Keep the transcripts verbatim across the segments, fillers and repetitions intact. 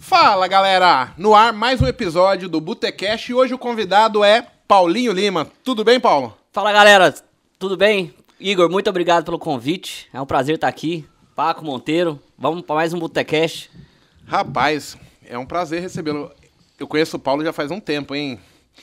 Fala, galera! No ar, mais um episódio do Botecast e hoje o convidado é Paulinho Lima. Tudo bem, Paulo? Fala, galera! Tudo bem? Igor, muito obrigado pelo convite. É um prazer estar aqui. Paco Monteiro, vamos para mais um Botecast. Rapaz, é um prazer recebê-lo. Eu conheço o Paulo já faz um tempo, hein?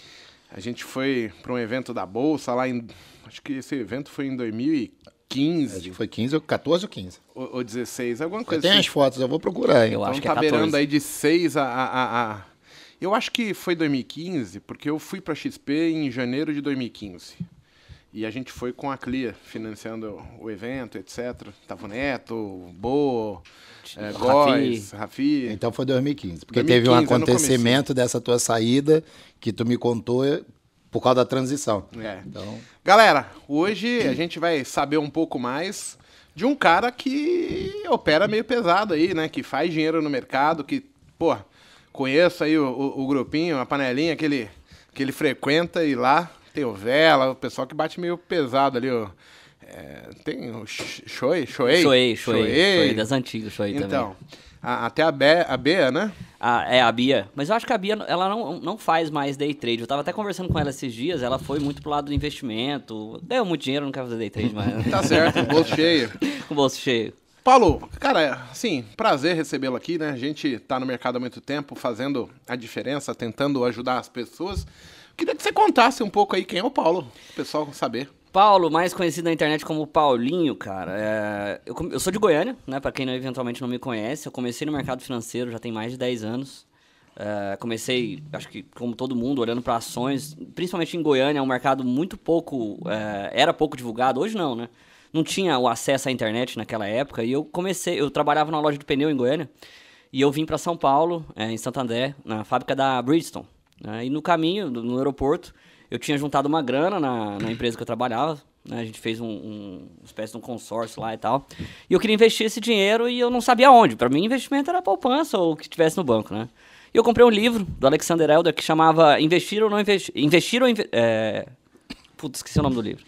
A gente foi para um evento da Bolsa lá em... Acho que esse evento foi em dois mil e quinze. Acho que foi quinze, quatorze ou quinze. Ou, ou dezesseis, alguma coisa Tem assim. as fotos, eu vou procurar, hein? Eu Então acho que tá é quatorze. beirando aí de seis a, a, a, a... Eu acho que foi dois mil e quinze, porque eu fui pra X P em janeiro de dois mil e quinze. E a gente foi com a Clia, financiando o evento, etcétera. Tava o Neto, Bo, é, Góis, Rafi. Então foi dois mil e quinze. Porque dois mil e teve um quinze, eu não acontecimento dessa tua saída que tu me contou por causa da transição. É. Então, Galera, hoje a gente vai saber um pouco mais de um cara que opera meio pesado aí, né? Que faz dinheiro no mercado, que, pô, conheço aí o, o, o grupinho, a panelinha que ele, que ele frequenta e lá tem o Vela, o pessoal que bate meio pesado ali, ó. É, tem o Shoei, Shoei, Shoei, Shoei, Shoei das antigas, Shoei também. Então, a, até a, Be, a Bea, né? Ah, é, a Bia. Mas eu acho que a Bia, ela não, não faz mais day trade. Eu tava até conversando com ela esses dias, ela foi muito pro lado do investimento. Ganhou muito dinheiro, não quer fazer day trade mais. Tá certo, bolso cheio. Com o bolso cheio. Paulo, cara, assim, prazer recebê-lo aqui, né? A gente tá no mercado há muito tempo, fazendo a diferença, tentando ajudar as pessoas. Queria que você contasse um pouco aí quem é o Paulo, o pessoal saber. Paulo, mais conhecido na internet como Paulinho, cara. É, eu, eu sou de Goiânia, né? Pra quem não, eventualmente não me conhece. Eu comecei no mercado financeiro já tem mais de dez anos. É, comecei, acho que como todo mundo, olhando para ações. Principalmente em Goiânia, é um mercado muito pouco... É, era pouco divulgado, hoje não, né? Não tinha o acesso à internet naquela época. E eu comecei... Eu trabalhava numa loja de pneu em Goiânia. E eu vim para São Paulo, é, em Santo André, na fábrica da Bridgestone. Né? E no caminho, no aeroporto... Eu tinha juntado uma grana na, na empresa que eu trabalhava, né? A gente fez um, um, uma espécie de um consórcio lá e tal. E eu queria investir esse dinheiro e eu não sabia onde. Para mim, investimento era poupança ou o que tivesse no banco, né? E eu comprei um livro do Alexander Elder que chamava Investir ou Não Investir... Investir ou... Inve é... Putz, esqueci o nome do livro.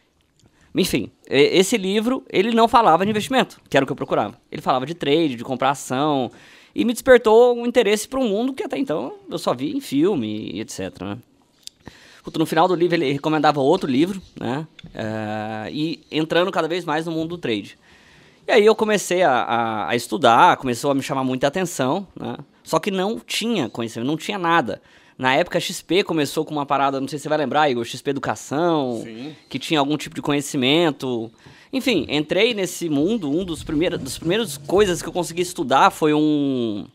Enfim, esse livro, ele não falava de investimento, que era o que eu procurava. Ele falava de trade, de comprar ação, e me despertou um interesse para um mundo que até então eu só via em filme e etcétera, né? No final do livro ele recomendava outro livro, né? Uh, e entrando cada vez mais no mundo do trade. E aí eu comecei a, a, a estudar, começou a me chamar muita atenção, né? Só que não tinha conhecimento, não tinha nada. Na época a X P começou com uma parada, não sei se você vai lembrar, Igor, X P Educação, Sim. Que tinha algum tipo de conhecimento. Enfim, entrei nesse mundo, um dos primeiros, das primeiras coisas que eu consegui estudar foi um...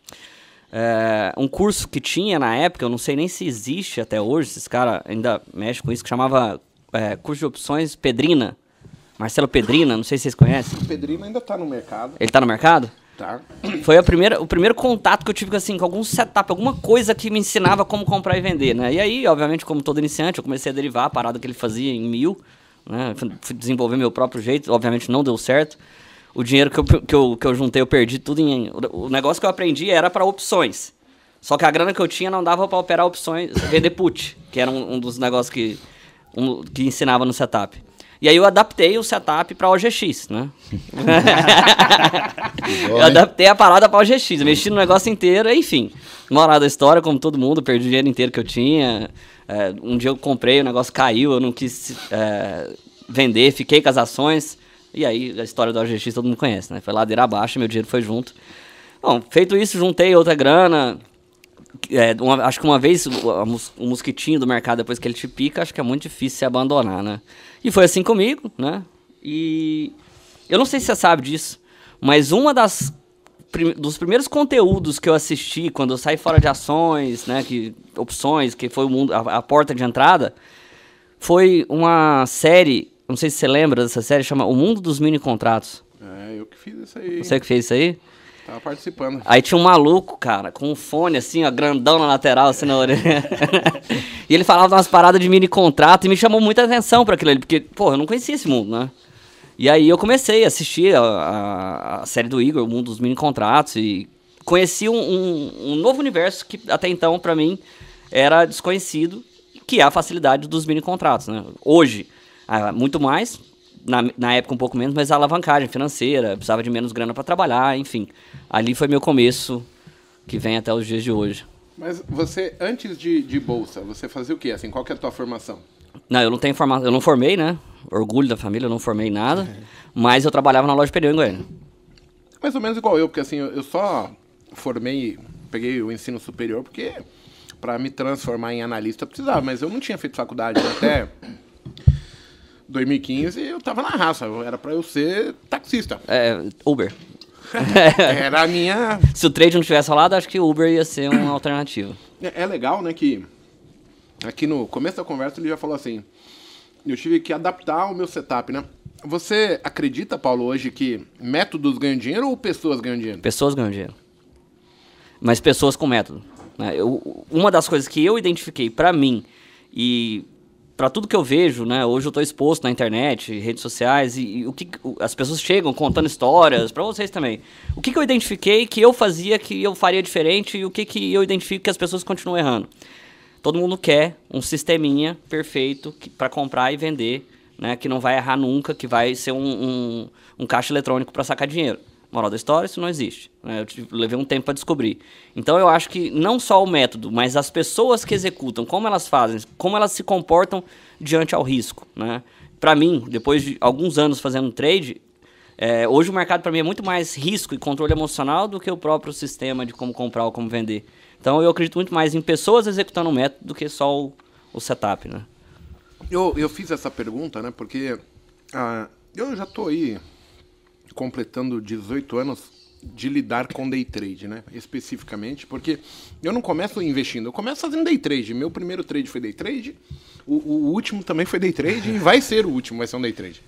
É, um curso que tinha na época, eu não sei nem se existe até hoje, esses caras ainda mexem com isso, que chamava é, curso de opções Pedrina. Marcelo Pedrina, não sei se vocês conhecem. O Pedrino ainda tá no mercado. Ele tá no mercado? Tá. Foi a primeira, o primeiro contato que eu tive assim, com algum setup, alguma coisa que me ensinava como comprar e vender, né? E aí, obviamente, como todo iniciante, eu comecei a derivar a parada que ele fazia em mil, né? Fui desenvolver meu próprio jeito, obviamente não deu certo. O dinheiro que eu, que, eu, que eu juntei, eu perdi tudo em... O negócio que eu aprendi era para opções. Só que a grana que eu tinha não dava para operar opções, vender put, que era um, um dos negócios que, um, que ensinava no setup. E aí eu adaptei o setup para O G X, né? Eu adaptei a parada para O G X, mexi no negócio inteiro, enfim. Moral da história, como todo mundo, perdi o dinheiro inteiro que eu tinha. É, um dia eu comprei, o negócio caiu, eu não quis é, vender, fiquei com as ações... E aí, a história do O G X todo mundo conhece, né? Foi ladeira abaixo, meu dinheiro foi junto. Bom, feito isso, juntei outra grana. É, uma, acho que uma vez o, o mosquitinho do mercado, depois que ele te pica, acho que é muito difícil se abandonar, né? E foi assim comigo, né? E eu não sei se você sabe disso, mas uma das prim, dos primeiros conteúdos que eu assisti quando eu saí fora de ações, né? Que, opções, que foi o mundo, a, a porta de entrada, foi uma série... Não sei se você lembra dessa série, chama O Mundo dos Mini Contratos. É, eu que fiz isso aí. Você que fez isso aí? Tava participando. Aí tinha um maluco, cara, com um fone assim, ó, grandão na lateral, assim na orelha. E ele falava umas paradas de mini contrato e me chamou muita atenção pra aquilo ali, porque, pô, eu não conhecia esse mundo, né? E aí eu comecei a assistir a, a, a série do Igor, O Mundo dos Mini Contratos, e conheci um, um, um novo universo que até então, pra mim, era desconhecido, que é a facilidade dos mini contratos, né? Hoje... Ah, muito mais, na, na época um pouco menos, mas a alavancagem financeira, precisava de menos grana para trabalhar, enfim. Ali foi meu começo que vem até os dias de hoje. Mas você, antes de, de bolsa, você fazia o quê? Assim, qual que é a tua formação? Não, eu não tenho formação, eu não formei, né? Orgulho da família, eu não formei nada, mas eu trabalhava na loja de pneu em Goiânia. Mais ou menos igual eu, porque assim, eu, eu só formei, peguei o ensino superior porque para me transformar em analista eu precisava, mas eu não tinha feito faculdade, né? Até dois mil e quinze eu tava na raça, era para eu ser taxista. É, Uber. Era a minha... Se o trade não tivesse rolado, acho que o Uber ia ser uma alternativa. É, é legal, né, que aqui no começo da conversa ele já falou assim, eu tive que adaptar o meu setup, né? Você acredita, Paulo, hoje que métodos ganham dinheiro ou pessoas ganham dinheiro? Pessoas ganham dinheiro. Mas pessoas com método. Né? Eu, uma das coisas que eu identifiquei pra mim e pra tudo que eu vejo, né? Hoje eu tô exposto na internet, redes sociais, e, e o que o, as pessoas chegam contando histórias, pra vocês também. O que, que eu identifiquei que eu fazia, que eu faria diferente, e o que, que eu identifico que as pessoas continuam errando? Todo mundo quer um sisteminha perfeito que, pra comprar e vender, né, que não vai errar nunca, que vai ser um, um, um caixa eletrônico para sacar dinheiro. Moral da história, isso não existe. Né? Eu tive, levei um tempo para descobrir. Então eu acho que não só o método, mas as pessoas que executam, como elas fazem, como elas se comportam diante ao risco. Né? Para mim, depois de alguns anos fazendo trade, é, hoje o mercado para mim é muito mais risco e controle emocional do que o próprio sistema de como comprar ou como vender. Então eu acredito muito mais em pessoas executando o método do que só o, o setup, né? Eu, eu fiz essa pergunta, né, porque ah, eu já tô aí completando dezoito anos de lidar com day trade, né, especificamente, porque eu não começo investindo, eu começo fazendo day trade. Meu primeiro trade foi day trade, o, o último também foi day trade e vai ser o último, vai ser um day trade.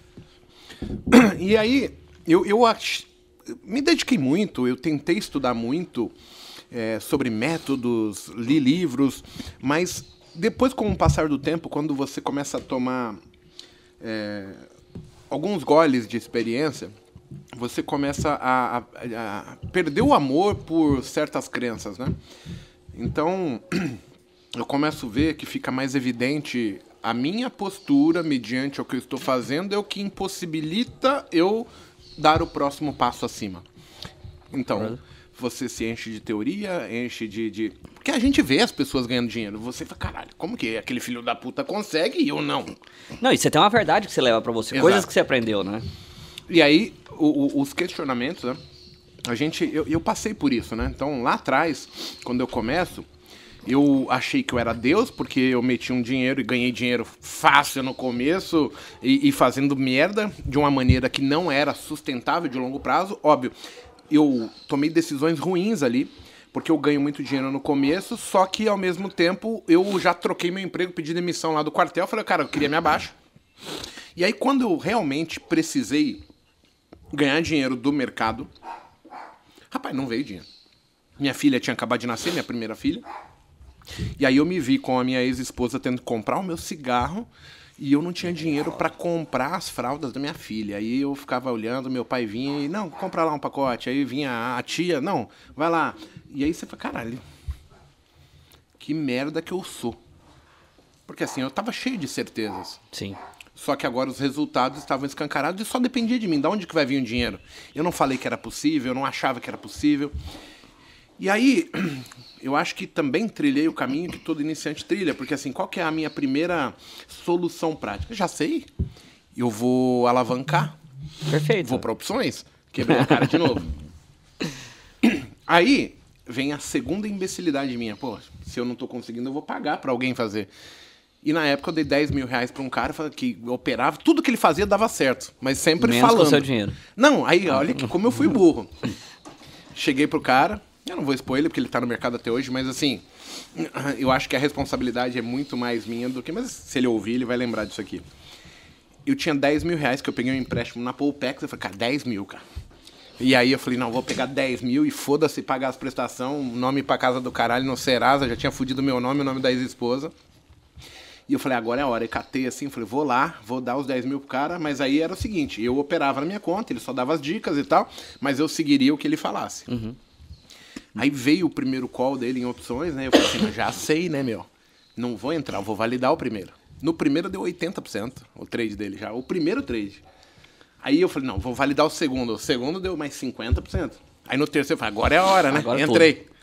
E aí, eu, eu ach... me dediquei muito, eu tentei estudar muito é, sobre métodos, li livros, mas depois, com o passar do tempo, quando você começa a tomar é, alguns goles de experiência, você começa a, a, a perder o amor por certas crenças, né? Então, eu começo a ver que fica mais evidente a minha postura mediante o que eu estou fazendo é o que impossibilita eu dar o próximo passo acima. Então, você se enche de teoria, enche de, de... Porque a gente vê as pessoas ganhando dinheiro. Você fala, caralho, como que aquele filho da puta consegue e eu não? Não, e você tem uma verdade que você leva pra você. Exato. Coisas que você aprendeu, né? E aí, o, o, os questionamentos, né? A gente... Eu, eu passei por isso, né? Então, lá atrás, quando eu começo, eu achei que eu era Deus, porque eu meti um dinheiro e ganhei dinheiro fácil no começo e, e fazendo merda de uma maneira que não era sustentável de longo prazo. Óbvio, eu tomei decisões ruins ali, porque eu ganho muito dinheiro no começo, só que ao mesmo tempo eu já troquei meu emprego, pedi demissão lá do quartel, falei, cara, eu queria me abaixo. E aí quando eu realmente precisei ganhar dinheiro do mercado, rapaz, não veio dinheiro. Minha filha tinha acabado de nascer, minha primeira filha, e aí eu me vi com a minha ex-esposa tendo que comprar o meu cigarro, e eu não tinha dinheiro para comprar as fraldas da minha filha. Aí eu ficava olhando, meu pai vinha e, não, compra lá um pacote. Aí vinha a tia, não, vai lá. E aí você fala, caralho, que merda que eu sou. Porque assim, eu tava cheio de certezas. Sim. Só que agora os resultados estavam escancarados e só dependia de mim. Da onde que vai vir o dinheiro? Eu não falei que era possível, eu não achava que era possível. E aí, eu acho que também trilhei o caminho que todo iniciante trilha, porque assim, qual que é a minha primeira solução prática? Já sei, eu vou alavancar. Perfeito. Vou para opções, quebrei a cara de novo. Aí, vem a segunda imbecilidade minha. Pô, se eu não tô conseguindo, eu vou pagar para alguém fazer. E na época eu dei dez mil reais pra um cara que operava, tudo que ele fazia dava certo, mas sempre Menos falando. com o seu dinheiro. Não, aí olha que como eu fui burro. Cheguei pro cara, eu não vou expor ele porque ele tá no mercado até hoje, mas assim, eu acho que a responsabilidade é muito mais minha do que... Mas se ele ouvir, ele vai lembrar disso aqui. Eu tinha dez mil reais que eu peguei um empréstimo na Poupex, eu falei, cara, dez mil, cara. E aí eu falei, não, vou pegar dez mil e foda-se pagar as prestações, nome pra casa do caralho no Serasa, já tinha fudido meu nome, o nome da ex-esposa. E eu falei, agora é a hora. E catei assim, falei, vou lá, vou dar os dez mil pro cara, mas aí era o seguinte, eu operava na minha conta, ele só dava as dicas e tal, mas eu seguiria o que ele falasse. Uhum. Aí veio o primeiro call dele em opções, né? Eu falei assim, mas já sei, né, meu? Não vou entrar, eu vou validar o primeiro. No primeiro deu oitenta por cento o trade dele já, o primeiro trade. Aí eu falei, não, vou validar o segundo. O segundo deu mais cinquenta por cento. Aí no terceiro eu falei, agora é a hora, né? Agora Entrei. tudo.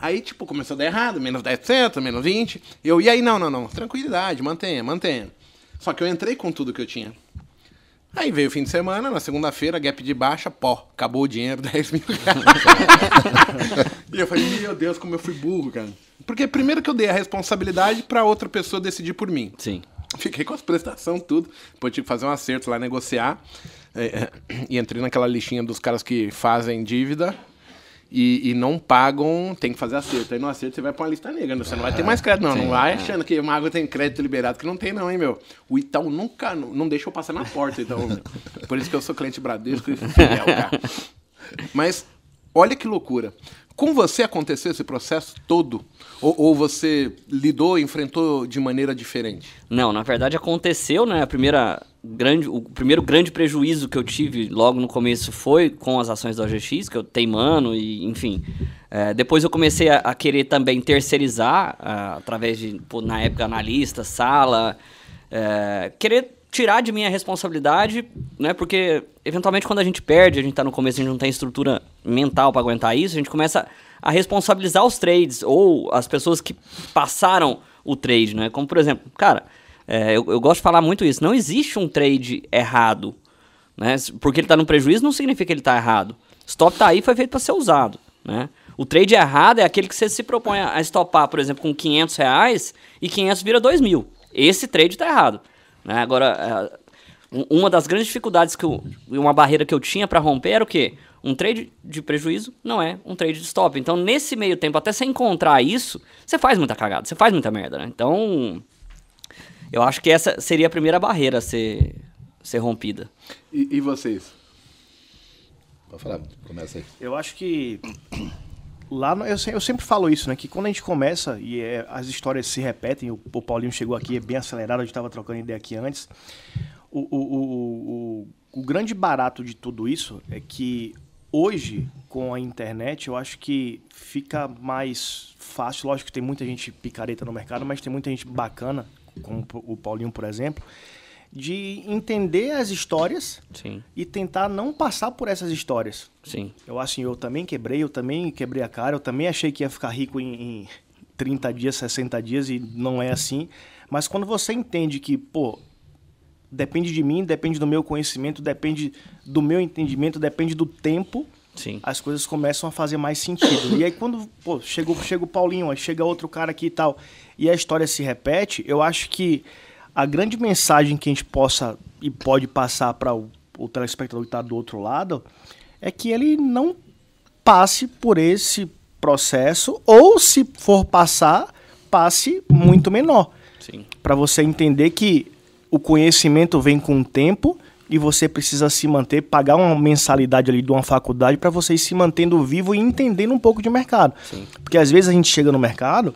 Aí, tipo, começou a dar errado, menos dez por cento, menos vinte por cento. Eu, e aí, não, não, não, tranquilidade, mantenha, mantenha. Só que eu entrei com tudo que eu tinha. Aí veio o fim de semana, na segunda-feira, gap de baixa, pó, acabou o dinheiro, dez mil reais. E eu falei, meu Deus, como eu fui burro, cara. Porque primeiro que eu dei a responsabilidade pra outra pessoa decidir por mim. Sim. Fiquei com as prestações, tudo. Depois tive que fazer um acerto lá, negociar. É, é, e entrei naquela listinha dos caras que fazem dívida e, e não pagam, tem que fazer acerto. Aí no acerto você vai pra uma lista negra, você não vai ter mais crédito, não. Sim, não vai achando que uma água tem crédito liberado, que não tem não, hein, meu. O Itaú nunca, não deixa eu passar na porta, então. Por isso que eu sou cliente Bradesco e fiel, cara. Mas, olha que loucura. Com você aconteceu esse processo todo? Ou, ou você lidou, enfrentou de maneira diferente? Não, na verdade aconteceu, né? A primeira grande, o primeiro grande prejuízo que eu tive logo no começo foi com as ações da O G X, que eu teimando e, enfim. É, depois eu comecei a, a querer também terceirizar, a, através de, pô, na época, analista, sala, é, querer tirar de mim a responsabilidade, né? Porque, eventualmente, quando a gente perde, a gente tá no começo, a gente não tem estrutura mental para aguentar isso, a gente começa a responsabilizar os trades ou as pessoas que passaram o trade, né? Como, por exemplo, cara, é, eu, eu gosto de falar muito isso, não existe um trade errado, né? Porque ele tá no prejuízo não significa que ele tá errado. Stop tá aí, foi feito para ser usado, né? O trade errado é aquele que você se propõe a stopar, por exemplo, com quinhentos reais e quinhentos vira dois mil. Esse trade tá errado. Né? Agora, uma das grandes dificuldades, que eu, uma barreira que eu tinha para romper era o quê? Um trade de prejuízo não é um trade de stop. Então, nesse meio tempo, até você encontrar isso, você faz muita cagada, você faz muita merda, né? Então, eu acho que essa seria a primeira barreira a ser, ser rompida. E, e vocês? Pode falar, começa aí. Eu acho que... Lá, no, eu, eu sempre falo isso, né? Que quando a gente começa e é, as histórias se repetem, o, o Paulinho chegou aqui, é bem acelerado, a gente estava trocando ideia aqui antes. O, o, o, o, o grande barato de tudo isso é que hoje, com a internet, eu acho que fica mais fácil. Lógico que tem muita gente picareta no mercado, mas tem muita gente bacana, como o Paulinho, por exemplo, de entender as histórias. Sim. E tentar não passar por essas histórias. Sim. Eu assim, eu também quebrei, eu também quebrei a cara, eu também achei que ia ficar rico em, em trinta dias, sessenta dias e não é assim. Mas quando você entende que, pô, depende de mim, depende do meu conhecimento, depende do meu entendimento, depende do tempo, Sim. as coisas começam a fazer mais sentido. E aí quando, pô, chega, chega o Paulinho, aí chega outro cara aqui e tal, e a história se repete, eu acho que a grande mensagem que a gente possa e pode passar para o, o telespectador que está do outro lado é que ele não passe por esse processo, ou se for passar, passe muito menor. Para você entender que o conhecimento vem com o tempo e você precisa se manter, pagar uma mensalidade ali de uma faculdade para você ir se mantendo vivo e entendendo um pouco de mercado. Sim. Porque às vezes a gente chega no mercado,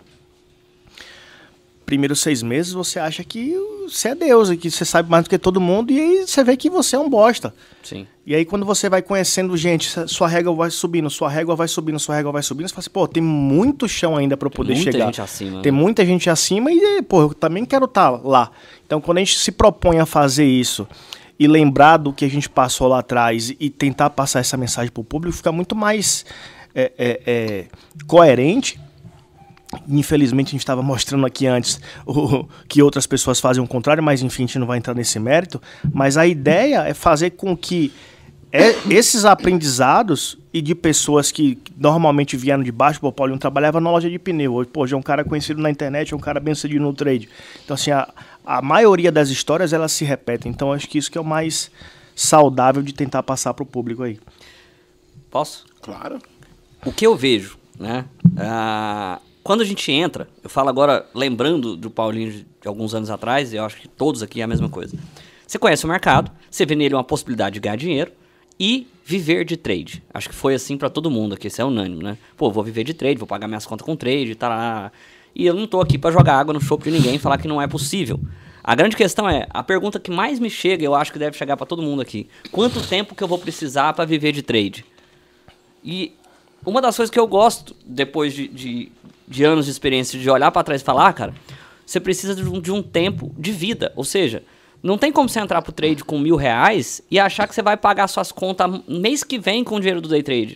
primeiros seis meses você acha que você é Deus e que você sabe mais do que todo mundo, e aí você vê que você é um bosta. Sim. E aí quando você vai conhecendo gente, sua régua vai subindo, sua régua vai subindo, sua régua vai subindo, você fala assim, pô, tem muito chão ainda para eu poder chegar. Tem muita gente acima. Tem né? muita gente acima e, pô, eu também quero estar lá. Então quando a gente se propõe a fazer isso e lembrar do que a gente passou lá atrás e tentar passar essa mensagem pro público, fica muito mais é, é, é, coerente. Infelizmente a gente estava mostrando aqui antes o, que outras pessoas fazem o contrário, mas enfim, a gente não vai entrar nesse mérito. Mas a ideia é fazer com que é, esses aprendizados e de pessoas que normalmente vieram de baixo, pô, o Paulinho trabalhava na loja de pneu, hoje, pô, já é um cara conhecido na internet, é um cara bem sucedido no trade. Então assim, a, a maioria das histórias elas se repetem, então acho que isso que é o mais saudável de tentar passar para o público aí. Posso? Claro. O que eu vejo, né? Ah... Quando a gente entra, eu falo agora, lembrando do Paulinho de alguns anos atrás, eu acho que todos aqui é a mesma coisa. Você conhece o mercado, você vê nele uma possibilidade de ganhar dinheiro e viver de trade. Acho que foi assim pra todo mundo aqui, isso é unânime, né? Pô, vou viver de trade, vou pagar minhas contas com trade, tá lá. E eu não tô aqui pra jogar água no chope de ninguém e falar que não é possível. A grande questão é, a pergunta que mais me chega, eu acho que deve chegar pra todo mundo aqui. Quanto tempo que eu vou precisar pra viver de trade? E uma das coisas que eu gosto, depois de... de de anos de experiência, de olhar para trás e falar, ah, cara, você precisa de um, de um tempo de vida. Ou seja, não tem como você entrar pro trade com mil reais e achar que você vai pagar suas contas mês que vem com o dinheiro do day trade.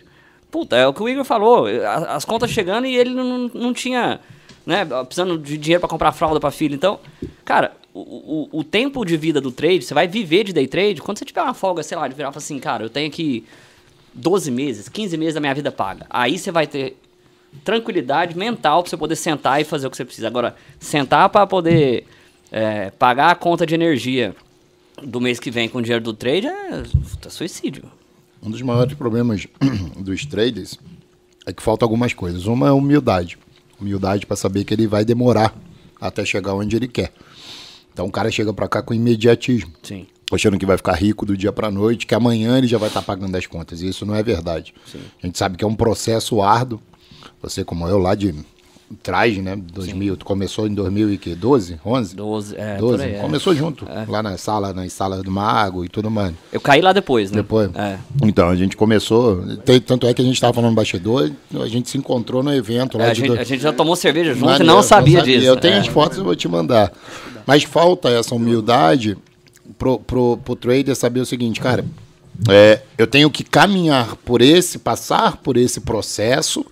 puta, é o que o Igor falou, as, as contas chegando e ele não, não tinha, né, precisando de dinheiro pra comprar fralda pra filha. Então, cara, o, o, o tempo de vida do trade, você vai viver de day trade, quando você tiver uma folga, sei lá, de virar e falar assim, cara, eu tenho aqui doze meses, quinze meses da minha vida paga. Aí você vai ter tranquilidade mental pra você poder sentar e fazer o que você precisa. Agora, sentar pra poder é, pagar a conta de energia do mês que vem com o dinheiro do trade é puta, suicídio. Um dos maiores problemas dos traders é que falta algumas coisas. Uma é a humildade. Humildade para saber que ele vai demorar até chegar onde ele quer. Então o cara chega para cá com imediatismo. Sim. Achando que vai ficar rico do dia para noite, que amanhã ele já vai estar tá pagando as contas. E isso não é verdade. Sim. A gente sabe que é um processo árduo. Você, como eu, lá de trás, né? dois mil, tu começou em dois mil e doze, onze? doze, é. doze. Aí, é. Começou junto, é. lá na sala, nas salas do Mago e tudo mais. Eu caí lá depois, né? Depois. É. Então, a gente começou, tem, tanto é que a gente estava falando no bastidor, a gente se encontrou no evento. Lá É, a, de gente, do... a gente já tomou cerveja junto Maneiro, e não sabia, não sabia disso. Eu tenho é. as fotos, eu vou te mandar. Mas falta essa humildade pro, pro, pro trader saber o seguinte, cara, é, eu tenho que caminhar por esse, passar por esse processo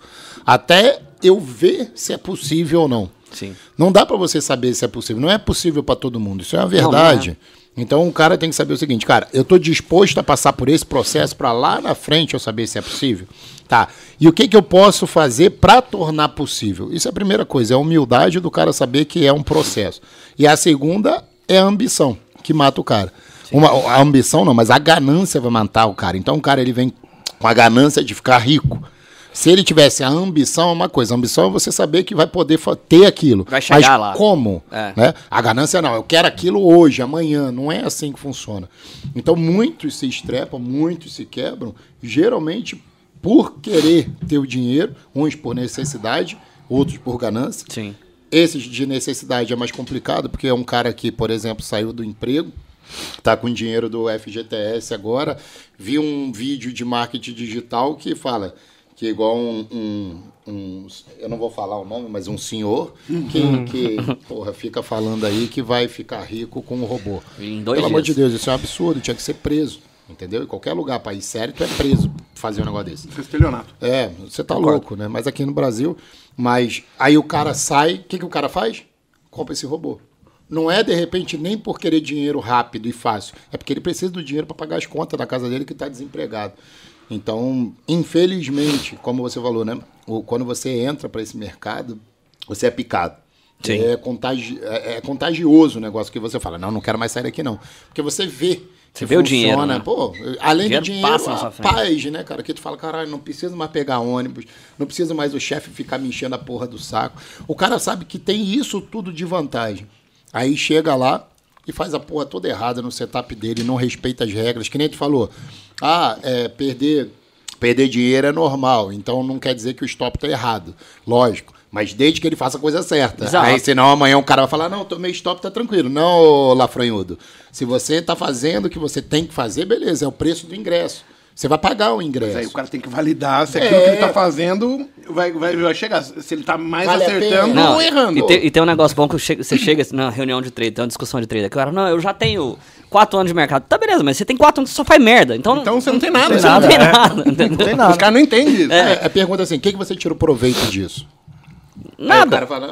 até eu ver se é possível ou não. Sim. Não dá para você saber se é possível. Não é possível para todo mundo. Isso é uma verdade. Não, não é. Então o cara tem que saber o seguinte, cara, eu tô disposto a passar por esse processo para lá na frente eu saber se é possível. Tá. E o que que eu posso fazer para tornar possível? Isso é a primeira coisa, é a humildade do cara saber que é um processo. E a segunda é a ambição, que mata o cara. Uma, a ambição não, mas a ganância vai matar o cara. Então o cara ele vem com a ganância de ficar rico. Se ele tivesse a ambição, é uma coisa. A ambição é você saber que vai poder ter aquilo. Vai chegar Mas lá. como? É. Né? A ganância não. Eu quero aquilo hoje, amanhã. Não é assim que funciona. Então, muitos se estrepam, muitos se quebram, geralmente por querer ter o dinheiro, uns por necessidade, outros por ganância. Sim. Esses de necessidade é mais complicado, porque é um cara que, por exemplo, saiu do emprego, está com dinheiro do F G T S agora, viu um vídeo de marketing digital que fala... que é igual um, um, um, eu não vou falar o nome, mas um senhor que, que porra, fica falando aí que vai ficar rico com um robô. Em dois Pelo amor de dias. Deus, isso é um absurdo, tinha que ser preso, entendeu? Em qualquer lugar, país sério, tu é preso pra fazer um negócio desse. Isso é estelionato. É, você tá Concordo. louco, né? Mas aqui no Brasil, mas aí o cara sai, o que, que o cara faz? Compra esse robô. Não é, de repente, nem por querer dinheiro rápido e fácil, é porque ele precisa do dinheiro para pagar as contas da casa dele que está desempregado. Então, infelizmente, como você falou, né? O, quando você entra para esse mercado, você é picado. Sim. É, contagi é, é contagioso o negócio que você fala, não, não quero mais sair daqui, não. Porque você vê. Você vê o dinheiro, né? Pô, além O dinheiro do dinheiro, passa na sua a frente. paz, né, cara? Que tu fala, caralho, não preciso mais pegar ônibus, não precisa mais o chefe ficar me enchendo a porra do saco. O cara sabe que tem isso tudo de vantagem. Aí chega lá e faz a porra toda errada no setup dele, não respeita as regras, que nem tu falou. Ah, é, perder, perder dinheiro é normal, então não quer dizer que o stop tá errado. Lógico, mas desde que ele faça a coisa certa. Exato. Aí senão amanhã o cara vai falar, não, tomei stop, tá tranquilo. Não, ô, Lafranhudo, se você tá fazendo o que você tem que fazer, beleza, é o preço do ingresso. Você vai pagar o ingresso. Mas aí o cara tem que validar se aquilo É. que ele tá fazendo vai, vai, vai chegar. Se ele tá mais Vale a acertando pena. ou Não, errando. E tem, e tem um negócio bom que eu chego- você chega na reunião de trade, tem uma discussão de trade. Que o cara, não, eu já tenho quatro anos de mercado. Tá, beleza, mas você tem quatro anos que só faz merda. Então, Então você não tem nada. você Você não não tem tem nada. entendeu? Não tem nada. Os caras não entendem isso. É, a pergunta é assim, o que, que você tira o proveito disso? Aí o Nada. cara fala,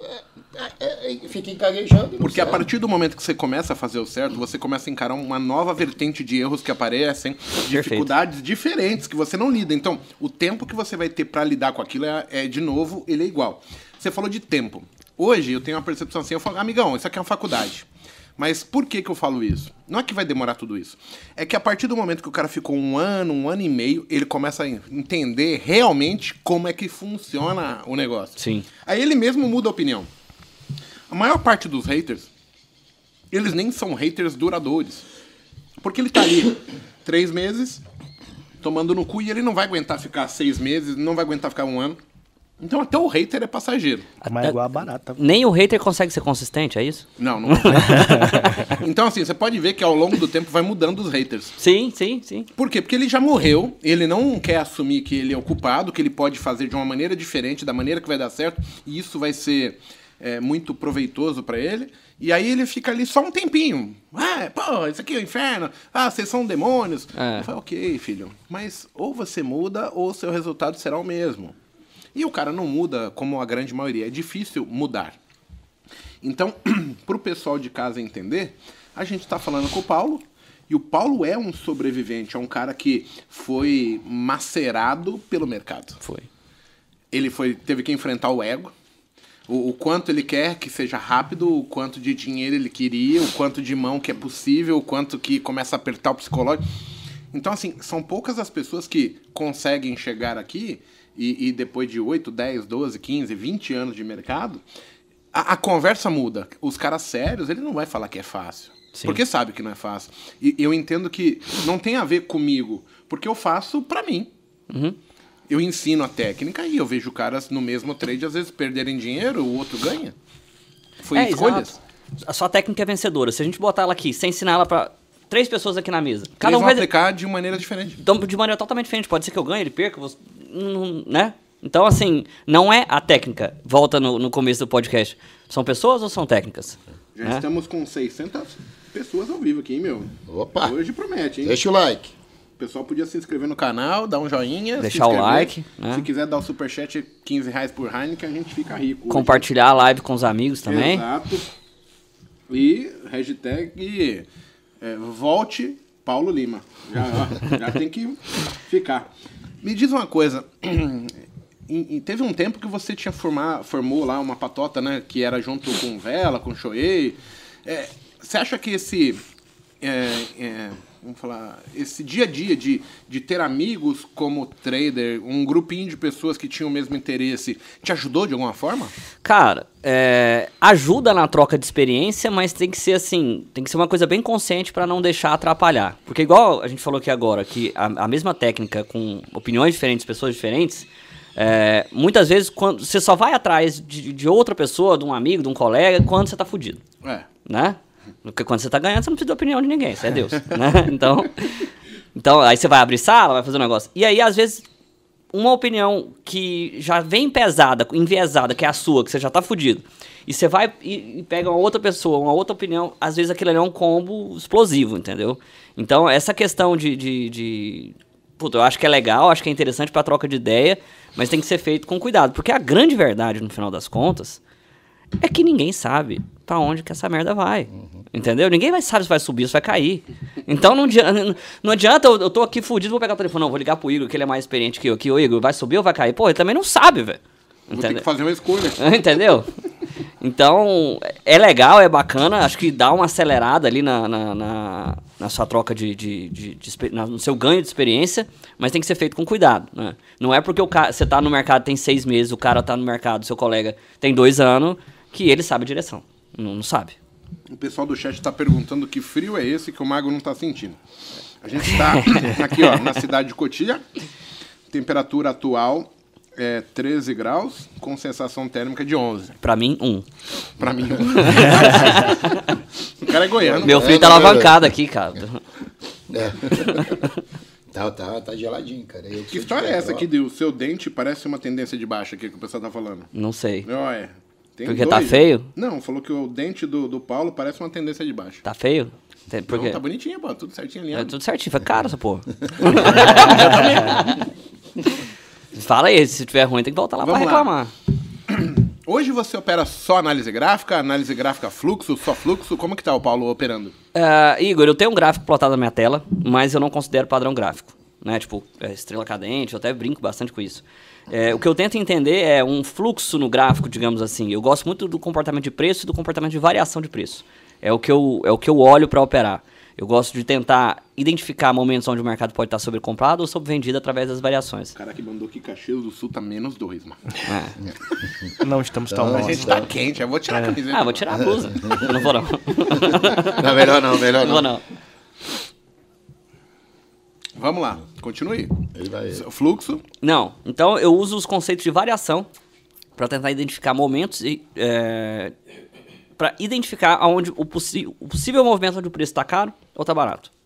é, é, é, fica encaguejando. e não Porque a serve. partir do momento que você começa a fazer o certo, você começa a encarar uma nova vertente de erros que aparecem, dificuldades diferentes que você não lida. Então, o tempo que você vai ter pra lidar com aquilo é, é, de novo, ele é igual. Você falou de tempo. Hoje eu tenho uma percepção assim, eu falo, amigão, isso aqui é uma faculdade. Mas por que que eu falo isso? Não é que vai demorar tudo isso. É que a partir do momento que o cara ficou um ano, um ano e meio, ele começa a entender realmente como é que funciona o negócio. Sim. Aí ele mesmo muda a opinião. A maior parte dos haters, eles nem são haters duradouros. Porque ele tá ali três meses, tomando no cu, e ele não vai aguentar ficar seis meses, não vai aguentar ficar um ano. Então até o hater é passageiro. Mas é igual a barata. Nem o hater consegue ser consistente, é isso? Não, não. Então assim, você pode ver que ao longo do tempo vai mudando os haters. Sim, sim, sim. Por quê? Porque ele já morreu, ele não quer assumir que ele é o culpado, que ele pode fazer de uma maneira diferente, da maneira que vai dar certo, e isso vai ser é, muito proveitoso para ele, e aí ele fica ali só um tempinho. Ah, pô, isso aqui é o inferno. Ah, vocês são demônios. É. Eu falo, ok, filho, mas ou você muda ou o seu resultado será o mesmo. E o cara não muda como a grande maioria. É difícil mudar. Então, para o pessoal de casa entender, a gente está falando com o Paulo, e o Paulo é um sobrevivente, é um cara que foi macerado pelo mercado. Foi. Ele foi, teve que enfrentar o ego, o, o quanto ele quer que seja rápido, o quanto de dinheiro ele queria, o quanto de mão que é possível, o quanto que começa a apertar o psicológico. Então, assim, são poucas as pessoas que conseguem chegar aqui e, e depois de oito, dez, doze, quinze, vinte anos de mercado, a, a conversa muda. Os caras sérios, ele não vai falar que é fácil. Sim. Porque sabe que não é fácil. E eu entendo que não tem a ver comigo, porque eu faço pra mim. Uhum. Eu ensino a técnica e eu vejo caras no mesmo trade, às vezes, perderem dinheiro, o outro ganha. Foi é, escolhas. Exato. A sua técnica é vencedora. Se a gente botar ela aqui, sem ensinar ela pra três pessoas aqui na mesa, cada Eles um vão vai aplicar de maneira diferente. Então, de maneira totalmente diferente. Pode ser que eu ganhe, ele perca, você... né? Então, assim, não é a técnica. Volta no, no começo do podcast. São pessoas ou são técnicas? Já né? estamos com seiscentas pessoas ao vivo aqui, hein, meu? Opa! Hoje promete, hein? Deixa o like. O pessoal podia se inscrever no canal, dar um joinha, deixar o like. Né? Se quiser dar o superchat, quinze reais por Heineken, a gente fica rico. Compartilhar hoje. A live com os amigos também. Exato. E hashtag é, volte Paulo Lima. Já, ó, já tem que ficar. Me diz uma coisa. E, e teve um tempo que você tinha formar, formou lá uma patota, né? Que era junto com Vela, com Shoei. É, você acha que esse... É, é, vamos falar, esse dia a dia de, de ter amigos como trader, um grupinho de pessoas que tinham o mesmo interesse, te ajudou de alguma forma? Cara, é, ajuda na troca de experiência, mas tem que ser assim, tem que ser uma coisa bem consciente para não deixar atrapalhar. Porque igual a gente falou aqui agora, que a, a mesma técnica com opiniões diferentes, pessoas diferentes, é, muitas vezes quando você só vai atrás de, de outra pessoa, de um amigo, de um colega, quando você tá fudido. É. Né? Porque quando você tá ganhando, você não precisa da opinião de ninguém, você é Deus, né? Então, então, aí você vai abrir sala, vai fazer um negócio. E aí, às vezes, uma opinião que já vem pesada, enviesada, que é a sua, que você já tá fudido, e você vai e, e pega uma outra pessoa, uma outra opinião, às vezes aquilo ali é um combo explosivo, entendeu? Então, essa questão de... de, de puta, eu acho que é legal, acho que é interessante pra troca de ideia, mas tem que ser feito com cuidado. Porque a grande verdade, no final das contas, é que ninguém sabe pra onde que essa merda vai. Uhum. Entendeu? Ninguém vai saber se vai subir ou se vai cair. Então não adianta, não adianta eu, eu tô aqui fudido, vou pegar o telefone. Não, vou ligar pro Igor, que ele é mais experiente que eu. Aqui, ô Igor, vai subir ou vai cair? Pô, ele também não sabe, velho. Vou ter que fazer uma escolha. Entendeu? Então, é legal, é bacana. Acho que dá uma acelerada ali na, na, na, na sua troca de... de, de, de na, no seu ganho de experiência, mas tem que ser feito com cuidado, né? Não é porque o cara, você tá no mercado tem seis meses, o cara tá no mercado, seu colega tem dois anos, que ele sabe a direção. Não, não sabe. O pessoal do chat está perguntando que frio é esse que o Mago não está sentindo. A gente está aqui, ó, na cidade de Cotia. Temperatura atual é treze graus, com sensação térmica de onze. Pra mim, um. Pra mim, um. O cara é goiano. Meu filho é, tá não, alavancado aqui, cara. É. Tá, tá, tá geladinho, cara. Eu Que história é essa aqui do seu dente parece uma tendência de baixa aqui que o pessoal tá falando? Não sei. Olha, tem Porque dois, tá feio? Não, falou que o dente do, do Paulo parece uma tendência de baixa. Tá feio? Tem- Por quê? Não, tá bonitinho, pô, tudo certinho ali. É tudo certinho, foi caro essa porra. Fala aí, se tiver ruim tem que voltar lá Vamos pra lá. reclamar. Hoje você opera só análise gráfica, análise gráfica fluxo, só fluxo? Como que tá o Paulo operando? Uh, Igor, eu tenho um gráfico plotado na minha tela, mas eu não considero padrão gráfico. Né? Tipo, é, estrela cadente, eu até brinco bastante com isso. É, o que eu tento entender é um fluxo no gráfico, digamos assim. Eu gosto muito do comportamento de preço e do comportamento de variação de preço. É o que eu, é o que eu olho para operar. Eu gosto de tentar identificar momentos onde o mercado pode estar sobrecomprado ou sobrevendido através das variações. O cara que mandou que Caxias do Sul tá menos dois, mano. É. Não estamos tão A bons. gente tá quente, eu vou tirar a camiseta. Ah, vou tirar a blusa. Eu não vou não. Não, melhor não, melhor Não vou não. não. Vamos lá, continue. Ele vai... Fluxo. Não, então eu uso os conceitos de variação para tentar identificar momentos e é, para identificar aonde o, possi o possível movimento onde o preço está caro ou está barato.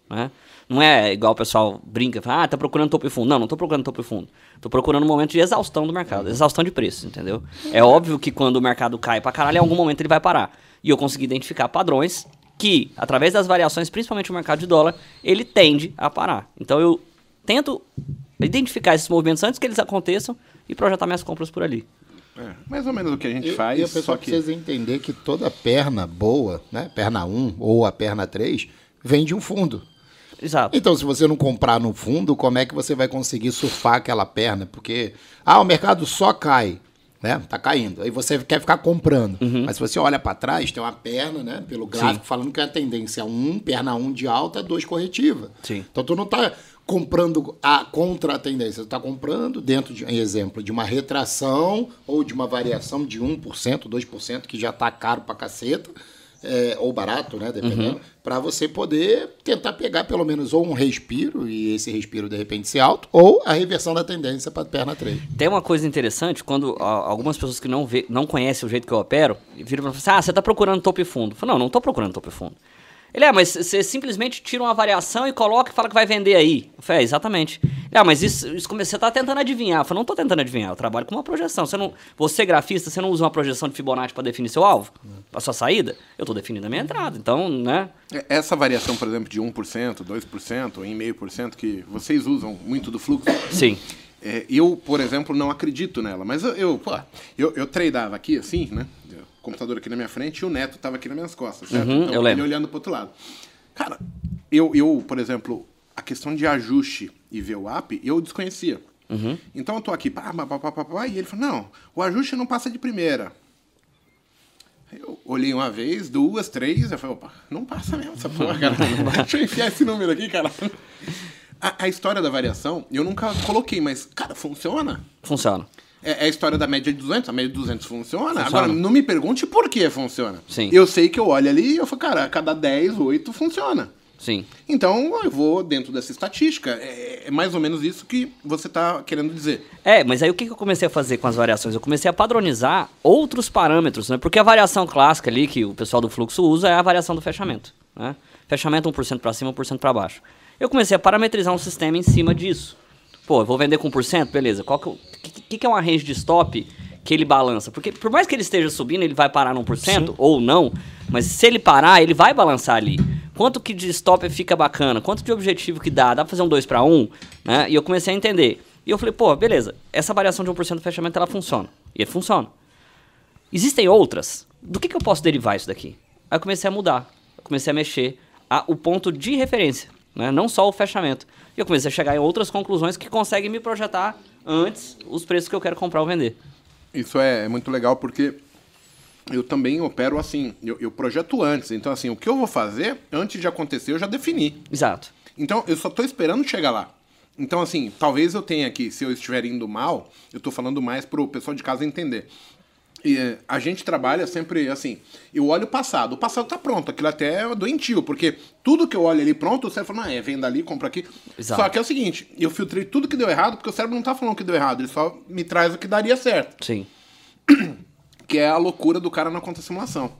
né? Não é igual o pessoal brinca, fala, ah, tá procurando topo e fundo. Não, não tô procurando topo e fundo. Tô procurando um momento de exaustão do mercado, exaustão de preços, entendeu? É óbvio que quando o mercado cai pra caralho, em algum momento ele vai parar. E eu consegui identificar padrões que, através das variações, principalmente o mercado de dólar, ele tende a parar. Então eu tento identificar esses movimentos antes que eles aconteçam e projetar minhas compras por ali. É, mais ou menos o que a gente e, faz. E a pessoa só que... precisa entender que toda perna boa, né, perna um ou a perna três, vem de um fundo. Exato. Então, se você não comprar no fundo, como é que você vai conseguir surfar aquela perna? Porque, ah, o mercado só cai, né? Tá caindo. Aí você quer ficar comprando. Uhum. Mas se você olha para trás, tem uma perna, né? Pelo gráfico, Sim. falando que a tendência é um, perna um de alta, dois corretiva. Sim. Então, tu não tá comprando a, contra a tendência. Tu tá comprando dentro, de, em exemplo, de uma retração ou de uma variação de um por cento, dois por cento, que já tá caro pra caceta. É, ou barato, né, dependendo, uhum. para você poder tentar pegar pelo menos ou um respiro, e esse respiro de repente ser alto, ou a reversão da tendência para perna três. Tem uma coisa interessante, quando ó, algumas pessoas que não, vê, não conhecem o jeito que eu opero, viram para falar assim, ah, você tá procurando topo e fundo. Eu falo, não, não tô procurando topo e fundo. Ele, é, mas você simplesmente tira uma variação e coloca e fala que vai vender aí. Eu falei, é, exatamente. Ele, ah, mas isso, isso você tá tentando adivinhar. Eu falei, não tô tentando adivinhar, eu trabalho com uma projeção. Você, não, você grafista, você não usa uma projeção de Fibonacci para definir seu alvo? Para sua saída? Eu tô definindo a minha entrada, então, né? Essa variação, por exemplo, de um por cento, dois por cento, um vírgula cinco por cento, que vocês usam muito do fluxo. Sim. É, eu, por exemplo, não acredito nela, mas eu, eu, pô, eu, eu tradeava aqui, assim, né? O computador aqui na minha frente e o Neto estava aqui nas minhas costas, certo? Uhum, então, eu lembro. Ele olhando para o outro lado. Cara, eu, eu, por exemplo, a questão de ajuste e V WAP, eu desconhecia. Uhum. Então eu tô aqui, pá, pá, pá, pá, pá, e ele falou, não, o ajuste não passa de primeira. Eu olhei uma vez, duas, três, eu falei, opa, não passa mesmo essa porra, cara. Deixa eu enfiar esse número aqui, cara. A, a história da variação, eu nunca coloquei, mas, cara, funciona? Funciona. É a história da média de duzentos, a média de duzentos funciona. funciona. Agora, não me pergunte por que funciona. Sim. Eu sei que eu olho ali e eu falo, cara, a cada dez, oito funciona. Sim. Então, eu vou dentro dessa estatística. É, é mais ou menos isso que você está querendo dizer. É, mas aí o que eu comecei a fazer com as variações? Eu comecei a padronizar outros parâmetros, né? Porque a variação clássica ali, que o pessoal do fluxo usa, é a variação do fechamento, né? Fechamento um por cento para cima, um por cento para baixo. Eu comecei a parametrizar um sistema em cima disso. Pô, eu vou vender com um por cento? Beleza. Qual que, o que, que é uma range de stop que ele balança? Porque por mais que ele esteja subindo, ele vai parar no um por cento Sim. ou não, mas se ele parar, ele vai balançar ali. Quanto que de stop fica bacana? Quanto de objetivo que dá? Dá pra fazer um dois para um? Né? E eu comecei a entender. E eu falei, pô, beleza, essa variação de um por cento do fechamento, ela funciona. E ele funciona. Existem outras? Do que, que eu posso derivar isso daqui? Aí eu comecei a mudar. Eu comecei a mexer a, o ponto de referência, né? Não só o fechamento. E eu comecei a chegar em outras conclusões que conseguem me projetar antes os preços que eu quero comprar ou vender. Isso é muito legal porque eu também opero assim, eu, eu projeto antes. Então, assim, o que eu vou fazer, antes de acontecer, eu já defini. Exato. Então, eu só estou esperando chegar lá. Então, assim, talvez eu tenha aqui, se eu estiver indo mal, eu estou falando mais para o pessoal de casa entender. E, a gente trabalha sempre assim, eu olho o passado, o passado tá pronto, aquilo até é doentio, porque tudo que eu olho ali pronto, o cérebro fala, ah, é, venda ali, compra aqui. Exato. Só que é o seguinte, eu filtrei tudo que deu errado, porque o cérebro não tá falando que deu errado, ele só me traz o que daria certo. Sim. Que é a loucura do cara na conta simulação.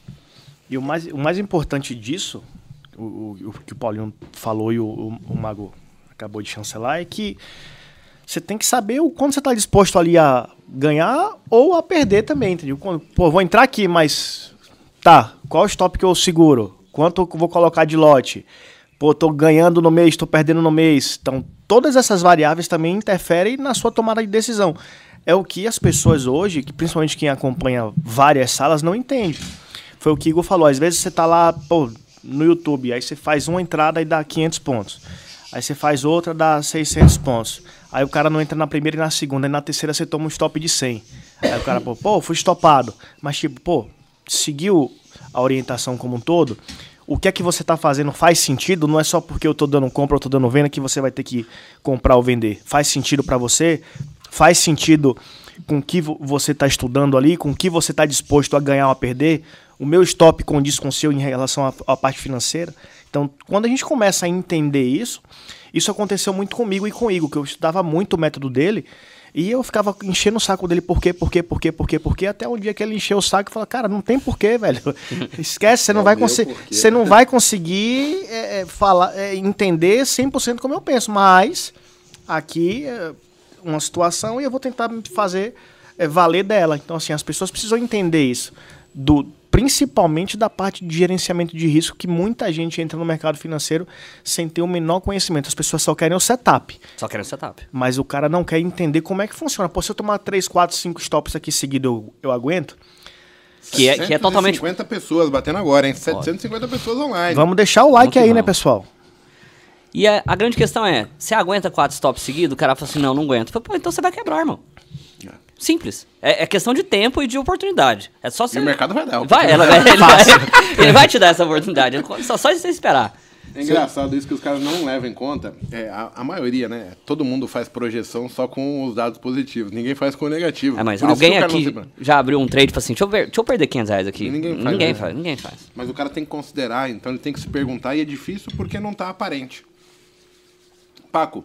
E o mais, o mais importante disso, o, o, o que o Paulinho falou e o, o, o Mago acabou de chancelar, é que você tem que saber o quanto você está disposto ali a ganhar ou a perder também, entendeu? Quando, pô, vou entrar aqui, mas tá, qual o stop que eu seguro? Quanto eu vou colocar de lote? Pô, tô ganhando no mês, tô perdendo no mês. Então, todas essas variáveis também interferem na sua tomada de decisão. É o que as pessoas hoje, que principalmente quem acompanha várias salas, não entende. Foi o que o Igor falou, às vezes você tá lá, pô, no YouTube, aí você faz uma entrada e dá quinhentos pontos. Aí você faz outra, dá seiscentos pontos. Aí o cara não entra na primeira e na segunda. E na terceira você toma um stop de cem. Aí o cara, pô, pô, fui estopado. Mas tipo, pô, seguiu a orientação como um todo. O que é que você tá fazendo faz sentido? Não é só porque eu tô dando compra ou tô dando venda que você vai ter que comprar ou vender. Faz sentido para você? Faz sentido com o que você tá estudando ali? Com o que você tá disposto a ganhar ou a perder? O meu stop condiz com o seu em relação à, à parte financeira? Então, quando a gente começa a entender isso, isso aconteceu muito comigo e com o Igor, que eu estudava muito o método dele, E eu ficava enchendo o saco dele, por quê, por quê, por quê, por quê, por quê, até um dia que ele encheu o saco e falou, cara, não tem porquê, velho. Esquece, você não, vai, consi- você não vai conseguir é, falar, é, entender cem por cento como eu penso, mas aqui é uma situação e eu vou tentar fazer é, valer dela. Então, assim, as pessoas precisam entender isso, do, principalmente da parte de gerenciamento de risco, que muita gente entra no mercado financeiro sem ter o menor conhecimento. As pessoas só querem o setup. Só querem o setup. Mas o cara não quer entender como é que funciona. Pô, se eu tomar três, quatro, cinco stops aqui seguido, eu, eu aguento? Que é, que é totalmente... setecentas e cinquenta pessoas batendo agora, hein? setecentas e cinquenta pessoas online. Vamos deixar o like Vamos aí, né, vamos. pessoal? E a, a grande questão é, você aguenta quatro stops seguidos? O cara fala assim, não, não aguento. Falo, pô, então você vai quebrar, irmão. Simples. É, é questão de tempo e de oportunidade. É só você... E o mercado vai dar. Vai, ela, ele, vai, ele vai te dar essa oportunidade. Só, só você esperar. É engraçado isso que os caras não levam em conta. É, a, a maioria, né? Todo mundo faz projeção só com os dados positivos. Ninguém faz com o negativo. É, mas Por isso alguém que o cara aqui não se- já abriu um trade e falou assim, deixa eu, ver, deixa eu perder quinhentos reais aqui. E ninguém faz, ninguém né? faz, ninguém faz. Mas o cara tem que considerar, então ele tem que se perguntar e é difícil porque não tá aparente. Paco,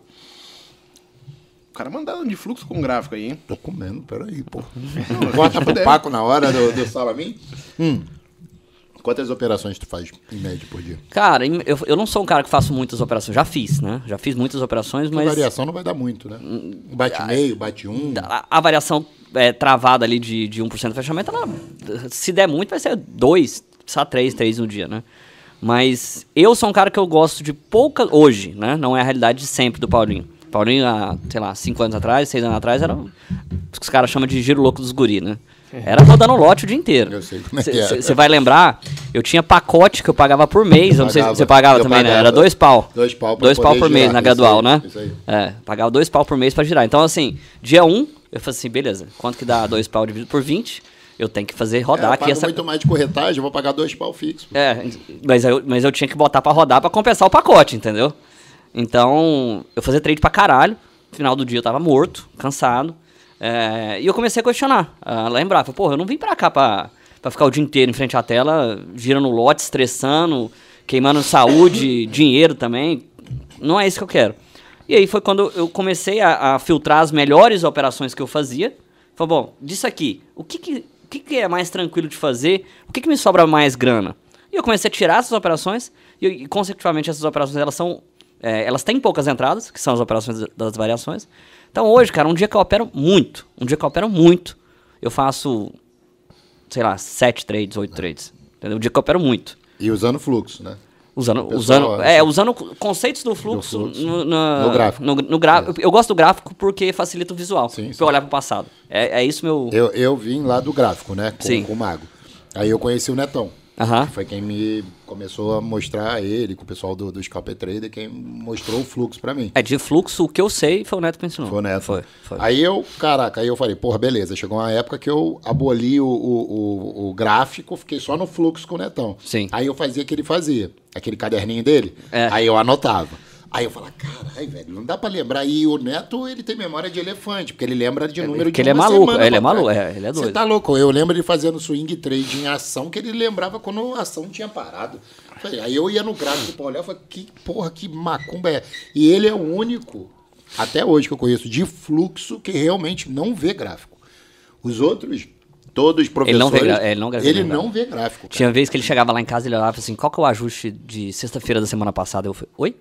o cara mandando de fluxo com gráfico aí, hein? Tô comendo, peraí, pô. Bota pro Paco na hora do, do salamin. Hum. Quantas operações tu faz em média por dia? Cara, eu, eu não sou um cara que faço muitas operações. Já fiz, né? Já fiz muitas operações, A mas... variação não vai dar muito, né? Bate meio, bate um. A, a variação é, travada ali de, de um por cento do fechamento, ela, se der muito, vai ser dois, só três, três no dia, né? Mas eu sou um cara que eu gosto de pouca... Hoje, né? Não é a realidade de sempre do Paulinho. Paulinho, há, sei lá, cinco anos atrás, seis anos atrás, era o que os caras chamam de giro louco dos guri, né? Era rodando lote o dia inteiro. Eu sei como é que é. Você vai lembrar, eu tinha pacote que eu pagava por mês, eu não sei se Pagava. você pagava Eu também, né? pagava. Era dois pau. Dois pau pra Dois pau poder por mês girar. na Isso gradual, aí, né? isso aí. É, pagava dois pau por mês pra girar. Então, assim, dia um, eu falei assim, beleza, quanto que dá dois pau dividido por vinte? Eu tenho que fazer rodar É, eu aqui pago essa... muito mais de corretagem, eu vou pagar dois pau fixo. É, mas eu, mas eu tinha que botar pra rodar pra compensar o pacote, entendeu? Então, eu fazia trade pra caralho. No final do dia eu tava morto, cansado. É, e eu comecei a questionar, a lembrar. Falei, porra, eu não vim pra cá pra, pra ficar o dia inteiro em frente à tela, girando lote, estressando, queimando saúde, dinheiro também. Não é isso que eu quero. E aí foi quando eu comecei a, a filtrar as melhores operações que eu fazia. Falei, bom, disso aqui, o que que, o que que é mais tranquilo de fazer? O que que me sobra mais grana? E eu comecei a tirar essas operações e, e consecutivamente, essas operações, elas são... É, elas têm poucas entradas, que são as operações das variações. Então hoje, cara, um dia que eu opero muito, um dia que eu opero muito, eu faço, sei lá, sete trades, oito trades. Entendeu? Um dia que eu opero muito. E usando fluxo, né? Usando, Pessoal, usando, assim, é, usando conceitos do fluxo, do fluxo. No, na- No gráfico. No, no gra- Eu gosto do gráfico porque facilita o visual, Sim, pra sim. eu olhar pro passado. É, é isso meu... Eu, eu vim lá do gráfico, né? Com, Sim. com o Mago. Aí eu conheci o Netão. Aham. Foi quem me começou a mostrar ele, com o pessoal do, do Scalper Trader, quem mostrou o fluxo pra mim. É, de fluxo, o que eu sei foi o Neto que me ensinou. Foi o Neto. Foi, foi. Aí eu, caraca, aí eu falei, porra, beleza. Chegou uma época que eu aboli o, o, o, o gráfico, fiquei só no fluxo com o Netão. Sim. Aí eu fazia o que ele fazia, aquele caderninho dele. É. Aí eu anotava. Aí eu falava, caralho, velho, não dá pra lembrar. E o Neto, ele tem memória de elefante, porque ele lembra de número porque de ele é uma maluco, semana ele é pra trás. maluco, é, ele é doido. Você tá louco? Eu lembro ele fazendo swing trade em ação, que ele lembrava quando a ação tinha parado. Falei, aí eu ia no gráfico pra olhar e falei, que porra, que macumba é? E ele é o único, até hoje que eu conheço, de fluxo que realmente não vê gráfico. Os outros, todos os professores, Ele não vê gra- ele não vê ele gráfico. não vê gráfico. Cara. Tinha vez que ele chegava lá em casa e ele olhava e falava assim, qual que é o ajuste de sexta-feira da semana passada? Eu falei, oi?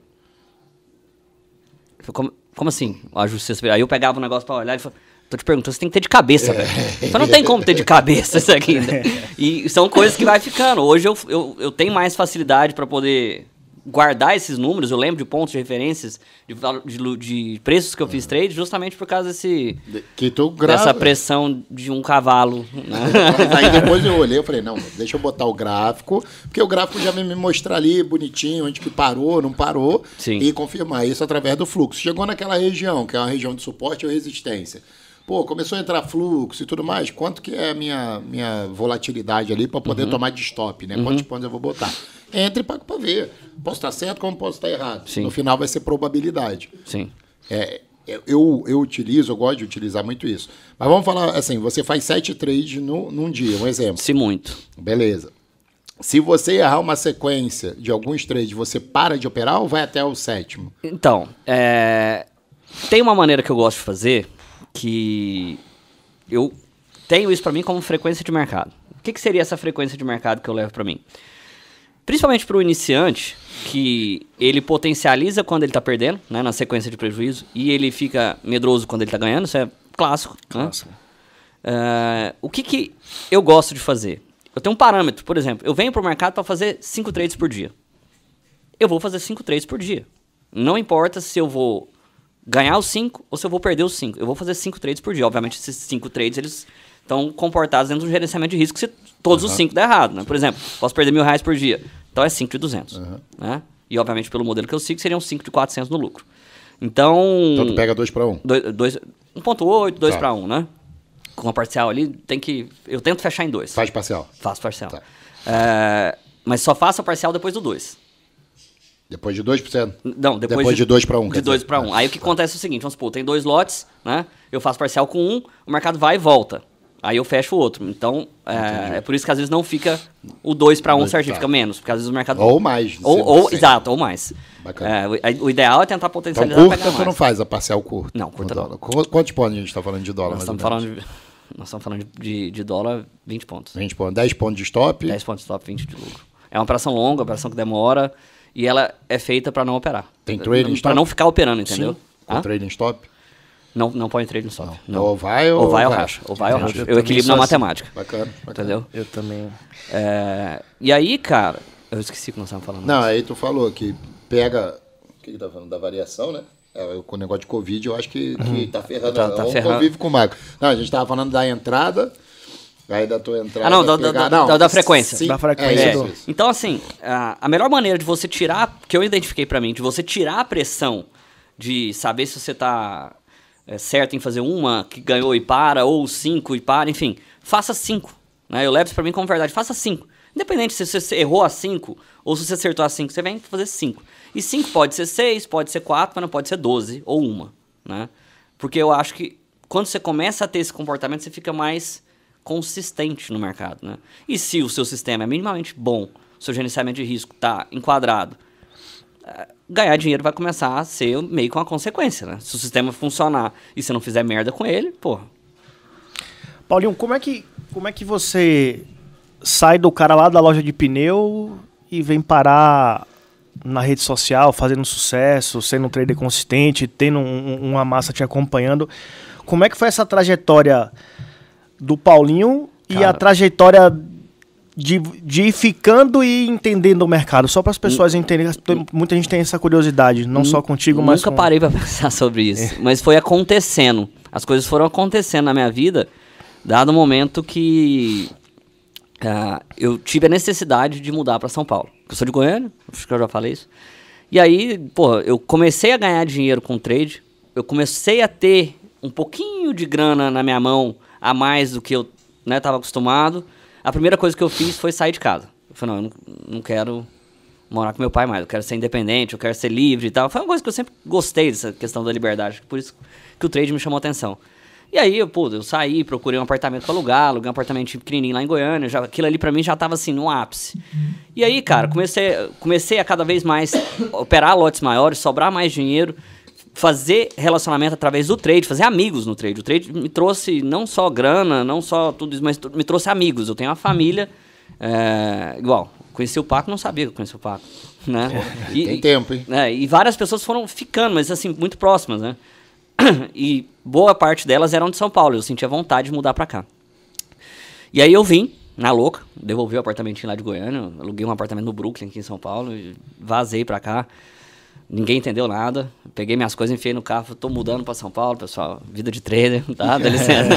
Eu falei, como, como assim, o ajuste de sexta-feira? Aí eu pegava o negócio pra olhar e falava, tô te perguntando, você tem que ter de cabeça, velho. Então não tem como ter de cabeça isso aqui ainda. E são coisas que vai ficando. Hoje eu, eu, eu tenho mais facilidade pra poder guardar esses números, eu lembro de pontos de referências, de, valo- de, lu- de preços que eu fiz trade, justamente por causa desse, Que tu grava. dessa pressão de um cavalo, né? Mas aí depois eu olhei e falei, não, deixa eu botar o gráfico, porque o gráfico já vai me mostrar ali bonitinho, onde que parou, não parou, Sim. e confirmar isso através do fluxo. Chegou naquela região, que é uma região de suporte ou resistência. Pô, começou a entrar fluxo e tudo mais, quanto que é a minha, minha volatilidade ali para poder tomar de stop, né? Quantos pontos eu vou botar? Entre e pago para ver. Posso estar certo como posso estar errado. Sim. No final vai ser probabilidade. Sim. É, eu, eu utilizo, eu gosto de utilizar muito isso. Mas vamos falar assim, você faz sete trades no, num dia, um exemplo. Se muito. Beleza. Se você errar uma sequência de alguns trades, você para de operar ou vai até o sétimo? Então, é, tem uma maneira que eu gosto de fazer, que eu tenho isso para mim como frequência de mercado. O que, que seria essa frequência de mercado que eu levo para mim? Principalmente para o iniciante, que ele potencializa quando ele está perdendo, né, na sequência de prejuízo, e ele fica medroso quando ele está ganhando, isso é clássico. Clássico. Né? Uh, o que, que eu gosto de fazer? Eu tenho um parâmetro, por exemplo, eu venho para o mercado para fazer cinco trades por dia. Eu vou fazer cinco trades por dia. Não importa se eu vou ganhar os cinco ou se eu vou perder os cinco. Eu vou fazer cinco trades por dia. Obviamente, esses cinco trades, eles estão comportados dentro do gerenciamento de risco se todos uhum. os cinco der errado, né? Por exemplo, posso perder mil reais por dia. Então é cinco de duzentos. Uhum. Né? E, obviamente, pelo modelo que eu sigo, seriam cinco de quatrocentos no lucro. Então... Então tu pega dois para um. um ponto oito, dois tá. para um, né? Com a parcial ali, tem que... Eu tento fechar em dois. Faz parcial. Faço parcial. Tá. É, mas só faço a parcial depois do dois. Depois de dois por cento? Não, depois, depois de dois para um. De dois para um. Aí o que acontece é o seguinte, vamos supor, tem dois lotes, né? Eu faço parcial com um, o mercado vai e volta. Aí eu fecho o outro. Então, é, é por isso que às vezes não fica o dois para um certinho, tá. Fica menos. Porque às vezes o mercado... Ou mais. Ou, ou exato, ou mais. Bacana. É, o, o ideal é tentar potencializar. Então curta tu não faz a parcial curta? Não, curta não. Quantos pontos a gente está falando de dólar? Nós estamos falando de, nós estamos falando de, de dólar, vinte pontos. vinte pontos. dez pontos de stop? dez pontos de stop, vinte de lucro. É uma operação longa, uma operação que demora e ela é feita para não operar. Tem trading stop? Para não ficar operando, entendeu? Sim. Com trading stop? Não, não põe trading stop. Não. Não. Ou vai ou, ou vai ou racha. Ou vai ou racha. Eu, eu equilibro na matemática. Assim. Bacana, bacana. Entendeu? Eu também. É, e aí, cara... Eu esqueci o que nós estávamos falando. Não, aí tu falou que pega... O que que tá falando? Da variação, né? É, com o negócio de Covid, eu acho que, que uhum. tá ferrando. Tá, tá um ferrando. Convive com o Marco. Não, a gente tava falando da entrada... Aí da tua entrada... Ah, não, da, pegar... da, não da, da frequência. Sim, da frequência. É, do... isso, isso. Então, assim, a, a melhor maneira de você tirar, que eu identifiquei pra mim, de você tirar a pressão de saber se você tá é, certo em fazer uma que ganhou e para, ou cinco e para, enfim, faça cinco. Né? Eu levo isso pra mim como verdade, faça cinco. Independente se você errou a cinco ou se você acertou a cinco, você vem fazer cinco. E cinco pode ser seis, pode ser quatro, mas não pode ser doze ou uma. Né? Porque eu acho que quando você começa a ter esse comportamento, você fica mais consistente no mercado, né? E se o seu sistema é minimamente bom, o seu gerenciamento de risco está enquadrado, ganhar dinheiro vai começar a ser meio que uma consequência, né? Se o sistema funcionar e você não fizer merda com ele, porra. Paulinho, como é que, como é que você sai do cara lá da loja de pneu e vem parar na rede social, fazendo sucesso, sendo um trader consistente, tendo um, uma massa te acompanhando? Como é que foi essa trajetória do Paulinho Cara. e a trajetória de, de ir ficando e entendendo o mercado? Só para as pessoas entenderem, muita gente tem essa curiosidade, não só contigo, Nunca mas com... Nunca parei para pensar sobre isso, é. mas foi acontecendo. As coisas foram acontecendo na minha vida, dado o momento que uh, eu tive a necessidade de mudar para São Paulo. Eu sou de Goiânia, acho que eu já falei isso. E aí, pô, eu comecei a ganhar dinheiro com trade, eu comecei a ter um pouquinho de grana na minha mão, a mais do que eu estava, né, acostumado. A primeira coisa que eu fiz foi sair de casa. Eu falei, não, eu não, não quero morar com meu pai mais, eu quero ser independente, eu quero ser livre e tal. Foi uma coisa que eu sempre gostei dessa questão da liberdade, por isso que o trade me chamou a atenção. E aí, eu, pô, eu saí, procurei um apartamento para alugar, aluguei um apartamento pequenininho lá em Goiânia, já, aquilo ali para mim já estava assim, no ápice. E aí, cara, comecei, comecei a cada vez mais operar lotes maiores, sobrar mais dinheiro, fazer relacionamento através do trade, fazer amigos no trade. O trade me trouxe não só grana, não só tudo isso, mas me trouxe amigos. Eu tenho uma família, é, igual, conheci o Paco, não sabia que eu conheci o Paco. Né? E, Tem tempo, hein? É, e várias pessoas foram ficando, mas assim, muito próximas, né? E boa parte delas eram de São Paulo, eu sentia vontade de mudar pra cá. E aí eu vim, na louca, devolvi o apartamentinho lá de Goiânia, aluguei um apartamento no Brooklyn, aqui em São Paulo, e vazei pra cá. Ninguém entendeu nada. Peguei minhas coisas, enfiei no carro. Tô mudando pra São Paulo, pessoal. Vida de trader, tá? Dá licença.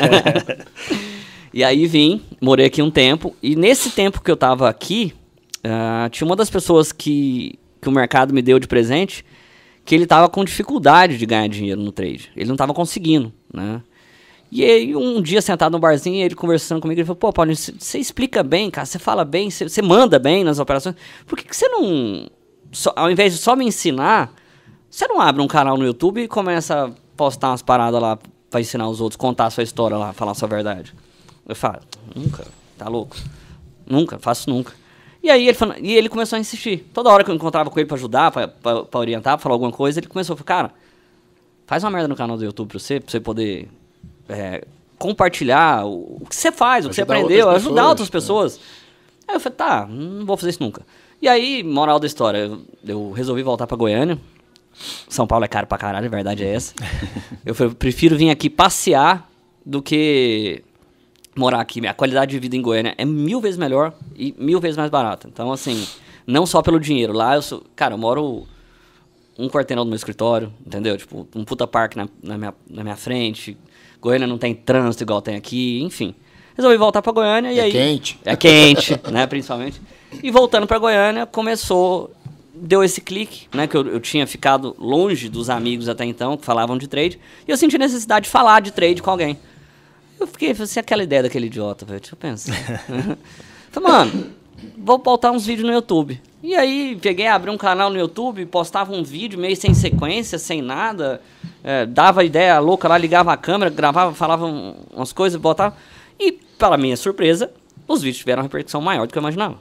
E aí vim, morei aqui um tempo. E nesse tempo que eu tava aqui, uh, tinha uma das pessoas que, que o mercado me deu de presente, que ele tava com dificuldade de ganhar dinheiro no trade. Ele não tava conseguindo, né? E aí, um dia sentado no barzinho, ele conversando comigo, ele falou, pô, Paulinho, você explica bem, cara, você fala bem, você manda bem nas operações. Por que você não... Só, ao invés de só me ensinar, você não abre um canal no YouTube e começa a postar umas paradas lá pra ensinar os outros, contar a sua história lá, falar a sua verdade? Eu falo, nunca, tá louco? Nunca, faço nunca. E aí ele, falou, e ele começou a insistir. Toda hora que eu encontrava com ele pra ajudar, pra, pra, pra orientar, pra falar alguma coisa, ele começou a falar, cara, faz uma merda no canal do YouTube pra você, pra você poder é, compartilhar o, o que você faz, o que você Ajudar aprendeu, outras ajudar pessoas, outras pessoas. Aí eu falei, tá, não vou fazer isso nunca. E aí, moral da história, eu, eu resolvi voltar pra Goiânia. São Paulo é caro pra caralho, a verdade é essa. Eu falei, prefiro vir aqui passear do que morar aqui. A qualidade de vida em Goiânia é mil vezes melhor e mil vezes mais barata. Então, assim, não só pelo dinheiro. Lá eu sou... Cara, eu moro um quarteirão do meu escritório, entendeu? Tipo, um puta parque na, na, minha, na minha frente. Goiânia não tem trânsito igual tem aqui, enfim. Resolvi voltar pra Goiânia e É aí... quente. É quente, né, principalmente. E voltando pra Goiânia, começou... Deu esse clique, né, que eu, eu tinha ficado longe dos amigos até então, que falavam de trade. E eu senti necessidade de falar de trade com alguém. Eu fiquei, assim, aquela ideia daquele idiota, velho, deixa eu pensar. Falei, mano, vou botar uns vídeos no YouTube. E aí, peguei, abri um canal no YouTube, postava um vídeo meio sem sequência, sem nada. É, dava ideia louca lá, ligava a câmera, gravava, falava um, umas coisas, botava. E, para minha surpresa, os vídeos tiveram uma repercussão maior do que eu imaginava.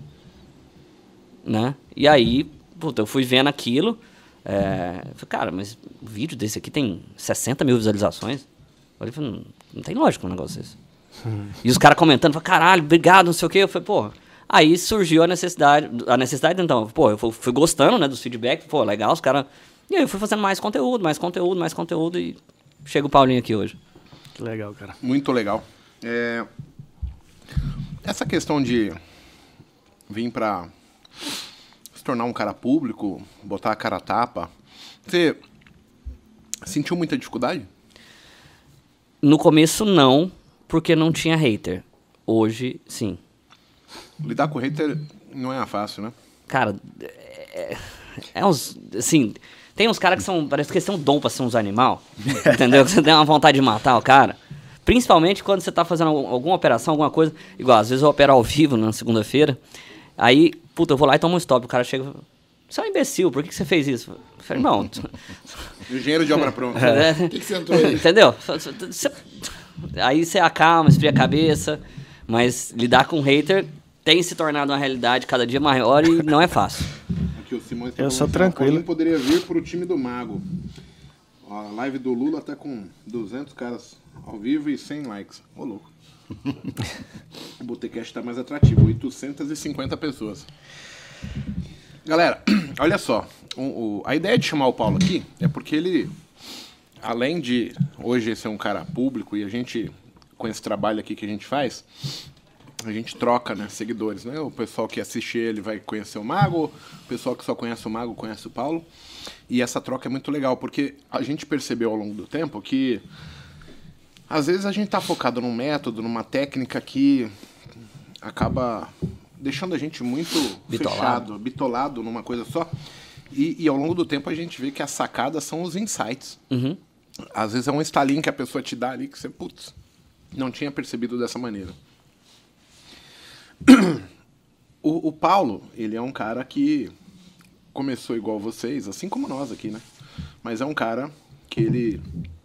Né? E aí, puta, eu fui vendo aquilo. É, falei, cara, mas o vídeo desse aqui tem sessenta mil visualizações. Eu falei, não, não tem lógica um negócio desse. Hum. E os caras comentando, falei, caralho, obrigado, não sei o quê. Eu falei, pô. Aí surgiu a necessidade, a necessidade então, pô, eu fui, fui gostando, né, dos feedbacks, pô, legal, os caras. E aí eu fui fazendo mais conteúdo, mais conteúdo, mais conteúdo e chega o Paulinho aqui hoje. Que legal, cara. Muito legal. É... Essa questão de vir pra se tornar um cara público, botar a cara a tapa, você sentiu muita dificuldade? No começo não, porque não tinha hater. Hoje, sim. Lidar com hater não é fácil, né? Cara, é, é uns, assim, tem uns caras que são, parece que eles têm um dom pra ser uns animal, entendeu? Que você tem uma vontade de matar o cara. Principalmente quando você tá fazendo algum, alguma operação, alguma coisa, igual, às vezes eu opero ao vivo na segunda-feira, aí, puta, eu vou lá e tomo um stop, o cara chega e fala, você é um imbecil, por que, que você fez isso? Eu falei, irmão... Engenheiro de obra pronta. É, Por que, que você entrou aí? entendeu? Você, aí você acalma, esfria a cabeça, mas lidar com hater tem se tornado uma realidade cada dia maior e não é fácil. Aqui, o Simões tá Eu sou falando que tranquilo. o Paulinho poderia vir pro time do Mago. A live do Lula tá com duzentos caras ao vivo e cem likes. Ô, louco. O Botecast tá mais atrativo, oitocentas e cinquenta pessoas. Galera, olha só. O, o, a ideia de chamar o Paulo aqui é porque ele, além de hoje ser um cara público e a gente, com esse trabalho aqui que a gente faz, a gente troca, né, seguidores, né? O pessoal que assiste ele vai conhecer o Mago, o pessoal que só conhece o Mago conhece o Paulo. E essa troca é muito legal, porque a gente percebeu ao longo do tempo que às vezes a gente tá focado num método, numa técnica que acaba deixando a gente muito Bitolado. fechado, bitolado numa coisa só. E, e ao longo do tempo a gente vê que as sacadas são os insights. Uhum. Às vezes é um estalinho que a pessoa te dá ali que você, putz, não tinha percebido dessa maneira. O, o Paulo, ele é um cara que começou igual vocês, assim como nós aqui, né? Mas é um cara que ele...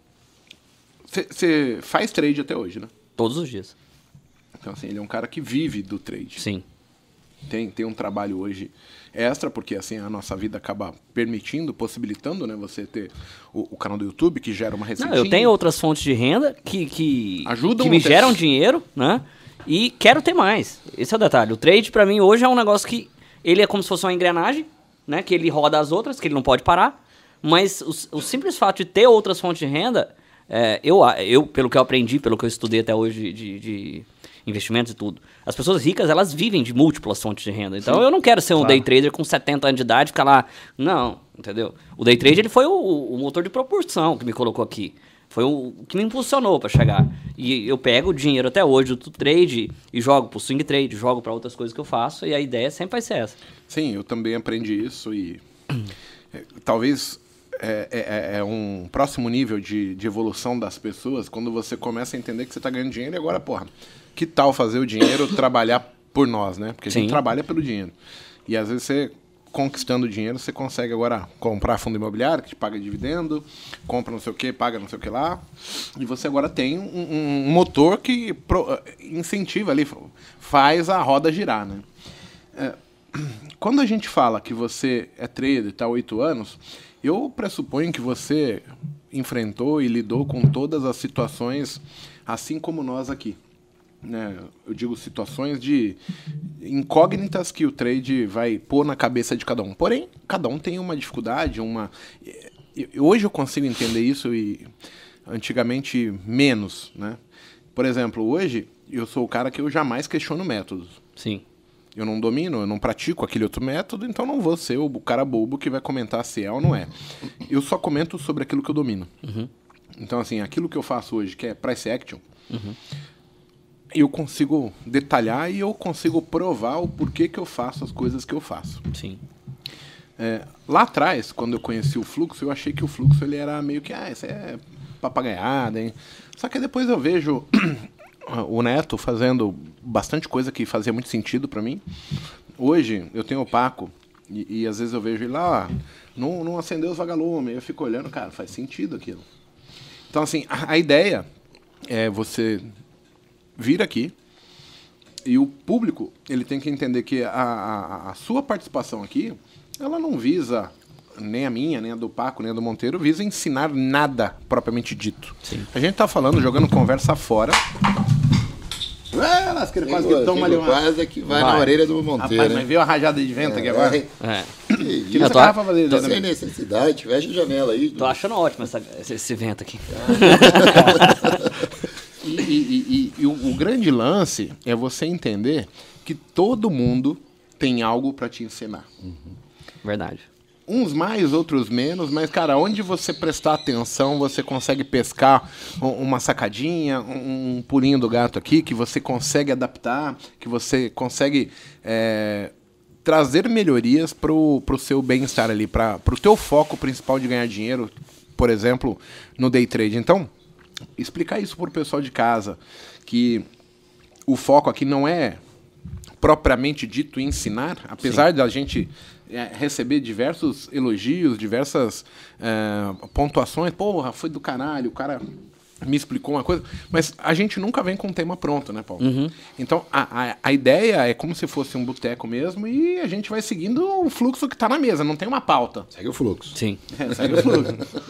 Você faz trade até hoje, né? Todos os dias. Então, assim, ele é um cara que vive do trade. Sim. Tem, tem um trabalho hoje extra, porque assim a nossa vida acaba permitindo, possibilitando, né? Você ter o, o canal do YouTube, que gera uma receita. Não, eu tenho outras fontes de renda que, que, Ajudam que me a ter- geram dinheiro, né? E quero ter mais. Esse é o detalhe. O trade, pra mim, hoje é um negócio que... Ele é como se fosse uma engrenagem, né? Que ele roda as outras, que ele não pode parar. Mas o, o simples fato de ter outras fontes de renda... É, eu, eu, pelo que eu aprendi, pelo que eu estudei até hoje de, de investimentos e tudo, as pessoas ricas, elas vivem de múltiplas fontes de renda. Então, Sim, eu não quero ser um claro. day trader com setenta anos de idade e ficar lá... Não, entendeu? O day trade, ele foi o, o motor de propulsão que me colocou aqui. Foi o que me impulsionou para chegar. E eu pego o dinheiro até hoje do trade e jogo pro swing trade, jogo para outras coisas que eu faço, e a ideia sempre vai ser essa. Sim, eu também aprendi isso e é, talvez é, é, é um próximo nível de, de evolução das pessoas quando você começa a entender que você está ganhando dinheiro e agora, porra, que tal fazer o dinheiro trabalhar por nós, né? Porque a gente Sim. trabalha pelo dinheiro. E às vezes você, conquistando dinheiro, você consegue agora comprar fundo imobiliário que te paga dividendo, compra não sei o que, paga não sei o que lá, e você agora tem um, um motor que pro, incentiva ali, faz a roda girar, né? É, quando a gente fala que você é trader e está há oito anos, eu pressuponho que você enfrentou e lidou com todas as situações, assim como nós aqui. Né? Eu digo situações de incógnitas que o trade vai pôr na cabeça de cada um. Porém, cada um tem uma dificuldade, uma... Hoje eu consigo entender isso e antigamente menos, né? Por exemplo, hoje eu sou o cara que eu jamais questiono métodos. Sim. Eu não domino, eu não pratico aquele outro método, então não vou ser o cara bobo que vai comentar se é ou não é. Eu só comento sobre aquilo que eu domino. Uhum. Então, assim, aquilo que eu faço hoje, que é price action, Uhum. eu consigo detalhar e eu consigo provar o porquê que eu faço as coisas que eu faço. Sim. É, lá atrás, quando eu conheci o fluxo, eu achei que o fluxo ele era meio que, ah, isso é papagaiada, hein? Só que depois eu vejo o Neto fazendo bastante coisa que fazia muito sentido pra mim. Hoje, eu tenho o Paco, e, e às vezes eu vejo ele lá, ó, não, não acendeu os vagalumes, eu fico olhando, cara, faz sentido aquilo. Então, assim, a, a ideia é você vir aqui e o público, ele tem que entender que a, a, a sua participação aqui, ela não visa, nem a minha, nem a do Paco, nem a do Monteiro, visa ensinar nada propriamente dito. Sim. A gente tá falando, jogando conversa fora. Ué, lasqueira, quase que toma ali uma... Quase que vai, Vai. na orelha do Monteiro. Rapaz, né? mas viu a rajada de vento aqui agora? É. Que Tira isso, essa tô- garrafa pra fazer tô isso sem também. necessidade, fecha a janela aí. Tô achando ótimo essa- esse, esse vento aqui. E, e- e- e o, o grande lance é você entender que todo mundo tem algo pra te ensinar. Verdade. Uns mais, outros menos, mas, cara, onde você prestar atenção, você consegue pescar u- uma sacadinha, um, um pulinho do gato aqui, que você consegue adaptar, que você consegue é, trazer melhorias pro, pro seu bem-estar ali, para pro teu foco principal de ganhar dinheiro, por exemplo, no day trade. Então, explicar isso pro pessoal de casa, que o foco aqui não é propriamente dito ensinar, apesar da gente é, receber diversos elogios, diversas é, pontuações, porra, foi do caralho, o cara me explicou uma coisa, mas a gente nunca vem com um tema pronto, né, Paulo? Então, a, a, a ideia é como se fosse um boteco mesmo e a gente vai seguindo o fluxo que tá na mesa, não tem uma pauta. Segue o fluxo. Sim. É, segue o fluxo.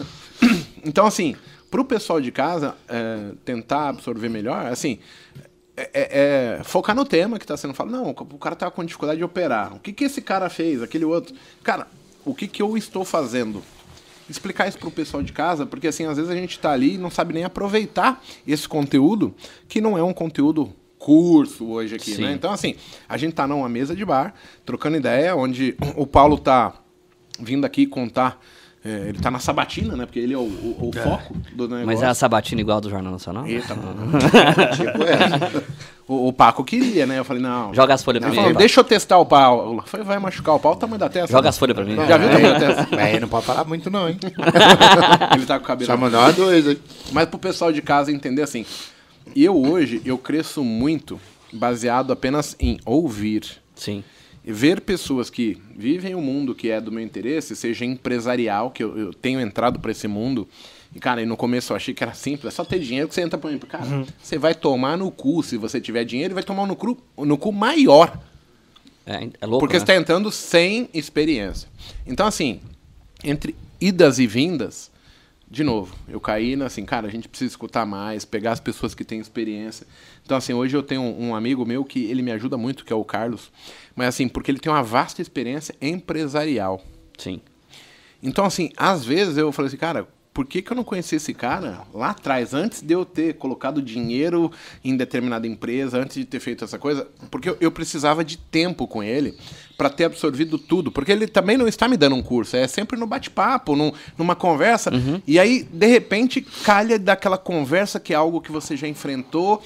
Então, assim, pro pessoal de casa é, tentar absorver melhor, assim, é, é- é focar no tema que está sendo falado. Não, o cara tá com dificuldade de operar. O que, que esse cara fez? Aquele outro. Cara, o que, que eu estou fazendo? Explicar isso pro pessoal de casa, porque assim, às vezes a gente tá ali e não sabe nem aproveitar esse conteúdo, que não é um conteúdo curso hoje aqui, Sim. né? Então, assim, a gente tá numa mesa de bar, trocando ideia, onde o Paulo tá vindo aqui contar. É, ele tá na sabatina, né? Porque ele é o, o- o foco do negócio. Mas é a sabatina igual do Jornal Nacional? Eita, mano. Tipo essa. O, o Paco queria, né? Eu falei, não. Joga as folhas pra Ele mim. falou, Paco. deixa eu testar o pau. Foi, vai machucar o pau, o tamanho da testa. Joga as folhas pra mim. Já viu o tamanho da testa? Mas não pode falar muito não, hein? Ele tá com o cabelo. Só mandar uma dois aí. Mas pro pessoal de casa entender assim, eu hoje, eu cresço muito baseado apenas em ouvir. Sim. E ver pessoas que vivem o mundo que é do meu interesse, seja empresarial, que eu, eu tenho entrado para esse mundo. E, cara, e no começo eu achei que era simples, é só ter dinheiro que você entra para Cara, Uhum. você vai tomar no cu se você tiver dinheiro e vai tomar no cu, no cu maior. É, é louco, Porque né? você está entrando sem experiência. Então, assim, entre idas e vindas, de novo, eu caí na, assim, cara, a gente precisa escutar mais, pegar as pessoas que têm experiência. Então, assim, hoje eu tenho um, um amigo meu que ele me ajuda muito, que é o Carlos, mas assim, porque ele tem uma vasta experiência empresarial. Sim. Então, assim, às vezes eu falei assim, cara, por que, que eu não conheci esse cara lá atrás, antes de eu ter colocado dinheiro em determinada empresa, antes de ter feito essa coisa? Porque eu, eu precisava de tempo com ele para ter absorvido tudo. Porque ele também não está me dando um curso, é sempre no bate-papo, num, numa conversa. E aí, de repente, calha daquela conversa que é algo que você já enfrentou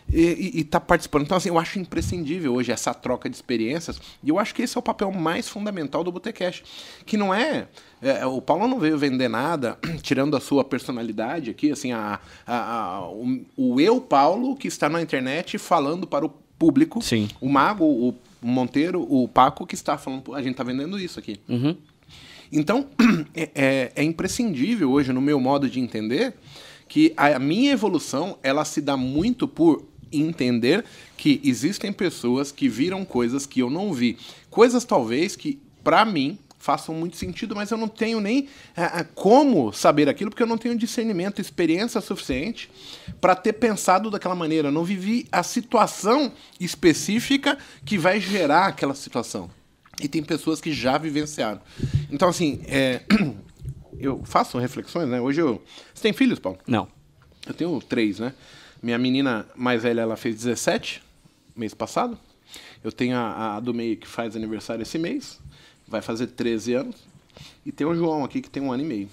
e está participando. Então, assim, eu acho imprescindível hoje essa troca de experiências. E eu acho que esse é o papel mais fundamental do Botecast. Que não é, é... O Paulo não veio vender nada, tirando a sua personalidade aqui, assim, a, a, a, o, o eu, Paulo, que está na internet falando para o público. Sim. O Mago, o Monteiro, o Paco, que está falando... A gente está vendendo isso aqui. Uhum. Então, é, é, é imprescindível hoje, no meu modo de entender, que a minha evolução, ela se dá muito por entender que existem pessoas que viram coisas que eu não vi. Coisas, talvez, que, pra mim, façam muito sentido, mas eu não tenho nem ah, como saber aquilo, porque eu não tenho discernimento, experiência suficiente para ter pensado daquela maneira. Eu não vivi a situação específica que vai gerar aquela situação. E tem pessoas que já vivenciaram. Então, assim, é, eu faço reflexões, né? Hoje eu... Você tem filhos, Paulo? Não. Eu tenho três, né? Minha menina mais velha, ela fez dezessete, mês passado. Eu tenho a, a do meio que faz aniversário esse mês. Vai fazer treze anos. E tem o João aqui que tem um ano e meio.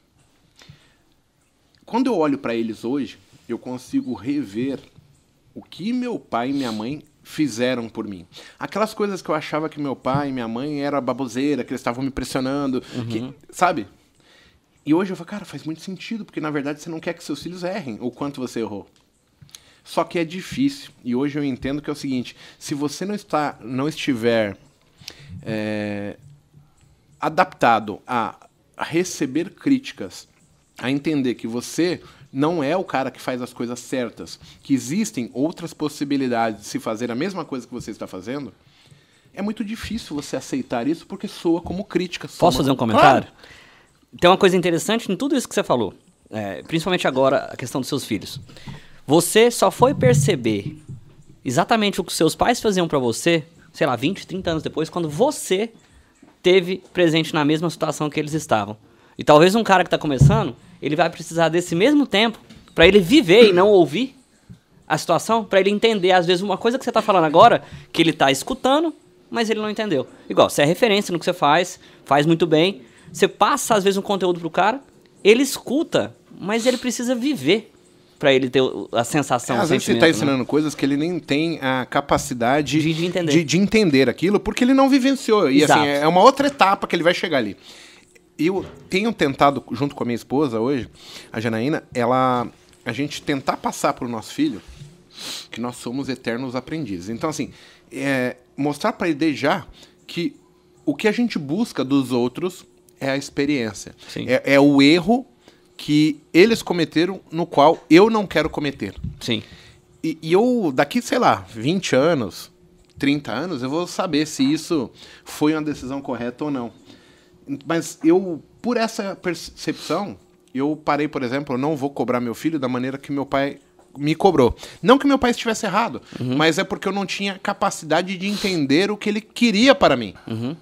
Quando eu olho para eles hoje, eu consigo rever o que meu pai e minha mãe fizeram por mim. Aquelas coisas que eu achava que meu pai e minha mãe era baboseira, que eles estavam me pressionando, uhum. que, sabe? E hoje eu falo, cara, faz muito sentido, porque na verdade você não quer que seus filhos errem o quanto você errou. Só que é difícil. E hoje eu entendo que é o seguinte, se você não, está, não estiver... É, adaptado a receber críticas, a entender que você não é o cara que faz as coisas certas, que existem outras possibilidades de se fazer a mesma coisa que você está fazendo, é muito difícil você aceitar isso porque soa como crítica. Soa Posso fazer um comentário? Claro. Tem uma coisa interessante em tudo isso que você falou, é, principalmente agora a questão dos seus filhos. Você só foi perceber exatamente o que seus pais faziam para você, sei lá, vinte, trinta anos depois, quando você teve presente na mesma situação que eles estavam. E talvez um cara que está começando, ele vai precisar desse mesmo tempo para ele viver e não ouvir a situação, para ele entender, às vezes, uma coisa que você está falando agora, que ele está escutando, mas ele não entendeu. Igual, você é referência no que você faz, faz muito bem, você passa, às vezes, um conteúdo pro cara, ele escuta, mas ele precisa viver para ele ter a sensação, é, o às vezes você está ensinando né? coisas que ele nem tem a capacidade de, de, entender. De, de entender aquilo, porque ele não vivenciou. E Exato. assim, é uma outra etapa que ele vai chegar ali. Eu tenho tentado, junto com a minha esposa hoje, a Janaína, ela, a gente tentar passar para o nosso filho que nós somos eternos aprendizes. Então, assim, é, mostrar para ele desde já que o que a gente busca dos outros é a experiência. É, é o erro que eles cometeram, no qual eu não quero cometer. Sim. E, e eu, daqui, sei lá, vinte anos, trinta anos, eu vou saber se isso foi uma decisão correta ou não. Mas eu, por essa percepção, eu parei, por exemplo, eu não vou cobrar meu filho da maneira que meu pai me cobrou. Não que meu pai estivesse errado, uhum. mas é porque eu não tinha capacidade de entender o que ele queria para mim. Uhum.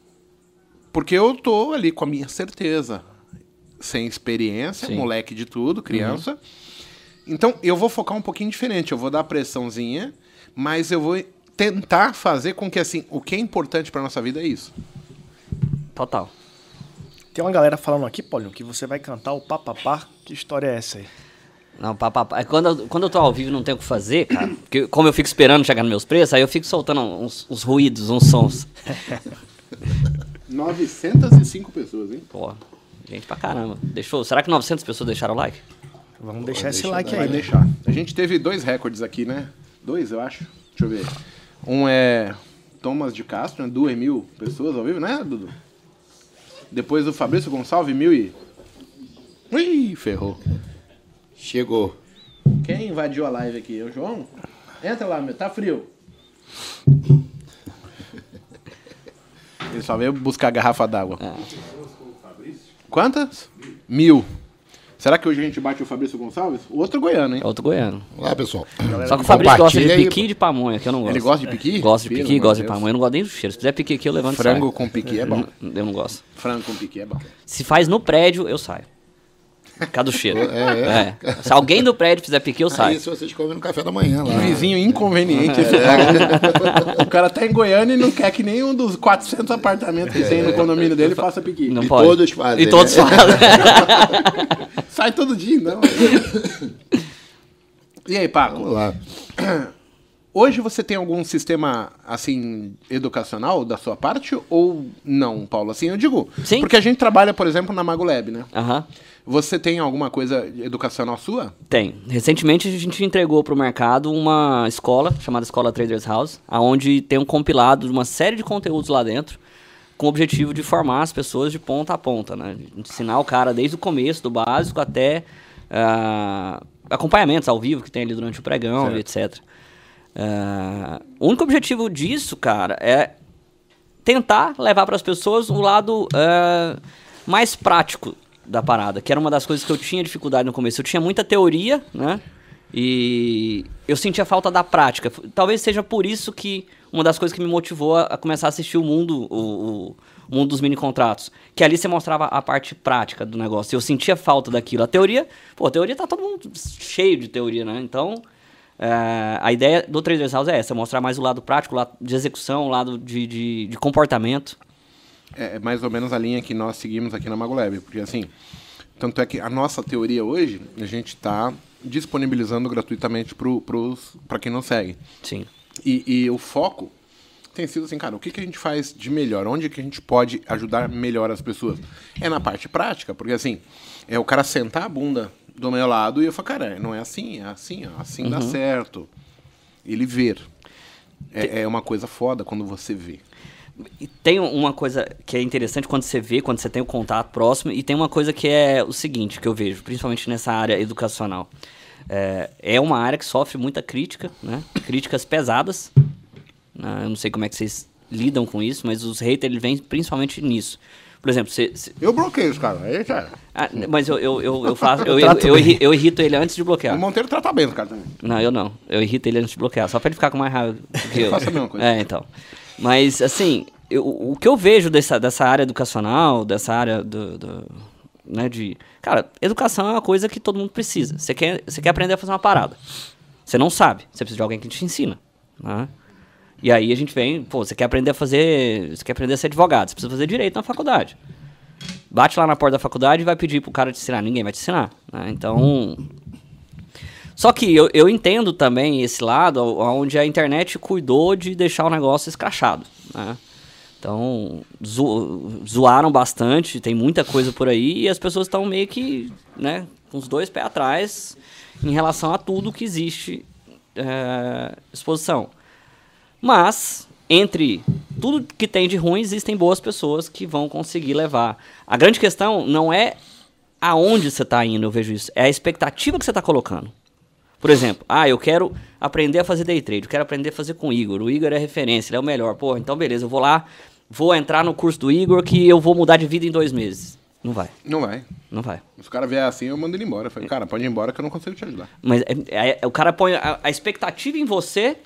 Porque eu tô ali com a minha certeza, sem experiência, Sim. moleque de tudo, criança. Uhum. Então, eu vou focar um pouquinho diferente. Eu vou dar a pressãozinha, mas eu vou tentar fazer com que, assim, o que é importante para nossa vida é isso. Total. Tem uma galera falando aqui, Paulinho, que você vai cantar o Papapá. Que história é essa aí? Não, papapá. Quando eu, quando eu tô ao vivo e não tenho o que fazer, cara, porque como eu fico esperando chegar nos meus preços, aí eu fico soltando uns, uns ruídos, uns sons. novecentas e cinco pessoas, hein? Pô, gente pra caramba. Deixou, será que novecentas pessoas deixaram o like? Vamos deixar Pô, esse deixa, like aí. Vai deixar. A gente teve dois recordes aqui, né? Dois, eu acho. Deixa eu ver. Um é Thomas de Castro, né? Duas mil pessoas ao vivo, né, Dudu? Depois o Fabrício Gonçalves, mil e... Ui, ferrou. Chegou. Quem invadiu a live aqui? É o João? Entra lá, meu. Tá frio. Ele só veio buscar a garrafa d'água. É. Quantas? Mil. Será que hoje a gente bate o Fabrício Gonçalves? O outro goiano, hein? Outro goiano. Olá, pessoal. Só que o Fabrício gosta de piqui e de pamonha, que eu não gosto. Ele gosta de piqui? Gosta de piqui e gosta de pamonha. Eu não gosto nem do cheiro. Se fizer piqui aqui, eu levanto Frango e saio. com piqui é bom. Eu não gosto. Frango com piqui é bom. Se faz no prédio, eu saio. Por causa do cheiro. É, é. É. Se alguém do prédio fizer piqui, eu saio. Aí se vocês comem no café da manhã lá. Que vizinho inconveniente esse cara. O cara tá em Goiânia e não quer que nenhum dos quatrocentos apartamentos que tem no condomínio dele faça piqui. Não e pode. todos fazem. E todos né? fazem. Sai todo dia, não. E aí, Paco? Vamos lá. Hoje você tem algum sistema, assim, educacional da sua parte ou não, Paulo? Assim, eu digo, Sim. porque a gente trabalha, por exemplo, na Mago Lab, né? Aham. Você tem alguma coisa educacional sua? Tem. Recentemente a gente entregou para o mercado uma escola, chamada Escola Traders House, onde tem um compilado de uma série de conteúdos lá dentro, com o objetivo de formar as pessoas de ponta a ponta, né? Ensinar o cara desde o começo, do básico, até uh, acompanhamentos ao vivo que tem ali durante o pregão, e etcétera. Uh, o único objetivo disso, cara, é tentar levar para as pessoas o lado uh, mais prático da parada, que era uma das coisas que eu tinha dificuldade no começo. Eu tinha muita teoria, né? E eu sentia falta da prática. Talvez seja por isso que uma das coisas que me motivou a começar a assistir o mundo, o, o mundo dos mini contratos, que ali você mostrava a parte prática do negócio. Eu sentia falta daquilo. A teoria, pô, a teoria tá todo mundo cheio de teoria, né? Então, é, a ideia do Traders House é essa, mostrar mais o lado prático, o lado de execução, o lado de, de, de comportamento. É mais ou menos a linha que nós seguimos aqui na Magolab, porque assim, tanto é que a nossa teoria hoje, a gente está disponibilizando gratuitamente para quem não segue. Sim. E, e o foco tem sido assim, cara, o que, que a gente faz de melhor? Onde que a gente pode ajudar melhor as pessoas? É na parte prática, porque assim, é o cara sentar a bunda do meu lado e eu falo, cara, não é assim, é assim, ó, assim uhum. dá certo. Ele ver. É, é uma coisa foda quando você vê. E tem uma coisa que é interessante quando você vê, quando você tem o contato próximo, e tem uma coisa que é o seguinte, que eu vejo, principalmente nessa área educacional. É, é uma área que sofre muita crítica, né? Críticas pesadas. Né? Eu não sei como é que vocês lidam com isso, mas os haters eles vêm principalmente nisso. Por exemplo, você... Eu bloqueio os caras, aí já... Ah, mas eu, eu, eu, eu faço... eu, eu, eu, eu, eu irrito ele antes de bloquear. O Monteiro trata bem os caras também. Não, eu não. Eu irrito ele antes de bloquear, só pra ele ficar com mais raiva que eu. Faço a mesma coisa. É, então... Mas, assim, eu, o que eu vejo dessa, dessa área educacional, dessa área do, do, né, de... Cara, educação é uma coisa que todo mundo precisa. Você quer, você quer aprender a fazer uma parada. Você não sabe. Você precisa de alguém que te ensina. Né? E aí a gente vem... Pô, você quer aprender a fazer... Você quer aprender a ser advogado. Você precisa fazer direito na faculdade. Bate lá na porta da faculdade e vai pedir pro cara te ensinar. Ninguém vai te ensinar. Né? Então... Só que eu, eu entendo também esse lado, onde a internet cuidou de deixar o negócio escrachado, né? Então, zo, zoaram bastante, tem muita coisa por aí, e as pessoas estão meio que, né, com os dois pés atrás em relação a tudo que existe é, exposição. Mas, entre tudo que tem de ruim, existem boas pessoas que vão conseguir levar. A grande questão não é aonde você está indo, eu vejo isso, é a expectativa que você está colocando. Por exemplo, ah, eu quero aprender a fazer day trade, eu quero aprender a fazer com o Igor, o Igor é referência, ele é o melhor. Pô, então beleza, eu vou lá, vou entrar no curso do Igor que eu vou mudar de vida em dois meses. Não vai. Não vai. Não vai. Se os caras vierem assim, eu mando ele embora. Eu falei, cara, pode ir embora que eu não consigo te ajudar. Mas é, é, o cara põe a, a expectativa em você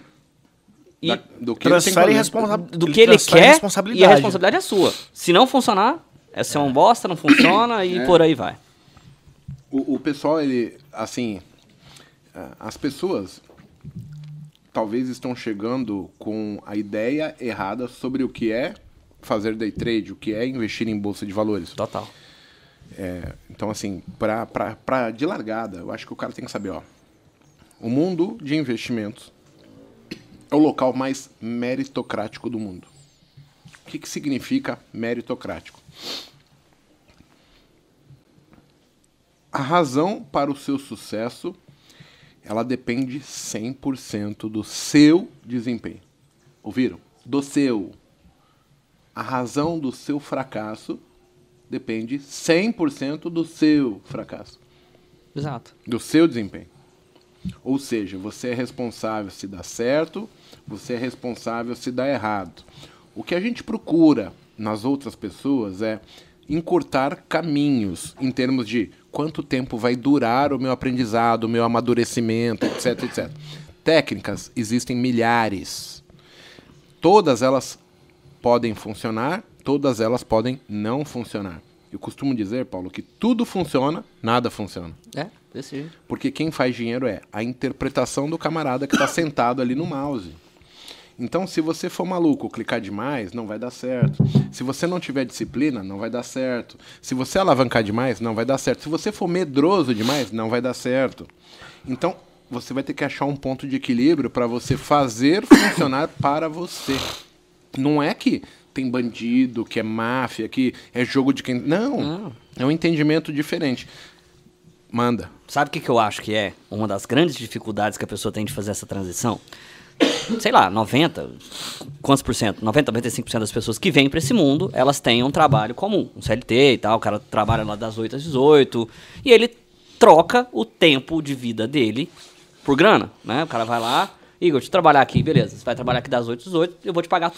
e da, do que transfere ele, responsa do que ele quer responsabilidade. E a responsabilidade é sua. Se não funcionar, é ser um bosta, não funciona e é. por aí vai. O, o pessoal, ele, assim... As pessoas talvez estão chegando com a ideia errada sobre o que é fazer day trade, o que é investir em bolsa de valores. Total. É, então, assim, pra, pra, pra, de largada, eu acho que o cara tem que saber, ó, o mundo de investimentos é o local mais meritocrático do mundo. O que, que significa meritocrático? A razão para o seu sucesso... ela depende cem por cento do seu desempenho. Ouviram? Do seu. A razão do seu fracasso depende cem por cento do seu fracasso. Exato. Do seu desempenho. Ou seja, você é responsável se dá certo, você é responsável se dá errado. O que a gente procura nas outras pessoas é encurtar caminhos em termos de quanto tempo vai durar o meu aprendizado, o meu amadurecimento, etc, etcétera. Técnicas existem milhares. Todas elas podem funcionar, todas elas podem não funcionar. Eu costumo dizer, Paulo, que tudo funciona, nada funciona. É, desse jeito. Porque quem faz dinheiro é a interpretação do camarada que está sentado ali no mouse. Então, se você for maluco, clicar demais, não vai dar certo. Se você não tiver disciplina, não vai dar certo. Se você alavancar demais, não vai dar certo. Se você for medroso demais, não vai dar certo. Então, você vai ter que achar um ponto de equilíbrio para você fazer funcionar para você. Não é que tem bandido, que é máfia, que é jogo de quem... Não, não. É um entendimento diferente. Manda. Sabe o que, que eu acho que é uma das grandes dificuldades que a pessoa tem de fazer essa transição? Sei lá, noventa, quantos por cento? noventa, noventa e cinco por cento das pessoas que vêm para esse mundo, elas têm um trabalho comum, um C L T e tal, o cara trabalha lá das oito às dezoito, e ele troca o tempo de vida dele por grana, né? O cara vai lá, Igor, deixa eu trabalhar aqui, beleza, você vai trabalhar aqui das oito às dezoito, eu vou te pagar tanto.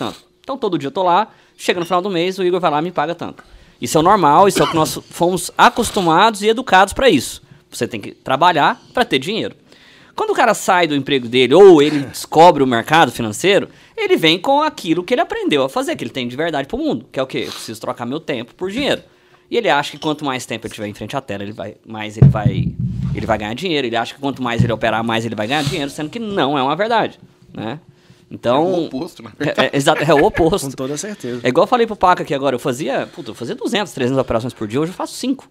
Então todo dia eu tô lá, chega no final do mês, o Igor vai lá e me paga tanto. Isso é o normal, isso é o que nós fomos acostumados e educados para isso. Você tem que trabalhar para ter dinheiro. Quando o cara sai do emprego dele ou ele descobre o mercado financeiro, ele vem com aquilo que ele aprendeu a fazer, que ele tem de verdade pro mundo, que é o quê? Eu preciso trocar meu tempo por dinheiro. E ele acha que quanto mais tempo ele tiver em frente à tela, ele vai, mais ele vai, ele vai ganhar dinheiro. Ele acha que quanto mais ele operar, mais ele vai ganhar dinheiro, sendo que não é uma verdade, né? Então, é o oposto, né? É, é, exato, é o oposto. Com toda certeza. É igual eu falei pro Paca aqui agora, eu fazia, puta, eu fazia duzentas, trezentas operações por dia, hoje eu faço cinco.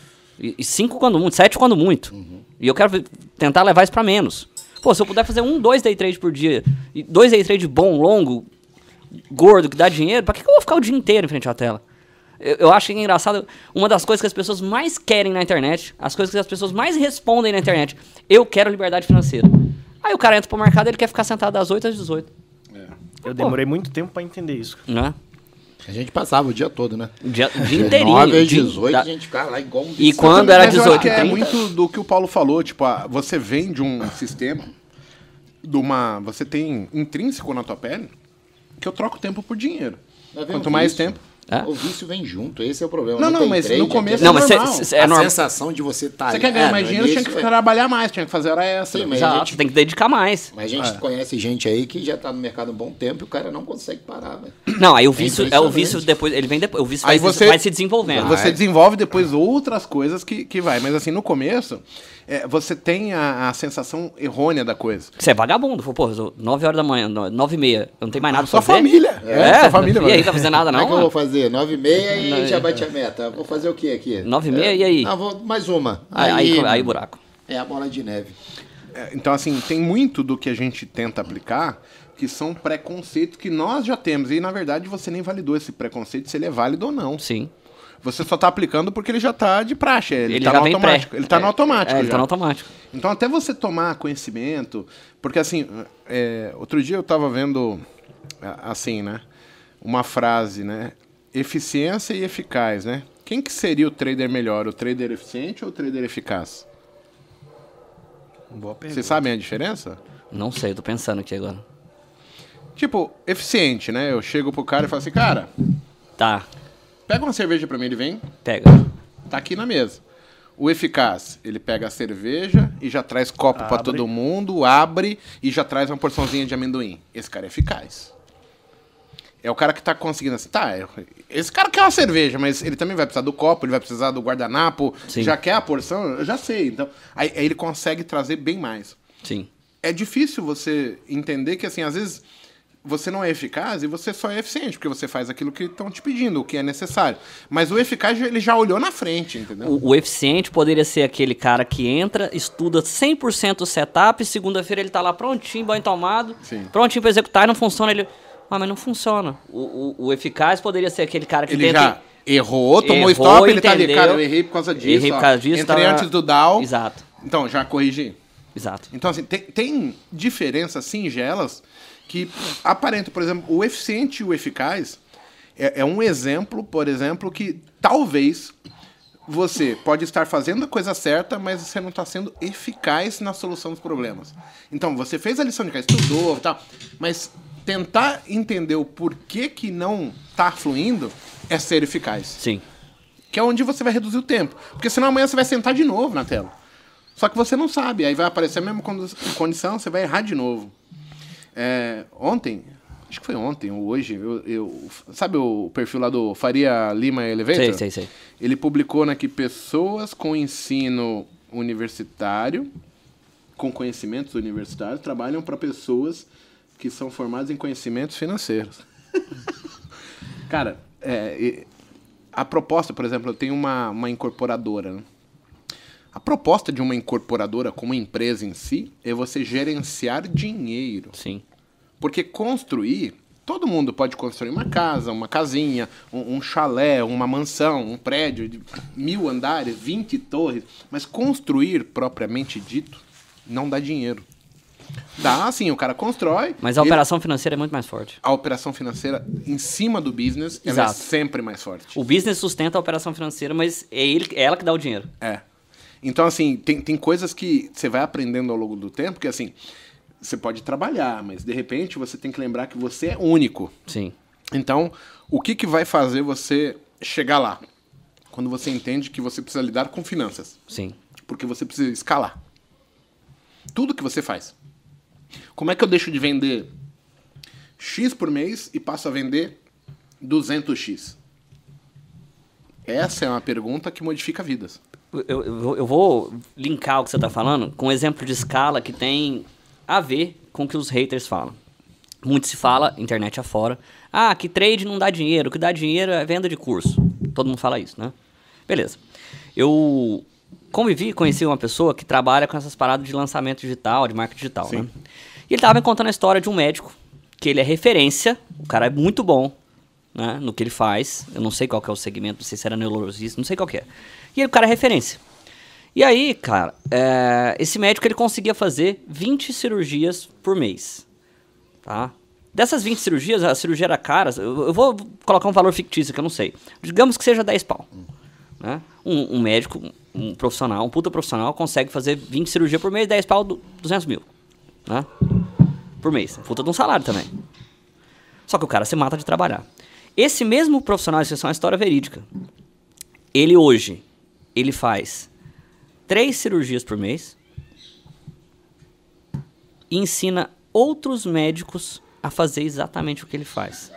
E, e cinco quando muito, sete quando muito. Uhum. E eu quero tentar levar isso pra menos. Pô, se eu puder fazer um, dois day trade por dia, e dois day trade bom, longo, gordo, que dá dinheiro, pra que, que eu vou ficar o dia inteiro em frente à tela? Eu, eu acho que é engraçado, uma das coisas que as pessoas mais querem na internet, as coisas que as pessoas mais respondem na internet, eu quero liberdade financeira. Aí o cara entra pro mercado e ele quer ficar sentado das oito às dezoito. É. Eu demorei Pô. muito tempo pra entender isso. Né? A gente passava o dia todo, né? O dia, o dia inteirinho. nove às dezoito, da... a gente ficava lá igual um E quando era dezoito e trinta... É muito do que o Paulo falou, tipo, ah, você vem de um sistema, de uma... Você tem intrínseco na tua pele, que eu troco tempo por dinheiro. Quanto mais tempo... É? O vício vem junto, esse é o problema. Não, não, não mas trade, no começo não, é mas normal. Cê, cê, é a normal. sensação de você estar tá Você quer ganhar é, mais dinheiro, tinha que trabalhar mais, tinha que fazer hora extra. Sim, mas Exato, a gente tem que dedicar mais. Mas a gente é. conhece gente aí que já está no mercado há um bom tempo e o cara não consegue parar, velho. Não, aí o vício, é, é o vício depois, ele vem depois, o vício vai, você, se, vai se desenvolvendo. Você desenvolve depois outras coisas que, que vai, mas assim, no começo, é, você tem a, a sensação errônea da coisa. Você é vagabundo, pô, nove horas da manhã, nove e meia, eu não tem mais nada ah, pra fazer. Sua família. É, é sua família. E aí, tá fazendo nada não? Como é que eu vou fazer? nove e meia e não, já bate a meta. Vou fazer o que aqui? nove e meia e aí? Não, vou mais uma. Aí, aí, aí, aí buraco. É a bola de neve. É, então, assim, tem muito do que a gente tenta aplicar que são preconceitos que nós já temos. E, na verdade, você nem validou esse preconceito, se ele é válido ou não. Sim. Você só tá aplicando porque ele já tá de praxe. Ele, ele tá já no vem automático. pré. Ele tá é, no automático. É, ele já. tá no automático. Então, até você tomar conhecimento... Porque, assim, é, outro dia eu tava vendo, assim, né? Uma frase, né? Eficiência e eficaz, né? Quem que seria o trader melhor? O trader eficiente ou o trader eficaz? Boa pergunta. Vocês sabem a diferença? Não sei, eu tô pensando aqui agora. Tipo, eficiente, né? Eu chego pro cara e falo assim, cara... Tá. Pega uma cerveja pra mim, ele vem. Pega. Tá aqui na mesa. O eficaz, ele pega a cerveja e já traz copo pra todo mundo, abre e já traz uma porçãozinha de amendoim. Esse cara é eficaz. É o cara que tá conseguindo assim, tá, esse cara quer uma cerveja, mas ele também vai precisar do copo, ele vai precisar do guardanapo, Sim. já quer a porção, eu já sei. Então, aí, aí ele consegue trazer bem mais. Sim. É difícil você entender que, assim, às vezes você não é eficaz e você só é eficiente, porque você faz aquilo que estão te pedindo, o que é necessário. Mas o eficaz, ele já olhou na frente, entendeu? O, o eficiente poderia ser aquele cara que entra, estuda cem por cento o setup, segunda-feira ele tá lá prontinho, banho tomado, Sim. prontinho pra executar e não funciona, ele... Ah, mas não funciona. O, o, o eficaz poderia ser aquele cara que ele tenta... já errou, tomou errou, stop, ele entendeu, tá ali, cara, eu errei por causa disso, errei por causa disso, entrei tava... antes do Dow. Exato. Então, já corrigi. Exato. Então, assim, tem, tem diferenças singelas que aparentam, por exemplo, o eficiente e o eficaz é, é um exemplo, por exemplo, que talvez você pode estar fazendo a coisa certa, mas você não está sendo eficaz na solução dos problemas. Então, você fez a lição de casa, estudou e tal, mas tentar entender o porquê que não está fluindo é ser eficaz. Sim. Que é onde você vai reduzir o tempo. Porque senão amanhã você vai sentar de novo na tela. Só que você não sabe. Aí vai aparecer a mesma condição, você vai errar de novo. É, ontem, acho que foi ontem ou hoje, eu, eu, sabe o perfil lá do Faria Lima Elevator? Sei, sei, sei. Ele publicou, né, que pessoas com ensino universitário, com conhecimentos universitários, trabalham para pessoas que são formadas em conhecimentos financeiros. Cara, é, a proposta, por exemplo, eu tenho uma, uma incorporadora, né? A proposta de uma incorporadora como empresa em si é você gerenciar dinheiro. Sim. Porque construir, todo mundo pode construir uma casa, uma casinha, um, um chalé, uma mansão, um prédio de mil andares, vinte torres, mas construir propriamente dito não dá dinheiro. Dá, assim, o cara constrói... Mas a ele... operação financeira é muito mais forte. A operação financeira em cima do business, ela é sempre mais forte. O business sustenta a operação financeira, mas é, ele, é ela que dá o dinheiro. É. Então, assim, tem, tem coisas que você vai aprendendo ao longo do tempo, que, assim, você pode trabalhar, mas, de repente, você tem que lembrar que você é único. Sim. Então, o que, que vai fazer você chegar lá? Quando você entende que você precisa lidar com finanças. Sim. Porque você precisa escalar. Tudo que você faz. Como é que eu deixo de vender X por mês e passo a vender duzentos X? Essa é uma pergunta que modifica vidas. Eu, eu, eu vou linkar o que você está falando com um exemplo de escala que tem a ver com o que os haters falam. Muito se fala, internet afora, ah, que trade não dá dinheiro, o que dá dinheiro é venda de curso. Todo mundo fala isso, né? Beleza. Eu convivi, conheci uma pessoa que trabalha com essas paradas de lançamento digital, de marketing digital, Sim. né? E ele estava me contando a história de um médico, que ele é referência, o cara é muito bom, né, no que ele faz. Eu não sei qual que é o segmento, não sei se era neurologista, não sei qual que é. E aí, o cara é referência. E aí, cara, é, esse médico ele conseguia fazer vinte cirurgias por mês. Tá? Dessas vinte cirurgias, a cirurgia era cara, eu, eu vou colocar um valor fictício que eu não sei. Digamos que seja dez pau. Né? Um, um médico, um profissional, um puta profissional, consegue fazer vinte cirurgias por mês, dez pau, duzentos mil. Né? Por mês. Puta de um salário também. Só que o cara se mata de trabalhar. Esse mesmo profissional, isso é uma história verídica. Ele hoje, ele faz três cirurgias por mês e ensina outros médicos a fazer exatamente o que ele faz.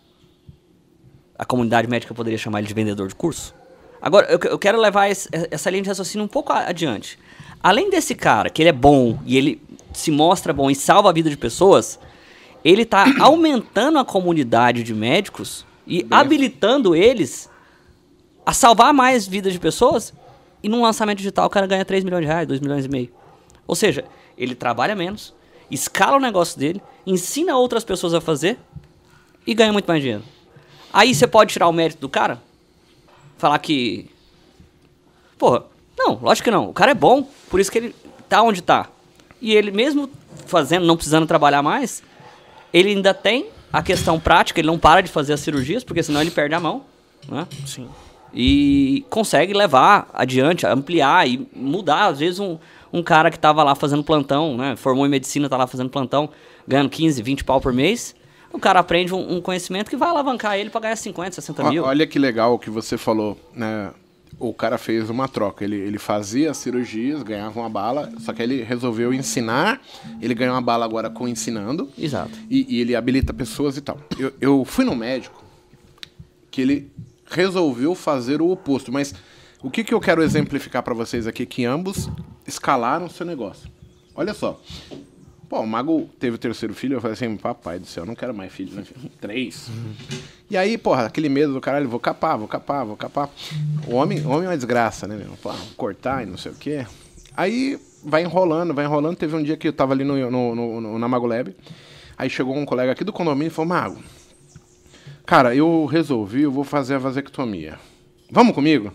A comunidade médica poderia chamar ele de vendedor de curso. Agora, eu, eu quero levar esse, essa linha de raciocínio um pouco adiante. Além desse cara, que ele é bom e ele se mostra bom e salva a vida de pessoas, ele está aumentando a comunidade de médicos e Bem. habilitando eles a salvar mais vidas de pessoas, e num lançamento digital o cara ganha três milhões de reais, dois milhões e meio. Ou seja, ele trabalha menos, escala o negócio dele, ensina outras pessoas a fazer e ganha muito mais dinheiro. Aí você pode tirar o mérito do cara? Falar que... Porra, não, lógico que não. O cara é bom, por isso que ele tá onde tá. E ele mesmo fazendo, não precisando trabalhar mais, ele ainda tem a questão prática, ele não para de fazer as cirurgias, porque senão ele perde a mão, né? Sim. E consegue levar adiante, ampliar e mudar. Às vezes um, um cara que estava lá fazendo plantão, né? Formou em medicina, tá lá fazendo plantão, ganhando quinze, vinte pau por mês. O cara aprende um, um conhecimento que vai alavancar ele para ganhar cinquenta, sessenta mil. Olha que legal o que você falou, né? O cara fez uma troca. Ele, ele fazia cirurgias, ganhava uma bala, só que ele resolveu ensinar. Ele ganhou uma bala agora com ensinando. Exato. E, e ele habilita pessoas e tal. Eu, eu fui no médico que ele resolveu fazer o oposto. Mas o que, que eu quero exemplificar para vocês aqui? Que ambos escalaram o seu negócio. Olha só. Pô, o Mago teve o terceiro filho. Eu falei assim, papai do céu, eu não quero mais filho, né? Filho? Três. E aí, porra, aquele medo do caralho, vou capar, vou capar, vou capar. O homem, o homem é uma desgraça, né, meu? Pô, cortar e não sei o quê. Aí vai enrolando, vai enrolando. Teve um dia que eu tava ali no, no, no, no, na Mago Lab. Aí chegou um colega aqui do condomínio e falou, Mago, cara, eu resolvi, eu vou fazer a vasectomia. Vamos comigo?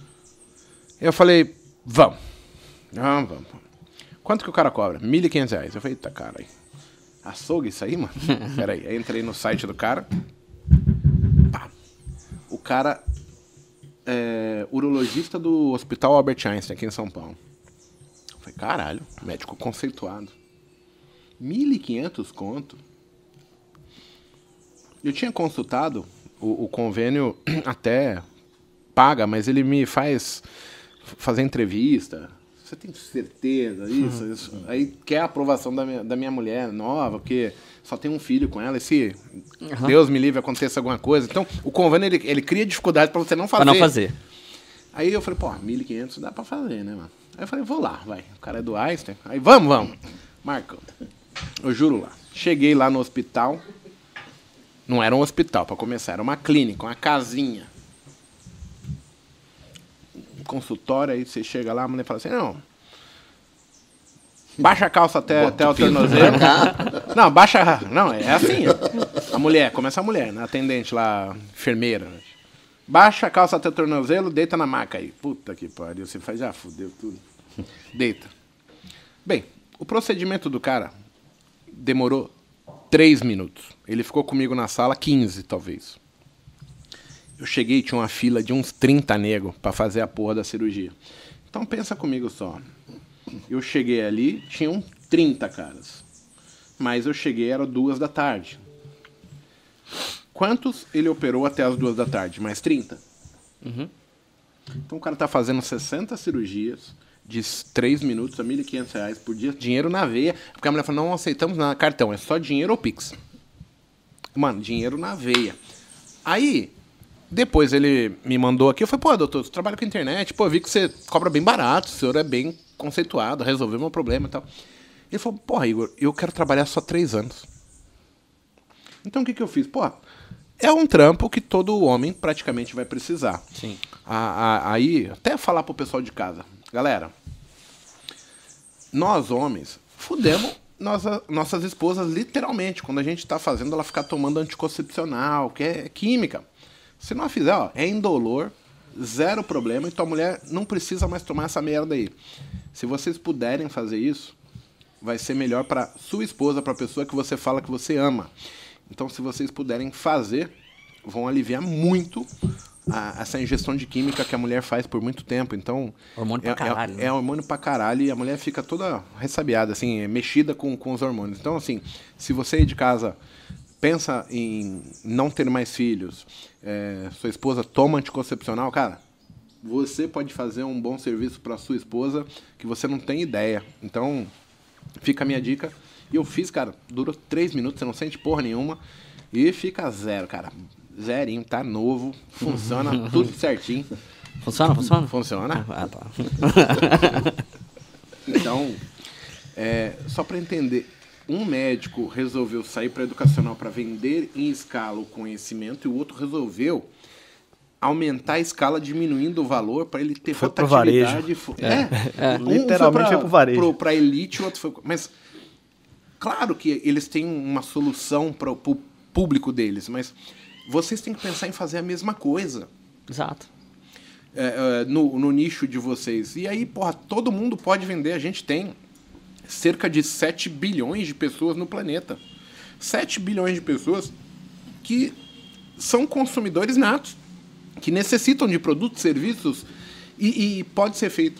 Eu falei, vamos. Vamos, vamos. Quanto que o cara cobra? mil e quinhentos reais. Eu falei, eita, cara, aí. Açougue isso aí, mano? Peraí. Aí entrei no site do cara. Pá. O cara é urologista do Hospital Albert Einstein, aqui em São Paulo. Eu falei, caralho, médico conceituado. mil e quinhentos conto. Eu tinha consultado o, o convênio, até paga, mas ele me faz fazer entrevista. Você tem certeza disso? Uhum. Isso? Aí quer a aprovação da minha, da minha mulher nova, porque só tem um filho com ela. E se uhum. Deus me livre, aconteça alguma coisa. Então, o convênio, ele, ele cria dificuldade para você não fazer. Pra não fazer. Aí eu falei, pô, mil e quinhentos dá para fazer, né, mano? Aí eu falei, vou lá, vai. O cara é do Einstein. Aí, vamos, vamos. Marca. Eu juro lá. Cheguei lá no hospital. Não era um hospital, para começar. Era uma clínica, uma casinha. Consultório, aí você chega lá, a mulher fala assim, não, baixa a calça até, até o tornozelo. Não, baixa, não, é assim. A mulher, começa a mulher, né? Atendente lá, enfermeira. Baixa a calça até o tornozelo, deita na maca aí. Puta que pariu, você faz, já fudeu tudo. Deita. Bem, o procedimento do cara demorou três minutos. Ele ficou comigo na sala quinze, talvez. Eu cheguei e tinha uma fila de uns trinta negros para fazer a porra da cirurgia. Então pensa comigo só. Eu cheguei ali, tinham trinta caras. Mas eu cheguei, era duas da tarde. Quantos ele operou até as duas da tarde? Mais trinta? Uhum. Então o cara tá fazendo sessenta cirurgias de três minutos a mil e quinhentos reais por dia, dinheiro na veia, porque a mulher falou, não aceitamos nada, cartão, é só dinheiro ou Pix. Mano, dinheiro na veia. Aí, depois ele me mandou aqui, eu falei, pô, doutor, você trabalha com internet, pô, eu vi que você cobra bem barato, o senhor é bem conceituado, resolveu meu problema e tal. Ele falou, porra, Igor, eu quero trabalhar só três anos. Então o que que eu fiz? Pô, é um trampo que todo homem praticamente vai precisar. Sim. A, a, aí, até falar pro pessoal de casa, galera, nós homens fudemos nossa, nossas esposas literalmente, quando a gente tá fazendo ela ficar tomando anticoncepcional, que é química. Se não a fizer, ó, é indolor, zero problema, e tua mulher não precisa mais tomar essa merda aí. Se vocês puderem fazer isso, vai ser melhor pra sua esposa, pra pessoa que você fala que você ama. Então, se vocês puderem fazer, vão aliviar muito a, essa ingestão de química que a mulher faz por muito tempo. Então, Hormônio pra é, caralho, é, né? é hormônio pra caralho e a mulher fica toda ressabiada, assim, mexida com, com os hormônios. Então, assim, se você aí de casa pensa em não ter mais filhos, é, sua esposa toma anticoncepcional, cara, você pode fazer um bom serviço pra sua esposa que você não tem ideia. Então, fica a minha dica. E eu fiz, cara, durou três minutos, você não sente porra nenhuma. E fica zero, cara. Zerinho, tá novo, funciona tudo certinho. Funciona, funciona? Funciona. Ah, tá. Então, é, só pra entender, um médico resolveu sair para educacional para vender em escala o conhecimento e o outro resolveu aumentar a escala diminuindo o valor para ele ter Foi pro varejo. rotatividade. É, É. Literalmente foi pro varejo. Pro, pra elite, o outro foi... Mas, claro que eles têm uma solução para o público deles, mas vocês têm que pensar em fazer a mesma coisa. Exato. É, é, no, no nicho de vocês. E aí, porra, todo mundo pode vender. A gente tem cerca de sete bilhões de pessoas no planeta. sete bilhões de pessoas que são consumidores natos, que necessitam de produtos, serviços, e, e pode ser feito.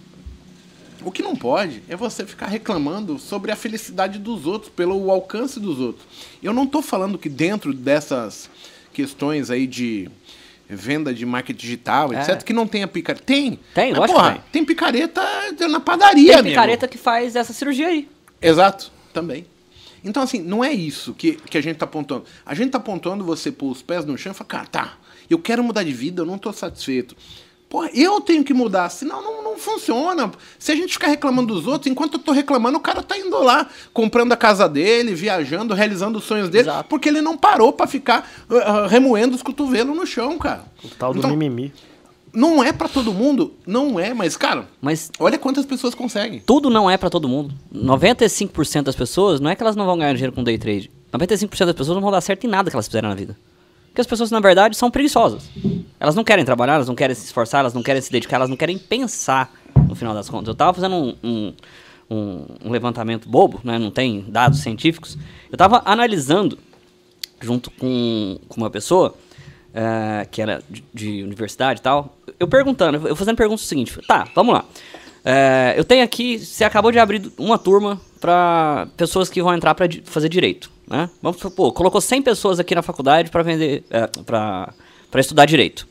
O que não pode é você ficar reclamando sobre a felicidade dos outros, pelo alcance dos outros. Eu não estou falando que dentro dessas questões aí de venda de marketing digital, É. etcétera, que não tenha picareta. Tem. Tem, Mas, lógico porra, que tem. tem picareta na padaria, Tem nego. picareta que faz essa cirurgia aí. Exato, também. Então, assim, não é isso que, que a gente tá apontando. A gente tá apontando você pôr os pés no chão e falar, cara, tá, eu quero mudar de vida, eu não tô satisfeito. Porra, eu tenho que mudar, senão não, não funciona. Se a gente ficar reclamando dos outros, enquanto eu tô reclamando, o cara tá indo lá, comprando a casa dele, viajando, realizando os sonhos dele, Exato. porque ele não parou pra ficar uh, remoendo os cotovelos no chão, cara. O tal do Então, mimimi. não é pra todo mundo, não é, mas, cara, Mas olha quantas pessoas conseguem. tudo não é pra todo mundo. noventa e cinco por cento das pessoas, não é que elas não vão ganhar dinheiro com day trade. noventa e cinco por cento das pessoas não vão dar certo em nada que elas fizerem na vida. Porque as pessoas, na verdade, são preguiçosas. Elas não querem trabalhar, elas não querem se esforçar, elas não querem se dedicar, elas não querem pensar, no final das contas. Eu tava fazendo um, um, um, um levantamento bobo, né? Não tem dados científicos. Eu tava analisando, junto com, com uma pessoa, eh, que era de, de universidade e tal, eu perguntando, eu fazendo pergunta o seguinte, tá, vamos lá. Eh, eu tenho aqui, você acabou de abrir uma turma para pessoas que vão entrar para fazer direito, né? Vamos supor, colocou cem pessoas aqui na faculdade para vender, é, para para estudar direito.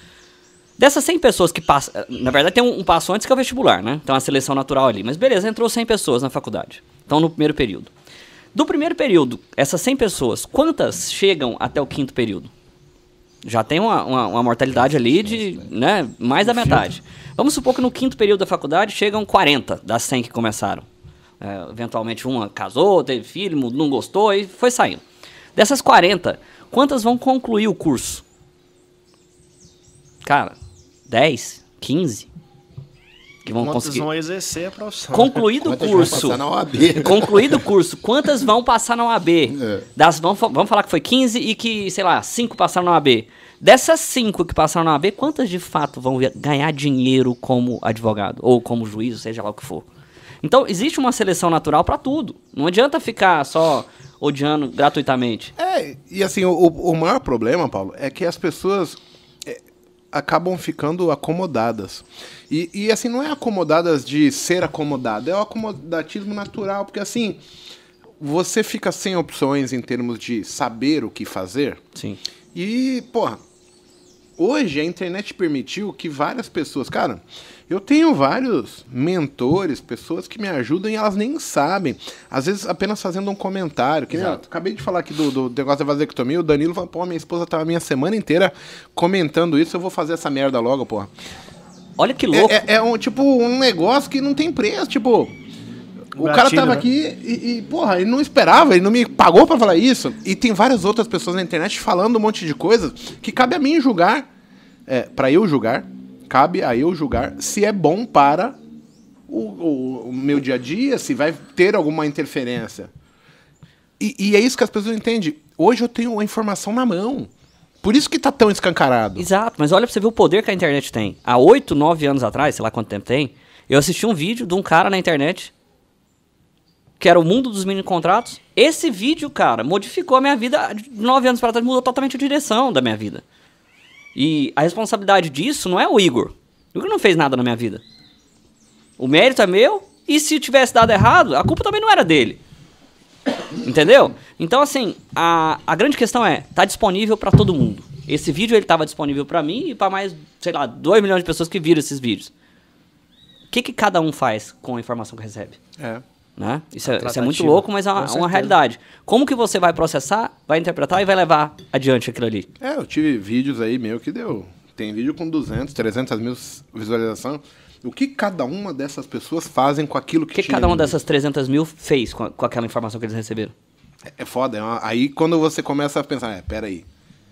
Dessas cem pessoas que passam, na verdade tem um, um passo antes que é o vestibular, né? Tem uma seleção natural ali, mas beleza, entrou cem pessoas na faculdade. Então no primeiro período. Do primeiro período, essas cem pessoas, quantas chegam até o quinto período? Já tem uma, uma, uma mortalidade ali de, né, mais da metade. Vamos supor que no quinto período da faculdade chegam quarenta das cem que começaram. É, eventualmente uma casou, teve filho, não gostou e foi saindo. Dessas quarenta, quantas vão concluir o curso? Cara, dez, quinze que vão Quantos conseguir. vão exercer a profissão? Concluído o Quantas vão curso. passar na O A B? Concluído o curso, quantas vão passar na O A B? É. Das, vamos, fa- vamos falar que foi quinze e que, sei lá, cinco passaram na O A B. Dessas cinco que passaram na O A B, quantas de fato vão via- ganhar dinheiro como advogado? Ou como juiz, seja lá o que for. Então, existe uma seleção natural pra tudo. Não adianta ficar só odiando gratuitamente. É, e assim, o, o maior problema, Paulo, é que as pessoas é, acabam ficando acomodadas. E, e assim, não é acomodadas de ser acomodado, é o acomodatismo natural, porque assim, você fica sem opções em termos de saber o que fazer. Sim. E, porra, hoje a internet permitiu que várias pessoas... Cara, eu tenho vários mentores, pessoas que me ajudam e elas nem sabem. Às vezes apenas fazendo um comentário. Que, né, acabei de falar aqui do, do negócio da vasectomia, o Danilo falou, pô, minha esposa tava a minha semana inteira comentando isso, eu vou fazer essa merda logo, porra. Olha que louco. É, é, é um, tipo, um negócio que não tem preço, tipo... O Gatilho, cara tava né? aqui e, e, porra, ele não esperava, ele não me pagou pra falar isso. E tem várias outras pessoas na internet falando um monte de coisas que cabe a mim julgar, é, pra eu julgar, cabe a eu julgar se é bom para o, o, o meu dia a dia, se vai ter alguma interferência. E, e é isso que as pessoas não entendem. Hoje eu tenho a informação na mão. Por isso que tá tão escancarado. Exato, mas olha pra você ver o poder que a internet tem. Há oito, nove anos atrás, sei lá quanto tempo tem, eu assisti um vídeo de um cara na internet que era o mundo dos mini contratos. Esse vídeo, cara, modificou a minha vida. Nove anos para trás, mudou totalmente a direção da minha vida. E a responsabilidade disso não é o Igor. O Igor não fez nada na minha vida. O mérito é meu, e se tivesse dado errado, a culpa também não era dele. Entendeu? Então, assim, a, a grande questão é, tá disponível para todo mundo. Esse vídeo, ele tava disponível para mim e para mais, sei lá, dois milhões de pessoas que viram esses vídeos. O que que cada um faz com a informação que recebe? É. Né? Isso, é, isso é muito louco, mas é uma, Com uma realidade. Como que você vai processar, vai interpretar e vai levar adiante aquilo ali? É, eu tive vídeos aí meu que deu. Tem vídeo com duzentas, trezentas mil visualizações. O que cada uma dessas pessoas fazem com aquilo que O que tinha cada uma ali? dessas trezentas mil fez com, a- com aquela informação que eles receberam? É, é foda. É uma- aí quando você começa a pensar, é, peraí.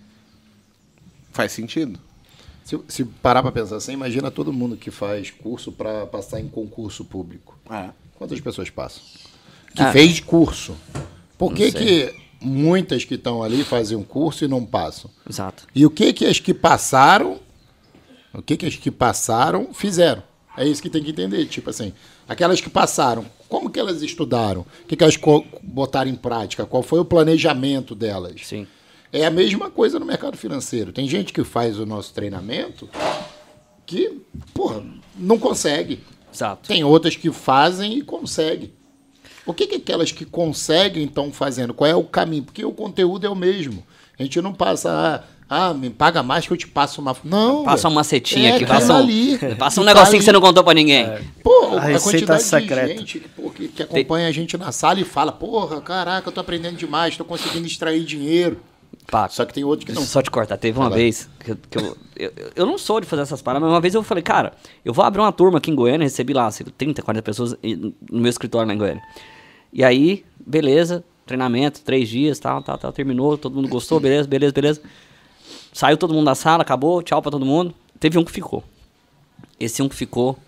Faz sentido. Se, se parar para pensar assim, imagina todo mundo que faz curso para passar em concurso público. É. Quantas pessoas passam? Que Ah. fez curso. Por que, Não sei. que muitas que estão ali fazem um curso e não passam? Exato. E o que que as que passaram, o que que as que passaram fizeram? É isso que tem que entender. Tipo assim, aquelas que passaram, como que elas estudaram? O que que elas co- botaram em prática? Qual foi o planejamento delas? Sim. É a mesma coisa no mercado financeiro. Tem gente que faz o nosso treinamento que, porra, não consegue. Exato. Tem outras que fazem e conseguem. O que, que aquelas que conseguem estão fazendo? Qual é o caminho? Porque o conteúdo é o mesmo. A gente não passa, ah, ah me paga mais que eu te passo uma... Não, Passa velho. uma macetinha É, aqui, aquilo passa um, ali. passa um Que tá negocinho ali. que você não contou pra ninguém. Pô, A a, receita quantidade secreta. de gente que, pô, que, que acompanha a gente na sala e fala, porra, caraca, eu tô aprendendo demais, tô conseguindo extrair dinheiro. Pá, Só que tem outros que não. Só te cortar. Teve uma Vai lá. vez que, eu, que eu, eu, eu não sou de fazer essas paradas, mas uma vez eu falei, cara, eu vou abrir uma turma aqui em Goiânia, recebi lá assim, trinta, quarenta pessoas e- no meu escritório lá em Goiânia. E aí, beleza, treinamento, três dias, tal, tal, tal, terminou, todo mundo gostou, beleza, beleza, beleza. Saiu todo mundo da sala, acabou, tchau pra todo mundo. Teve um que ficou. Esse um que ficou,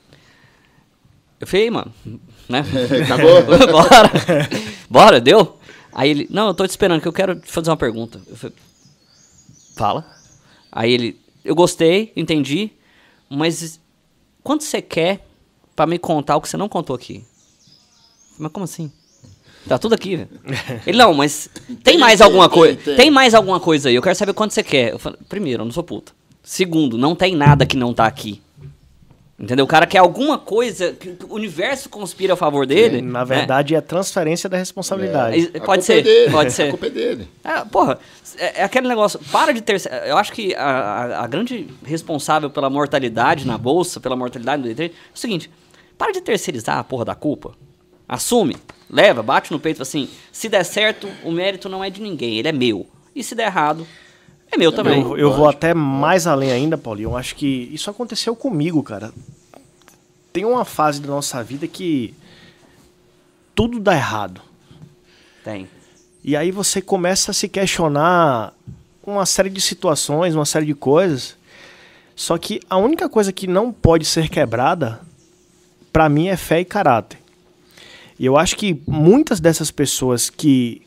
eu falei, "Ei, mano, né? Acabou? Bora. Bora, deu? Aí ele, não, eu tô te esperando, que eu quero te fazer uma pergunta. Eu falei, fala. Aí ele, eu gostei, entendi, mas quanto você quer pra me contar o que você não contou aqui? Mas como assim? Tá tudo aqui, velho. Ele, não, mas tem mais tem, alguma tem, coisa? tem. Tem mais alguma coisa aí? Eu quero saber quanto você quer. Eu falei, primeiro, eu não sou puta. Segundo, não tem nada que não tá aqui. Entendeu? O cara quer alguma coisa, que o universo conspira a favor dele. Na né? verdade, é transferência da responsabilidade. É, A pode culpa ser, é dele, pode A ser. culpa é dele. É, porra, é, é aquele negócio, para de ter... Eu acho que a, a, a grande responsável pela mortalidade na bolsa, pela mortalidade no day trade, é o seguinte, para de terceirizar a porra da culpa. Assume, leva, bate no peito e fala assim, se der certo, o mérito não é de ninguém, ele é meu. E se der errado, é meu também. Eu, eu vou até mais além ainda, Paulinho. Eu acho que isso aconteceu comigo, cara. Tem uma fase da nossa vida que tudo dá errado. Tem. E aí você começa a se questionar uma série de situações, uma série de coisas. Só que a única coisa que não pode ser quebrada, pra mim, é fé e caráter. E eu acho que muitas dessas pessoas que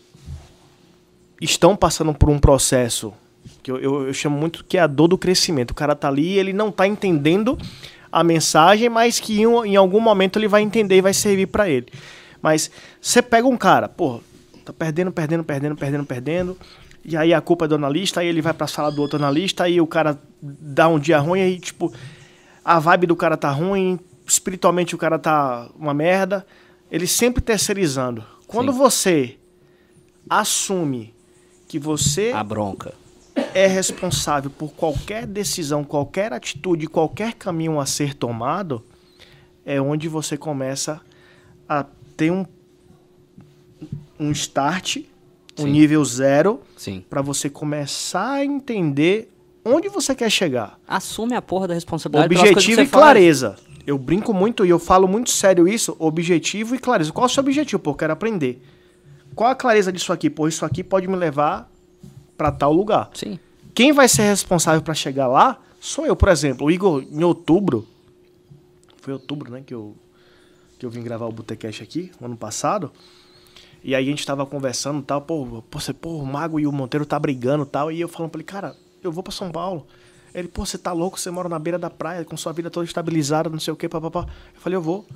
estão passando por um processo que eu, eu, eu chamo muito que é a dor do crescimento. O cara tá ali e ele não tá entendendo a mensagem, mas que em, um- em algum momento ele vai entender e vai servir pra ele. Mas você pega um cara, pô, tá perdendo, perdendo, perdendo, perdendo, perdendo, e aí a culpa é do analista, aí ele vai pra sala do outro analista, aí o cara dá um dia ruim, aí tipo, a vibe do cara tá ruim, espiritualmente o cara tá uma merda, ele sempre terceirizando. Quando Sim. você assume que você A bronca. é responsável por qualquer decisão, qualquer atitude, qualquer caminho a ser tomado, é onde você começa a ter um, um start, um Sim. nível zero, Sim. para você começar a entender onde você quer chegar. Assume a porra da responsabilidade pelas coisas que Objetivo você e faz. clareza. Eu brinco muito e eu falo muito sério isso, objetivo e clareza. Qual é o seu objetivo? Pô, eu quero aprender. Qual a clareza disso aqui? Pô, isso aqui pode me levar para tal lugar. Sim. Quem vai ser responsável para chegar lá sou eu, por exemplo. O Igor, em outubro, foi outubro, né, que eu, que eu vim gravar o Botecast aqui, ano passado, e aí a gente tava conversando e tal, pô, pô, você, pô, o Mago e o Monteiro tá brigando e tal, e eu falando pra ele, cara, eu vou pra São Paulo. Ele, pô, você tá louco, você mora na beira da praia, com sua vida toda estabilizada, não sei o quê, papapá. Eu falei, eu vou.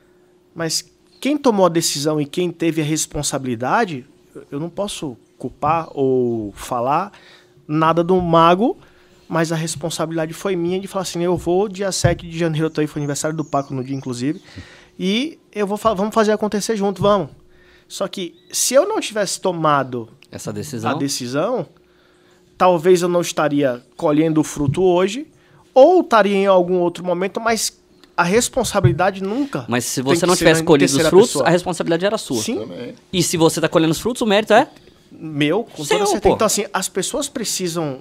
Mas quem tomou a decisão e quem teve a responsabilidade, eu não posso culpar ou falar nada do Mago, mas a responsabilidade foi minha de falar assim, eu vou, dia sete de janeiro, eu tô aí, foi aniversário do Paco no dia, inclusive, e eu vou falar, vamos fazer acontecer junto, vamos. Só que se eu não tivesse tomado Essa decisão. a decisão, talvez eu não estaria colhendo o fruto hoje, ou estaria em algum outro momento, mas a responsabilidade nunca. Mas se tem você que não ser tivesse em colhido os terceira frutos, pessoa. a responsabilidade era sua. Sim, Também. E se você tá colhendo os frutos, o mérito é meu, com Seu, toda certeza. pô. Então, assim, as pessoas precisam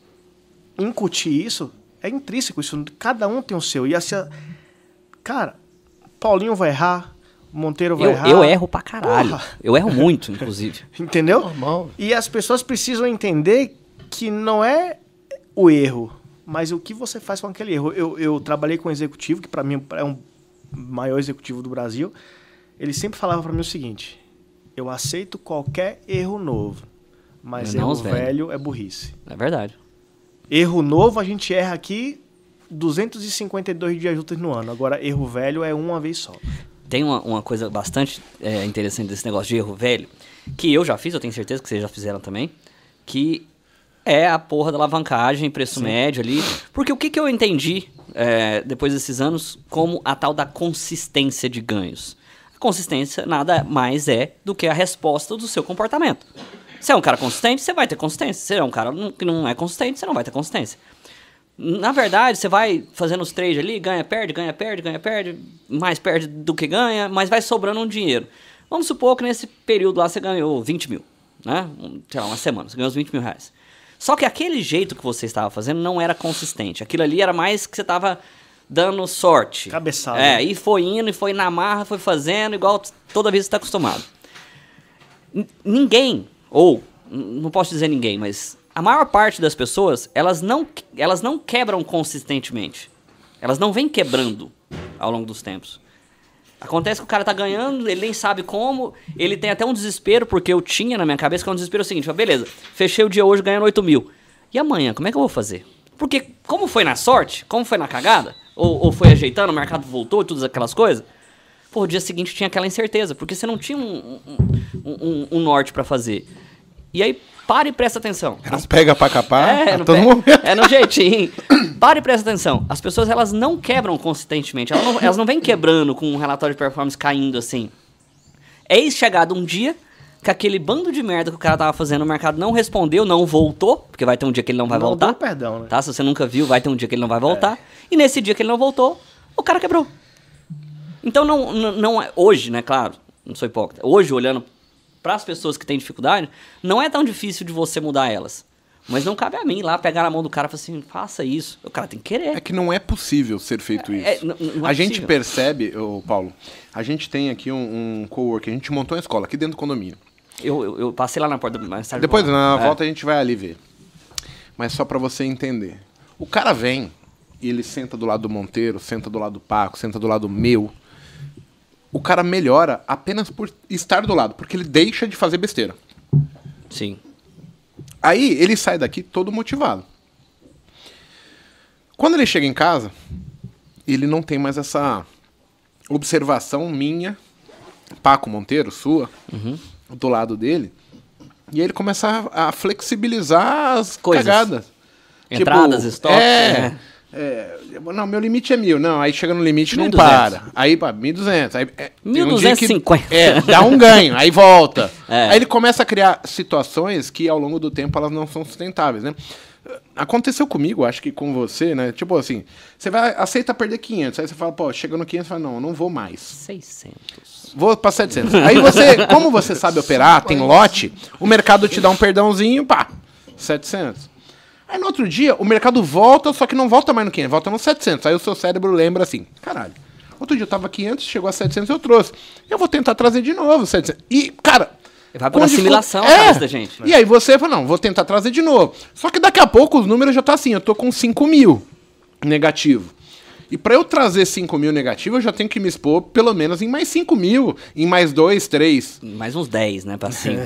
incutir isso, é intrínseco isso, cada um tem o seu. E assim, cara, Paulinho vai errar, Monteiro vai Eu, errar. eu erro pra caralho. Porra. Eu erro muito, inclusive. Entendeu? Normal. E as pessoas precisam entender que não é o erro, mas o que você faz com aquele erro. Eu, eu trabalhei com um executivo, que para mim é um maior executivo do Brasil. Ele sempre falava para mim o seguinte: eu aceito qualquer erro novo, mas Não erro os velhos. velho é burrice. É verdade. Erro novo a gente erra aqui duzentos e cinquenta e dois dias úteis no ano. Agora, erro velho é uma vez só. Tem uma, uma coisa bastante é, interessante desse negócio de erro velho, que eu já fiz, eu tenho certeza que vocês já fizeram também, que é a porra da alavancagem, preço Sim. médio ali. Porque o que, que eu entendi é, depois desses anos como a tal da consistência de ganhos? A consistência nada mais é do que a resposta do seu comportamento. Se é um cara consistente, você vai ter consistência. Se é um cara que não é consistente, você não vai ter consistência. Na verdade, você vai fazendo os trades ali, ganha, perde, ganha, perde, ganha, perde, mais perde do que ganha, mas vai sobrando um dinheiro. Vamos supor que nesse período lá você ganhou vinte mil, né? Sei lá, uma semana, você ganhou os vinte mil reais. Só que aquele jeito que você estava fazendo não era consistente. Aquilo ali era mais que você estava dando sorte. Cabeçada. É, e foi indo, e foi na marra, foi fazendo, igual toda vez que você está acostumado. N- ninguém, ou, n- não posso dizer ninguém, mas a maior parte das pessoas, elas não, elas não quebram consistentemente. Elas não vêm quebrando ao longo dos tempos. Acontece que o cara tá ganhando, ele nem sabe como, ele tem até um desespero, porque eu tinha na minha cabeça que é um desespero seguinte, fala, beleza, fechei o dia hoje ganhando oito mil. E amanhã, como é que eu vou fazer? Porque como foi na sorte, como foi na cagada, ou, ou foi ajeitando, o mercado voltou e todas aquelas coisas, pô, o dia seguinte tinha aquela incerteza, porque você não tinha um, um, um, um norte pra fazer. E aí, para e presta atenção. Elas pegam pra capar É, a no todo pé- momento. é no jeitinho. Para e presta atenção. As pessoas, elas não quebram consistentemente. Elas não, elas não vêm quebrando com um relatório de performance caindo assim. Eis chegado um dia que aquele bando de merda que o cara tava fazendo, o mercado não respondeu, não voltou, porque vai ter um dia que ele não vai Não voltar. dou perdão, né? Tá? Se você nunca viu, vai ter um dia que ele não vai voltar. E nesse dia que ele não voltou, o cara quebrou. Então, não, não, não é... Hoje, né, claro, não sou hipócrita. Hoje, olhando para as pessoas que têm dificuldade, não é tão difícil de você mudar elas. Mas não cabe a mim lá pegar na mão do cara e falar assim, faça isso. O cara tem que querer. É que não é possível ser feito isso. É, é, não- não é a gente possível. percebe, ô, Paulo, a gente tem aqui um, um coworking, a gente montou uma escola aqui dentro do condomínio. Eu, eu, eu passei lá na porta mais tarde. Depois, vou lá. na É. volta, a gente vai ali ver. Mas só pra você entender. O cara vem e ele senta do lado do Monteiro, senta do lado do Paco, senta do lado meu. O cara melhora apenas por estar do lado, porque ele deixa de fazer besteira. Sim. Aí ele sai daqui todo motivado. Quando ele chega em casa, ele não tem mais essa observação minha, Paco Monteiro, sua, do lado dele. E aí ele começa a, a flexibilizar as Coisas. cagadas. Entradas, estoques, É, é. É, não, meu limite é mil. Não, aí chega no limite e não mil e duzentos. para. Aí, pá, mil e duzentos. Aí, é, tem mil um dia duzentos e cinquenta. que, é, dá um ganho, aí volta. É. Aí ele começa a criar situações que ao longo do tempo elas não são sustentáveis, né? Aconteceu comigo, acho que com você, né? Tipo assim, você vai, aceita perder quinhentos. Aí você fala, pô, chega no quinhentos, você fala, não, não vou mais. seiscentos. Vou pra setecentos. Aí você, como você sabe operar, tem lote, o mercado te dá um perdãozinho, pá, setecentos. Aí no outro dia, o mercado volta, só que não volta mais no quinhentos, volta no setecentos. Aí o seu cérebro lembra assim, caralho, outro dia eu tava quinhentos, chegou a setecentos, eu trouxe. Eu vou tentar trazer de novo setecentos. E, cara... Vai por assimilação a é. cabeça da gente. E aí você fala, não, vou tentar trazer de novo. Só que daqui a pouco os números já tá assim, eu tô com cinco mil negativo. E para eu trazer cinco mil negativo, eu já tenho que me expor pelo menos em mais cinco mil, em mais dois, três. Mais uns dez, né, pra cinco.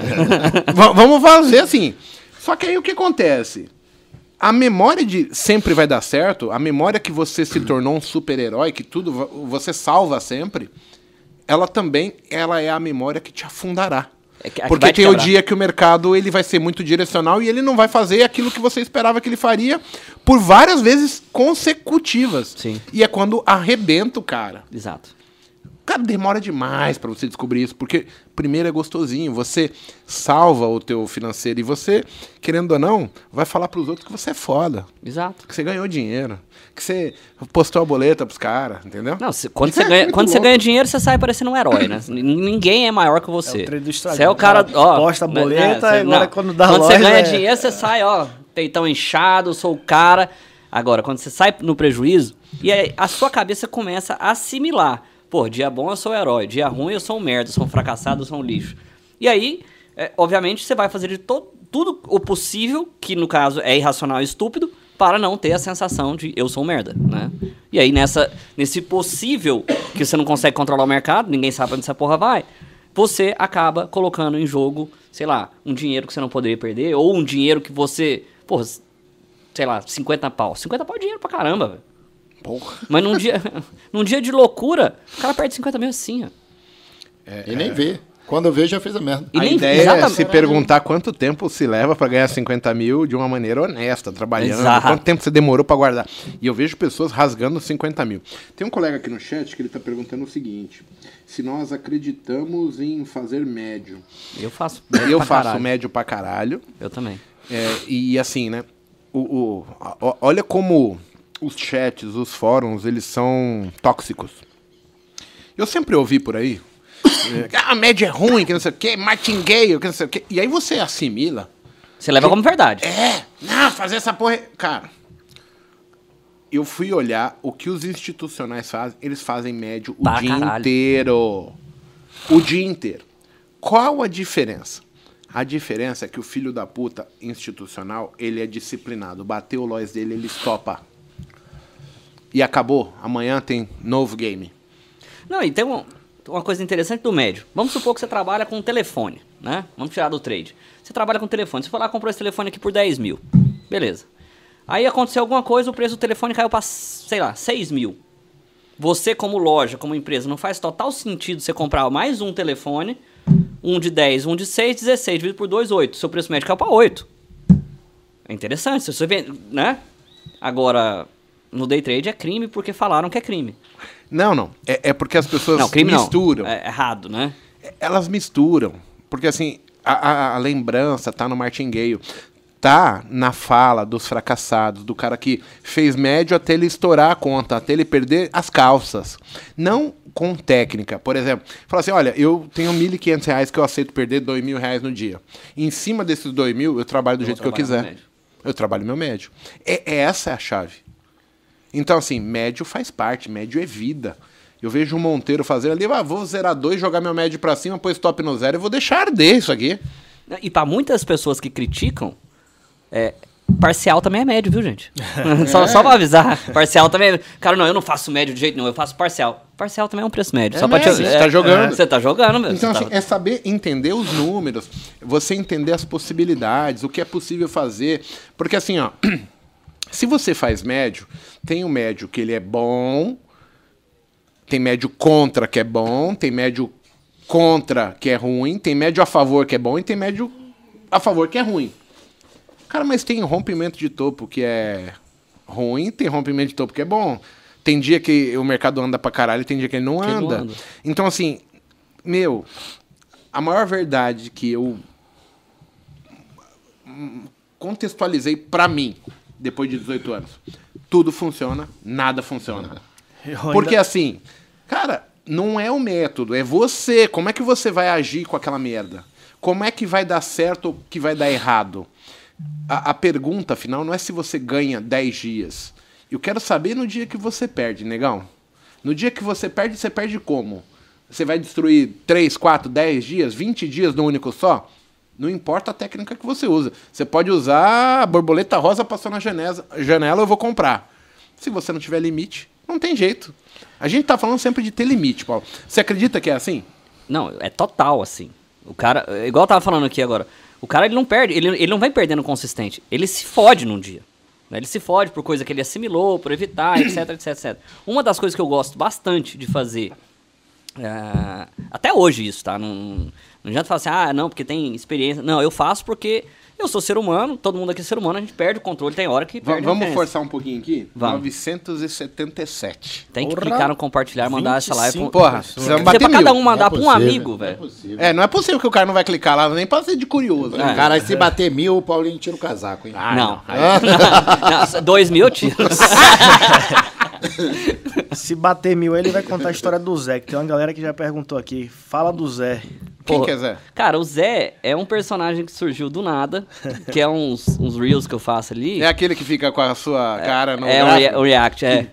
Vamos fazer assim. Só que aí o que acontece? A memória de sempre vai dar certo, a memória que você se tornou um super-herói, que tudo você salva sempre, ela também ela é a memória que te afundará. É que, é porque tem o dia que o mercado ele vai ser muito direcional e ele não vai fazer aquilo que você esperava que ele faria por várias vezes consecutivas. Sim. E é quando arrebenta o cara. Exato. Cara, demora demais pra você descobrir isso, porque primeiro é gostosinho, você salva o teu financeiro e você, querendo ou não, vai falar pros outros que você é foda. Exato. Que você ganhou dinheiro, que você postou a boleta pros caras, entendeu? Não, cê, quando, Isso você, é ganha, muito quando você louco. ganha dinheiro, você sai parecendo um herói, né? Ninguém é maior que você. É o treino do Instagram. Você é o cara, ó... Posta a né, boleta, né, e agora não. quando dá Quando loja, você ganha é- dinheiro, você sai, ó, peitão inchado, sou o cara. Agora, quando você sai no prejuízo, e aí a sua cabeça começa a assimilar. Pô, dia bom eu sou um herói, dia ruim eu sou um merda, eu sou um fracassado, eu sou um lixo. E aí, é, obviamente, você vai fazer de to- tudo o possível, que no caso é irracional e estúpido, para não ter a sensação de eu sou um merda, né? E aí, nessa, nesse possível que você não consegue controlar o mercado, ninguém sabe pra onde essa porra vai, você acaba colocando em jogo, sei lá, um dinheiro que você não poderia perder, ou um dinheiro que você, porra, sei lá, cinquenta pau. cinquenta pau é dinheiro pra caramba, velho. Porra. Mas num dia, num dia de loucura, o cara perde cinquenta mil assim, ó. E nem vê. Quando eu vejo, já fez a merda. E a nem- ideia é exatamente. se perguntar quanto tempo se leva pra ganhar cinquenta mil de uma maneira honesta, trabalhando. Exato. Quanto tempo você demorou pra guardar. E eu vejo pessoas rasgando cinquenta mil. Tem um colega aqui no chat que ele tá perguntando o seguinte: se nós acreditamos em fazer médio. Eu faço. Eu pra faço caralho. médio pra caralho. Eu também. É, e assim, né? O, o, a- olha como os chats, os fóruns, eles são tóxicos. Eu sempre ouvi por aí. É, ah, a média é ruim, que não sei o quê, martingale, que não sei o quê. E aí você assimila. Você leva como verdade. É, não, fazer essa porra. é- Cara, eu fui olhar o que os institucionais fazem. Eles fazem médio o Pra dia caralho. inteiro. O dia inteiro. Qual a diferença? A diferença é que o filho da puta institucional, ele é disciplinado. Bateu o lois dele, ele estopa. E acabou. Amanhã tem novo game. Não, e tem um- uma coisa interessante do médio. Vamos supor que você trabalha com um telefone, né? Vamos tirar do trade. Você trabalha com telefone. Você foi lá e comprou esse telefone aqui por dez mil. Beleza. Aí aconteceu alguma coisa, o preço do telefone caiu pra, sei lá, seis mil. Você, como loja, como empresa, não faz total sentido você comprar mais um telefone, um de dez, um de seis, dezesseis, dividido por dois, oito. Seu preço médio caiu pra oito. É interessante, se você vê, né? Agora, no day trade é crime porque falaram que é crime. Não, não. É, é porque as pessoas Não, crime misturam. não. É errado, né? Elas misturam. Porque, assim, a, a- a lembrança tá no martingale. Tá na fala dos fracassados, do cara que fez médio até ele estourar a conta, até ele perder as calças. Não com técnica. Por exemplo, fala assim, olha, eu tenho mil e quinhentos reais que eu aceito perder dois mil reais no dia. Em cima desses dois mil, eu trabalho do Eu jeito que vou eu trabalhar quiser. no médio. Eu trabalho meu médio. É, é essa é a chave. Então, assim, médio faz parte, médio é vida. Eu vejo o Monteiro fazendo ali, ah, vou zerar dois, jogar meu médio pra cima, pôr stop no zero e vou deixar arder isso aqui. E pra muitas pessoas que criticam, é, parcial também é médio, viu, gente? só, só pra avisar. Parcial também é... Cara, não, eu não faço médio de jeito nenhum, eu faço parcial. Parcial também é um preço médio. É só pra te... médio, você tá jogando. Você tá jogando mesmo. Então, você assim, tá... é saber entender os números, você entender as possibilidades, o que é possível fazer. Porque, assim, ó, se você faz médio, tem o médio que ele é bom, tem médio contra que é bom, tem médio contra que é ruim, tem médio a favor que é bom e tem médio a favor que é ruim. Cara, mas tem rompimento de topo que é ruim, tem rompimento de topo que é bom. Tem dia que o mercado anda pra caralho, tem dia que ele não, Que anda. não anda. Então, assim, meu, a maior verdade que eu contextualizei pra mim, depois de dezoito anos, tudo funciona, nada funciona. Eu ainda- Porque, assim, cara, não é o método, é você. Como é que você vai agir com aquela merda? Como é que vai dar certo ou que vai dar errado? A, a pergunta, afinal, não é se você ganha dez dias. Eu quero saber no dia que você perde, negão. No dia que você perde, você perde como? Você vai destruir três, quatro, dez dias, vinte dias num único só? Não importa a técnica que você usa. Você pode usar a borboleta rosa, passou na janela, janela, eu vou comprar. Se você não tiver limite, não tem jeito. A gente tá falando sempre de ter limite, Paulo. Você acredita que é assim? Não, é total, assim. O cara, igual eu tava falando aqui agora, o cara ele não perde, ele, ele não vai perdendo consistente. Ele se fode num dia. Né? Ele se fode por coisa que ele assimilou, por evitar, etc, etc, etcétera. Uma das coisas que eu gosto bastante de fazer, é, até hoje isso, tá? Não, não adianta falar assim, ah, não, porque tem experiência. Não, eu faço porque eu sou ser humano, todo mundo aqui é ser humano, a gente perde o controle, tem hora que Va- perde a Vamos referência. forçar um pouquinho aqui? Vamos. novecentos e setenta e sete. Tem que Porra, clicar no compartilhar e mandar essa live. vinte e cinco pra- Porra, pessoas. precisamos Dizer bater pra mil. cada um mandar Não é pra um possível, amigo, não é velho. possível. É, não é possível que o cara não vai clicar lá, nem pra ser de curioso. né? É. Cara, se bater mil, o Paulinho tira o casaco, hein? Ah, não. não. não. Dois mil eu tiro. Se bater mil, ele vai contar a história do Zé, que tem uma galera que já perguntou aqui. Fala do Zé. Quem Pô, que é Zé? Cara, o Zé é um personagem que surgiu do nada, que é uns, uns reels que eu faço ali. É aquele que fica com a sua cara no É, o, gráfico? rea- o React, é.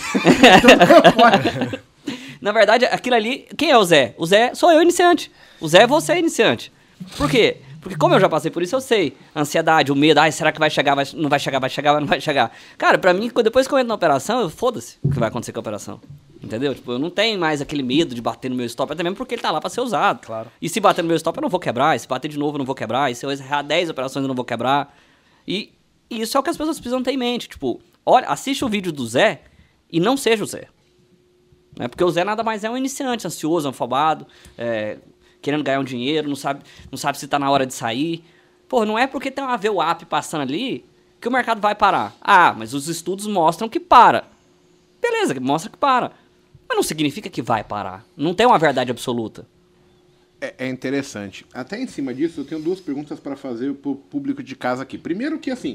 Na verdade, aquilo ali... Quem é o Zé? O Zé sou eu, iniciante. O Zé é você, iniciante. Por quê? Porque como eu já passei por isso, eu sei. A ansiedade, o medo, ai, será que vai chegar, vai, não vai chegar, vai chegar, não vai chegar. Cara, pra mim, depois que eu entro na operação, eu foda-se o que vai acontecer com a operação. Entendeu? Tipo, eu não tenho mais aquele medo de bater no meu stop, até mesmo porque ele tá lá pra ser usado. Claro. E se bater no meu stop, eu não vou quebrar. E se bater de novo, eu não vou quebrar. E se eu errar dez operações, eu não vou quebrar. E, e isso é o que as pessoas precisam ter em mente. Tipo, olha, assiste o vídeo do Zé e não seja o Zé. Né? Porque o Zé nada mais é um iniciante, ansioso, afobado, é, querendo ganhar um dinheiro, não sabe, não sabe se tá na hora de sair. Pô, não é porque tem uma V WAP passando ali que o mercado vai parar. Ah, mas os estudos mostram que para. Beleza, mostra que para. Mas não significa que vai parar. Não tem uma verdade absoluta. É, é interessante. Até em cima disso, eu tenho duas perguntas para fazer pro público de casa aqui. Primeiro que, assim,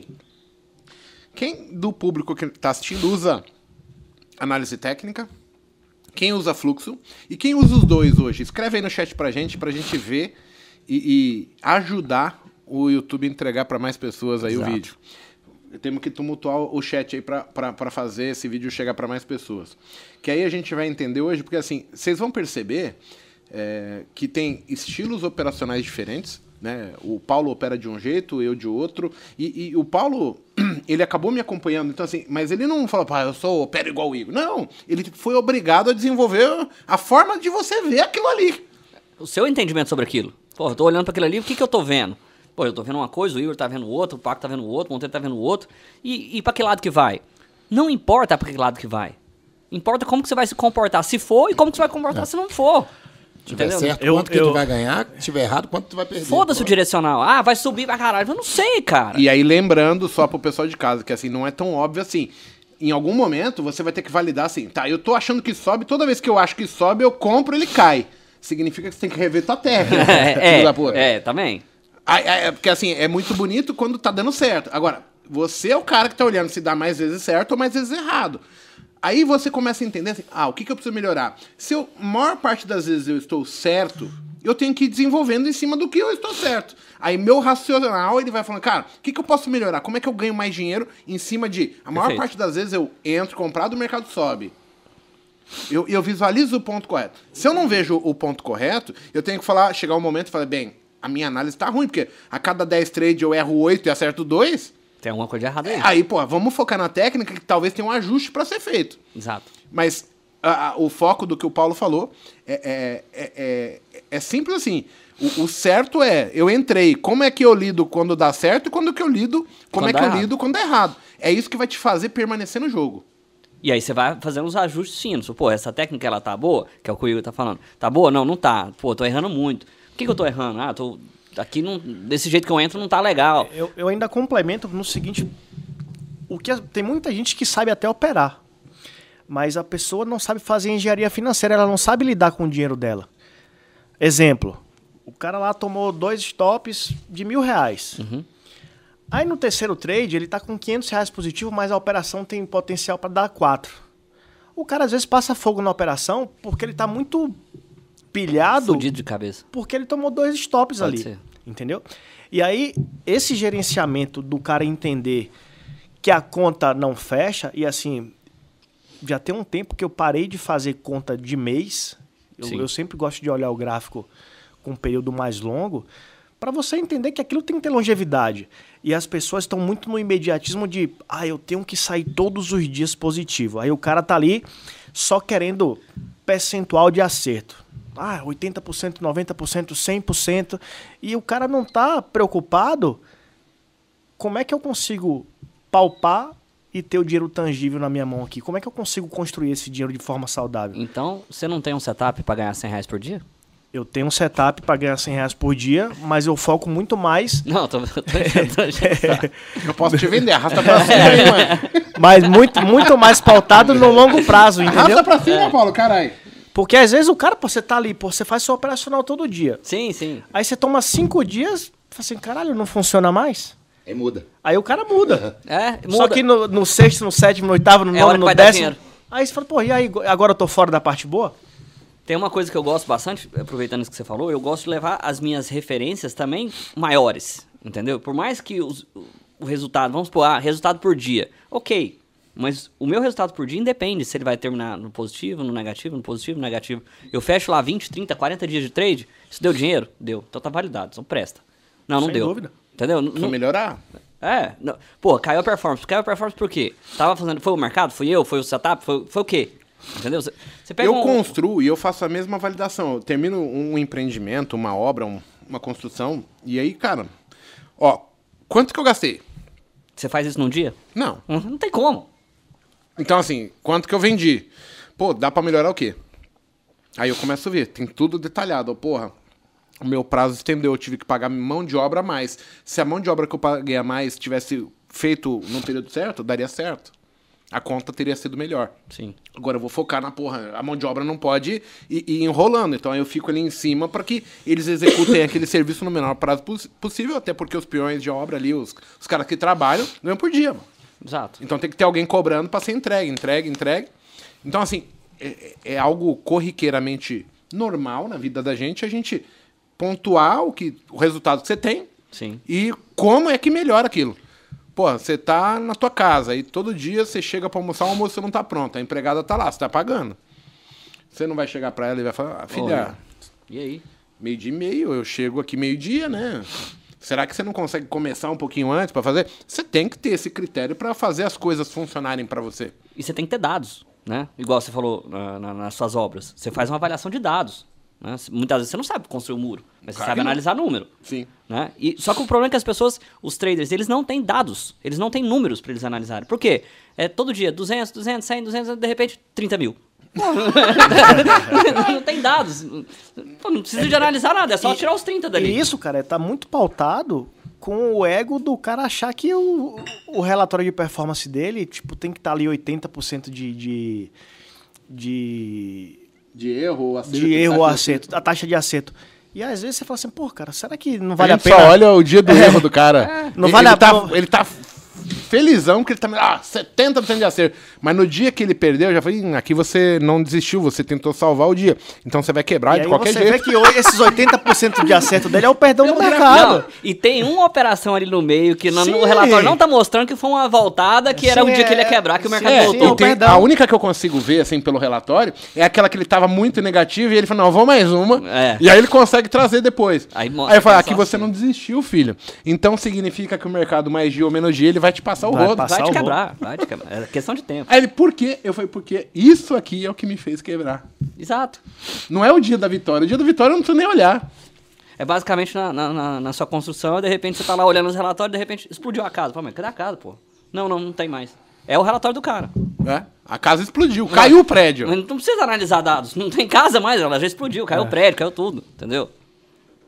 quem do público que está assistindo usa análise técnica? Quem usa fluxo? E quem usa os dois hoje? Escreve aí no chat pra gente, pra gente ver e, e ajudar o YouTube a entregar para mais pessoas aí Exato. o vídeo. Temos que tumultuar o chat aí para fazer esse vídeo chegar para mais pessoas. Que aí a gente vai entender hoje, porque assim, vocês vão perceber é, que tem estilos operacionais diferentes, né? O Paulo opera de um jeito, eu de outro, e, e o Paulo, ele acabou me acompanhando, então assim, mas ele não falou, pá, eu sou, opero igual o Igor. Não, ele foi obrigado a desenvolver a forma de você ver aquilo ali. O seu entendimento sobre aquilo. Pô, eu tô olhando para aquilo ali, o que que eu tô vendo? Pô, eu tô vendo uma coisa, o Igor tá vendo outra, o Paco tá vendo outro, o Monteiro tá vendo outro. E, e pra que lado que vai? Não importa pra que lado que vai. Importa como que você vai se comportar se for e como que você vai comportar se não for. Se tiver Entendeu? certo, Eu- quanto que eu- tu vai ganhar? Se tiver errado, quanto tu vai perder? Foda-se o direcional. Ah, vai subir pra caralho. Eu não sei, cara. E aí, lembrando só pro pessoal de casa, que assim, não é tão óbvio assim. Em algum momento, você vai ter que validar assim, tá, eu tô achando que sobe, toda vez que eu acho que sobe, eu compro, ele cai. Significa que você tem que rever tua técnica. É, filho da puta. é, é, também. Aí, aí, porque assim, é muito bonito quando tá dando certo. Agora, você é o cara que tá olhando se dá mais vezes certo ou mais vezes errado. Aí você começa a entender assim, ah, o que, que eu preciso melhorar? Se eu, maior parte das vezes eu estou certo, eu tenho que ir desenvolvendo em cima do que eu estou certo. Aí meu racional, ele vai falando, cara, o que, que eu posso melhorar? Como é que eu ganho mais dinheiro em cima de... A maior Perfeito. parte das vezes eu entro, comprado, o mercado sobe. Eu, eu visualizo o ponto correto. Se eu não vejo o ponto correto, eu tenho que falar, chegar um momento e falar, bem, a minha análise tá ruim, porque a cada dez trades eu erro oito e acerto dois. Tem alguma coisa de errado aí. Aí, pô, vamos focar na técnica que talvez tenha um ajuste para ser feito. Exato. Mas a- a- o foco do que o Paulo falou é, é, é, é, é simples assim. O, o certo é, eu entrei, como é que eu lido quando dá certo e quando que eu lido, como Quando é dá que eu errado. lido quando dá errado. É isso que vai te fazer permanecer no jogo. E aí você vai fazendo os ajustes finos. Pô, essa técnica, ela tá boa? Que é o que o Igor tá falando. Tá boa? Não, não tá. Pô, tô errando muito. Por que, que eu tô errando? Ah, tô... Aqui, não, desse jeito que eu entro, não tá legal. Eu, eu ainda complemento no seguinte o que tem muita gente que sabe até operar, mas a pessoa não sabe fazer engenharia financeira, ela não sabe lidar com o dinheiro dela. Exemplo, o cara lá tomou dois stops de mil reais. Uhum. Aí no terceiro trade ele tá com quinhentos reais positivo, mas a operação tem potencial para dar quatro. O cara às vezes passa fogo na operação porque ele tá muito pilhado. Fudido de cabeça. Porque ele tomou dois stops Pode ali. ser. Entendeu? E aí, esse gerenciamento do cara entender que a conta não fecha, e assim, já tem um tempo que eu parei de fazer conta de mês. Eu, eu sempre gosto de olhar o gráfico com um período mais longo, para você entender que aquilo tem que ter longevidade. E as pessoas estão muito no imediatismo de, ah, eu tenho que sair todos os dias positivo. Aí o cara tá ali só querendo percentual de acerto. Ah, oitenta por cento, noventa por cento, cem por cento. E o cara não tá preocupado como é que eu consigo palpar e ter o dinheiro tangível na minha mão aqui. Como é que eu consigo construir esse dinheiro de forma saudável? Então, você não tem um setup para ganhar cem reais por dia? Eu tenho um setup para ganhar cem reais por dia, mas eu foco muito mais... Não, tô, tô, tô, tô Eu posso te vender, arrasta pra cima aí, mano. Mas muito, muito mais pautado no longo prazo, entendeu? Arrasta pra cima, Paulo, caralho. Porque às vezes o cara, pô, você tá ali, pô, você faz seu operacional todo dia. Sim, sim. Aí você toma cinco dias, fala assim, caralho, não funciona mais? Aí muda. Aí o cara muda. É, Só muda. que no, no sexto, no sétimo, no oitavo, no É a hora nono, que vai no dar décimo... dinheiro. Aí você fala, pô, e aí, agora eu tô fora da parte boa? Tem uma coisa que eu gosto bastante, aproveitando isso que você falou, eu gosto de levar as minhas referências também maiores, entendeu? Por mais que os, o resultado, vamos supor, ah, resultado por dia, ok, mas o meu resultado por dia independe se ele vai terminar no positivo, no negativo, no positivo, no negativo. Eu fecho lá vinte, trinta, quarenta dias de trade, isso deu dinheiro? Deu, então tá validado, então presta. Não, não Sem deu. dúvida. Entendeu? Pra Não, melhorar. é, não, pô, caiu a performance, caiu a performance por quê? Tava fazendo, foi o mercado, fui eu, foi o setup, foi, foi o quê? Entendeu? Você, você pega Eu um, construo e eu faço a mesma validação. Eu termino um empreendimento, uma obra, um- uma construção, e aí, cara, ó, quanto que eu gastei? Você faz isso num dia? Não. Não, não tem como. Então, assim, quanto que eu vendi? Pô, dá pra melhorar o quê? Aí eu começo a ver, tem tudo detalhado. Ó, porra, o meu prazo estendeu, eu tive que pagar mão de obra a mais. Se a mão de obra que eu paguei a mais tivesse feito no período certo, daria certo. A conta teria sido melhor. Sim. Agora eu vou focar na porra. A mão de obra não pode ir, ir enrolando. Então aí eu fico ali em cima para que eles executem aquele serviço no menor prazo poss- possível. Até porque os peões de obra ali, os, os caras que trabalham, ganham por dia, mano. Exato. Então tem que ter alguém cobrando para ser entregue, entregue, entregue. Então, assim, é, é algo corriqueiramente normal na vida da gente a gente pontuar o, que, o resultado que você tem Sim. e como é que melhora aquilo. Pô, você tá na tua casa e todo dia você chega pra almoçar, o almoço não tá pronto, a empregada tá lá, você tá pagando. Você não vai chegar pra ela e vai falar, ah, filha, Olha. E aí? meio dia e meio, eu chego aqui meio dia, né? Será que você não consegue começar um pouquinho antes pra fazer? Você tem que ter esse critério pra fazer as coisas funcionarem pra você. E você tem que ter dados, né? Igual você falou na- na- nas suas obras. Você faz uma avaliação de dados. Né? Muitas vezes você não sabe construir um muro, mas você Claro sabe que não. analisar número. Sim. Né? E, só que o problema é que as pessoas, os traders, eles não têm dados. Eles não têm números para eles analisarem. Por quê? É todo dia, duzentos, duzentos, cem, duzentos, de repente, trinta mil. Não tem dados. Pô, não precisa de analisar nada, é só tirar os trinta dali. E isso, cara, tá muito pautado com o ego do cara achar que o, o relatório de performance dele, tipo, tem que estar ali oitenta por cento de... de, de De erro, acerto. de erro ou taxa de acerto, a taxa de acerto. E às vezes você fala assim, pô, cara, será que não Vale vale a, a gente pena? só olha o dia do erro do cara. Não Ele- vale ele a tá, pena- Ele tá felizão que ele tá... Ah, setenta por cento de acerto. Mas no dia que ele perdeu, eu já falei, "Hum, aqui você não desistiu, você tentou salvar o dia. Então você vai quebrar E de aí qualquer você jeito. vê que hoje esses oitenta por cento de acerto dele é o perdão do mercado. Não, e tem uma operação ali no meio que no, Sim. no relatório não tá mostrando que foi uma voltada que era Sim, o dia que ele ia é- quebrar, que o mercado É, voltou. eu tenho- perdão. a única que eu consigo ver, assim, pelo relatório, é aquela que ele tava muito negativo e ele falou, não, vou mais uma. É. E aí ele consegue trazer depois. Aí Aí, mostra eu falo, que aqui só você assim. não desistiu, filho. Então significa que o mercado mais dia ou menos dia, ele vai te passar o Vai rodo. passar Vai te o quebrar, vai te quebrar. É questão de tempo. Aí ele, por quê? Eu falei, porque isso aqui é o que me fez quebrar. Exato. Não é o dia da vitória. O dia da vitória eu não preciso nem olhar. É basicamente na, na, na- na sua construção, de repente você tá lá olhando os relatórios, de repente explodiu a casa. Pô, mas cadê a casa, pô? Não, não, não tem mais. É o relatório do cara. É? A casa explodiu, caiu o prédio. Mas não precisa analisar dados. Não tem casa mais, ela já explodiu, caiu o prédio, caiu tudo, entendeu?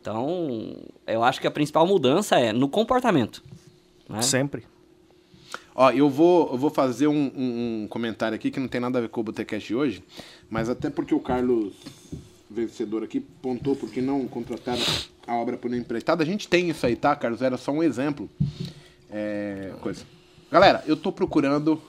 Então, eu acho que a principal mudança é no comportamento. Né? Sempre. Ó, eu vou, eu vou fazer um, um, um comentário aqui que não tem nada a ver com o Botecast hoje, mas até porque o Carlos, vencedor aqui, pontou porque não contrataram a obra por empreitada. A gente tem isso aí, tá, Carlos? Era só um exemplo. É, coisa. Galera, eu tô procurando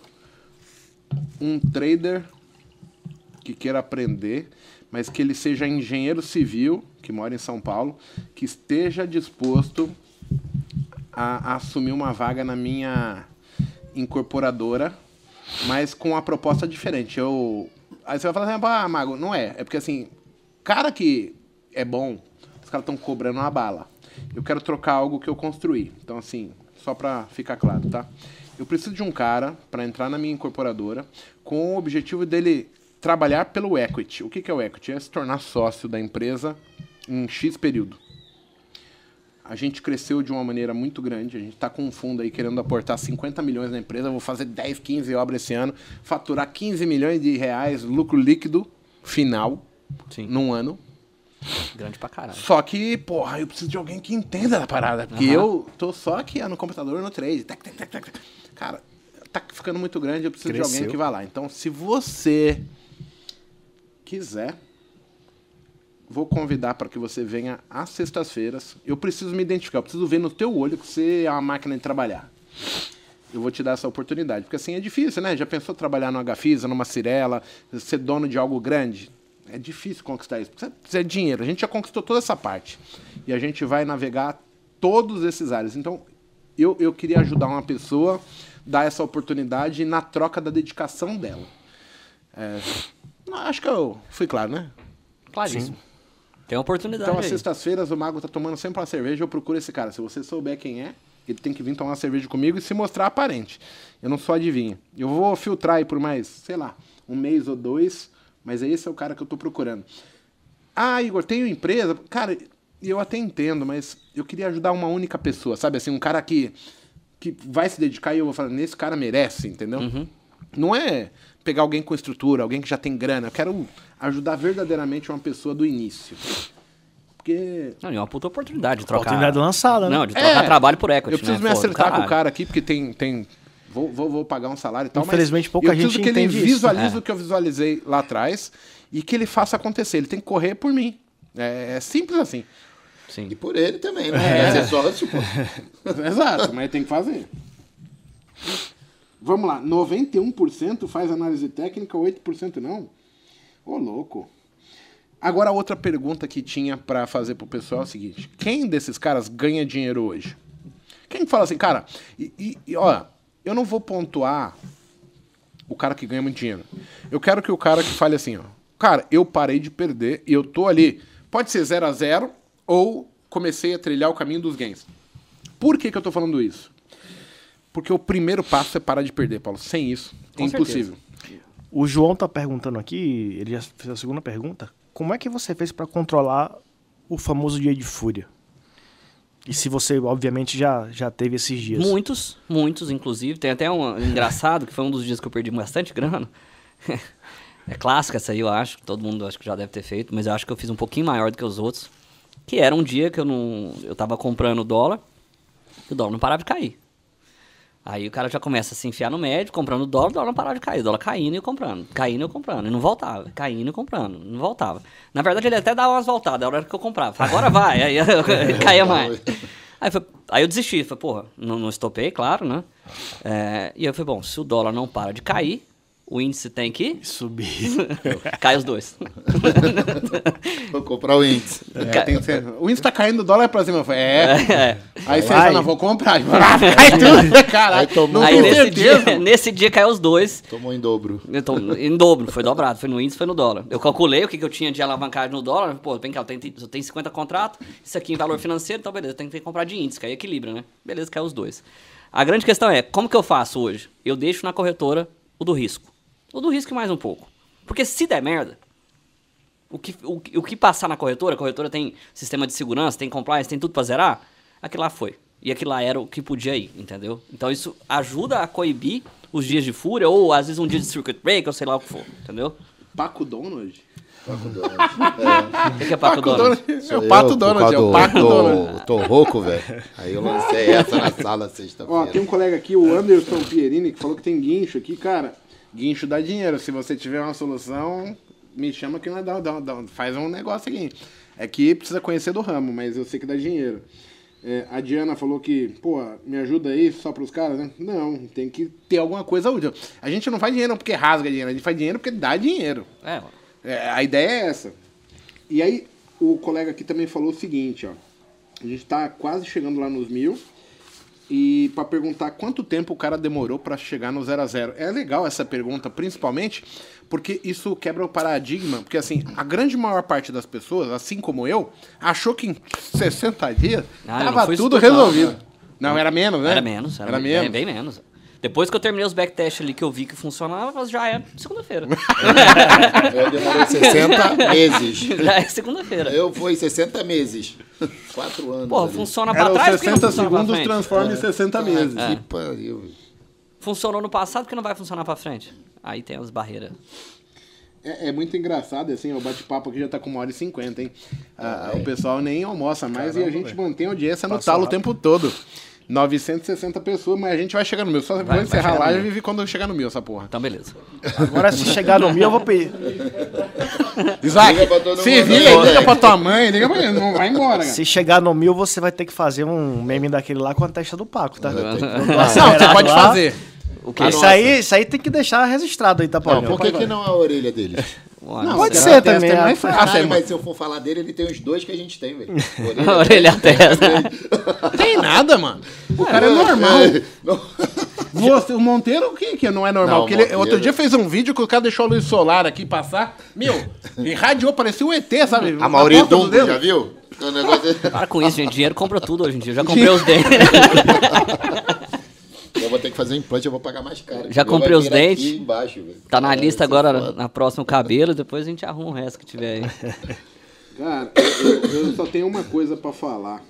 um trader que queira aprender, mas que ele seja engenheiro civil, que mora em São Paulo, que esteja disposto a, a assumir uma vaga na minha incorporadora, mas com uma proposta diferente. Eu, aí você vai falar assim, ah, Mago, não é. É porque assim, cara que é bom, os caras estão cobrando uma bala. Eu quero trocar algo que eu construí. Então assim, só pra ficar claro, tá? Eu preciso de um cara para entrar na minha incorporadora com o objetivo dele trabalhar pelo equity. O que que é o equity? É se tornar sócio da empresa em X período. A gente cresceu de uma maneira muito grande, a gente está com um fundo aí querendo aportar cinquenta milhões na empresa, vou fazer dez, quinze obras esse ano, faturar quinze milhões de reais, lucro líquido final, Sim. num ano. Grande pra caralho. Só que, porra, eu preciso de alguém que entenda da parada, porque uhum. eu tô só aqui no computador, no trade, tac, tac, tac, tac. Cara, tá ficando muito grande, eu preciso Cresceu. de alguém que vá lá. Então, se você quiser... Vou convidar para que você venha às sextas-feiras. Eu preciso me identificar, eu preciso ver no teu olho que você é uma máquina de trabalhar. Eu vou te dar essa oportunidade. Porque assim é difícil, né? Já pensou trabalhar no Gafisa, numa Cirela, ser dono de algo grande? É difícil conquistar isso. Precisa, precisa de dinheiro. A gente já conquistou toda essa parte. E a gente vai navegar todos esses áreas. Então, eu, eu queria ajudar uma pessoa, dar essa oportunidade na troca da dedicação dela. É, acho que eu fui claro, né? Claríssimo. Sim. Tem uma oportunidade. Então, às aí. sextas-feiras, o Mago tá tomando sempre uma cerveja, eu procuro esse cara. Se você souber quem é, ele tem que vir tomar uma cerveja comigo e se mostrar aparente. Eu não sou adivinha. Eu vou filtrar aí por mais, sei lá, um mês ou dois, mas esse é o cara que eu tô procurando. Ah, Igor, tenho empresa? Cara, eu até entendo, mas eu queria ajudar uma única pessoa, sabe? Assim, um cara que, que vai se dedicar e eu vou falar, nesse cara merece, entendeu? Uhum. Não é pegar alguém com estrutura, alguém que já tem grana. Eu quero ajudar verdadeiramente uma pessoa do início. Porque... Não, é uma puta oportunidade de trocar... Oportunidade lançada, né? Não, de trocar é, trabalho por equity, eu preciso né? me Pô, acertar caralho. com o cara aqui, porque tem... tem vou, vou, vou pagar um salário e tal, Infelizmente, mas pouca eu gente preciso que ele entende isso. visualize É. o que eu visualizei lá atrás e que ele faça acontecer. Ele tem que correr por mim. É, é simples assim. Sim. E por ele também, né? É. Ser sócio, pô. Exato, mas tem que fazer. Vamos lá, noventa e um por cento faz análise técnica, oito por cento não. Ô, louco. Agora, a outra pergunta que tinha pra fazer pro pessoal é o seguinte. Quem desses caras ganha dinheiro hoje? Quem fala assim, cara, e, e, e ó, eu não vou pontuar o cara que ganha muito dinheiro. Eu quero que o cara que fale assim, ó, cara, eu parei de perder e eu tô ali, pode ser zero a zero ou comecei a trilhar o caminho dos gains. Por que que eu tô falando isso? Porque o primeiro passo é parar de perder, Paulo. Sem isso, é Com impossível. certeza. O João tá perguntando aqui, ele já fez a segunda pergunta. Como é que você fez para controlar o famoso dia de fúria? E se você, obviamente, já, já teve esses dias? Muitos, muitos, inclusive. Tem até um engraçado, que foi um dos dias que eu perdi bastante grana. É clássica essa aí, eu acho. Todo mundo acho que já deve ter feito. Mas eu acho que eu fiz um pouquinho maior do que os outros. Que era um dia que eu não... Eu tava comprando dólar. E o dólar não parava de cair. Aí o cara já começa a se enfiar no médio, comprando dólar, o dólar não parava de cair. O dólar caindo e eu comprando. Caindo e eu comprando. E não voltava. Caindo e comprando. Não voltava. Na verdade, ele até dava umas voltadas. Era a hora que eu comprava. Agora vai. Aí eu, eu caía mais. Aí, foi, aí eu desisti. Falei, porra, não, não estopei, claro, né? É, e eu falei, bom, se o dólar não para de cair, o índice tem que... Subir. Cai os dois. Vou comprar o índice. É, tem que ser- O índice tá caindo, o dólar é pra cima. Eu falei, é. É. Aí você Vai. fala, não, vou comprar. Cai tudo. Caralho, Aí tomou não Aí tenho nesse certeza. dia, nesse dia caiu os dois. Tomou em dobro. Eu tô em dobro, foi dobrado, foi no índice, foi no dólar. Eu calculei o que, que eu tinha de alavancagem no dólar, pô, vem cá, eu tenho, eu tenho cinquenta contratos, isso aqui em valor financeiro, então beleza, eu tenho que comprar de índice, que aí equilibra, né? Beleza, caiu os dois. A grande questão é, como que eu faço hoje? Eu deixo na corretora o do risco. O do risco mais um pouco. Porque se der merda, o que, o, o que passar na corretora, a corretora tem sistema de segurança, tem compliance, tem tudo pra zerar, aquilo lá foi. E aquilo lá era o que podia ir, entendeu? Então isso ajuda a coibir os dias de fúria, ou às vezes um dia de circuit break, ou sei lá o que for, entendeu? Paco Dono hoje. Paco Donald. É. O que, que é Paco, Paco Donald? Donald? É o Pato Donald, é o Paco tô, Donald. Tô rouco, velho. Aí eu lancei essa na sala sexta-feira. Ó, tem um colega aqui, o Anderson Pierini, que falou que tem guincho aqui. Cara, guincho dá dinheiro. Se você tiver uma solução, me chama que nós dá, dá, dá, faz um negócio aqui. É que precisa conhecer do ramo, mas eu sei que dá dinheiro. É, a Diana falou que, pô, me ajuda aí só pros caras, né? Não, tem que ter alguma coisa útil. A gente não faz dinheiro porque rasga dinheiro, a gente faz dinheiro porque dá dinheiro. É, É, a ideia é essa. E aí, o colega aqui também falou o seguinte, ó. A gente tá quase chegando lá nos mil. E pra perguntar quanto tempo o cara demorou pra chegar no zero a zero. É legal essa pergunta, principalmente porque isso quebra o paradigma. Porque assim, a grande maior parte das pessoas, assim como eu, achou que em sessenta dias Ah, tava não tudo foi isso, resolvido. não. Não, era menos, né? Era menos, era, Era bem, menos. bem menos. Depois que eu terminei os backtests ali que eu vi que funcionava, já é segunda-feira. Eu demorei sessenta meses. Já é segunda-feira. Eu fui sessenta meses. Quatro anos. Porra, ali. funciona pra Era os trás, por que não sessenta funciona pra segundos frente? transforma em sessenta meses. Que pariu. Funcionou no passado, porque não vai funcionar pra frente. Aí tem as barreiras. É, é muito engraçado, assim, o bate-papo aqui já tá com uma hora e cinquenta, hein? Ah, o pessoal nem almoça mais e a gente mantém a audiência no Passou talo o rápido. tempo todo. novecentas e sessenta pessoas, mas a gente vai chegar no mil. Só Vai, vou vai encerrar chegar a no live mil. e vi quando chegar no mil essa porra. Então, beleza. Agora, se chegar no mil, eu vou pedir. Isaac, Liga pra todo se mundo, vira né, aí, liga moleque? pra tua mãe, liga pra não vai embora, cara. Se chegar no mil, você vai ter que fazer um meme daquele lá com a testa do Paco, tá? Não, você pode fazer. O que? Isso aí, isso aí tem que deixar registrado aí, tá, Não, Paulinho? por que, que não a orelha dele? Não, Pode Será ser que a testa também, é mais é. fácil, Caralho, irmão. mas se eu for falar dele, ele tem os dois que a gente tem, velho. Orelha testa. Tem nada, mano. O cara é normal. Você, o Monteiro, o que, que não é normal? Não, Porque ele, Monteiro- outro dia fez um vídeo que o cara deixou a luz solar aqui passar. Meu, irradiou, parecia um E T, sabe? A Mauri ponta do Dumbo, dedo. já viu? O negócio... Para com isso, gente. Dinheiro compra tudo hoje em dia. Eu já comprei os dentes. Eu vou ter que fazer um implante, eu vou pagar mais caro. Já O meu comprei vai os vir aqui dentes. Embaixo, velho. Tá na Caralho, lista isso é agora, foda. na próxima, o cabelo. Depois a gente arruma o resto que tiver aí. Cara, eu, eu só tenho uma coisa pra falar.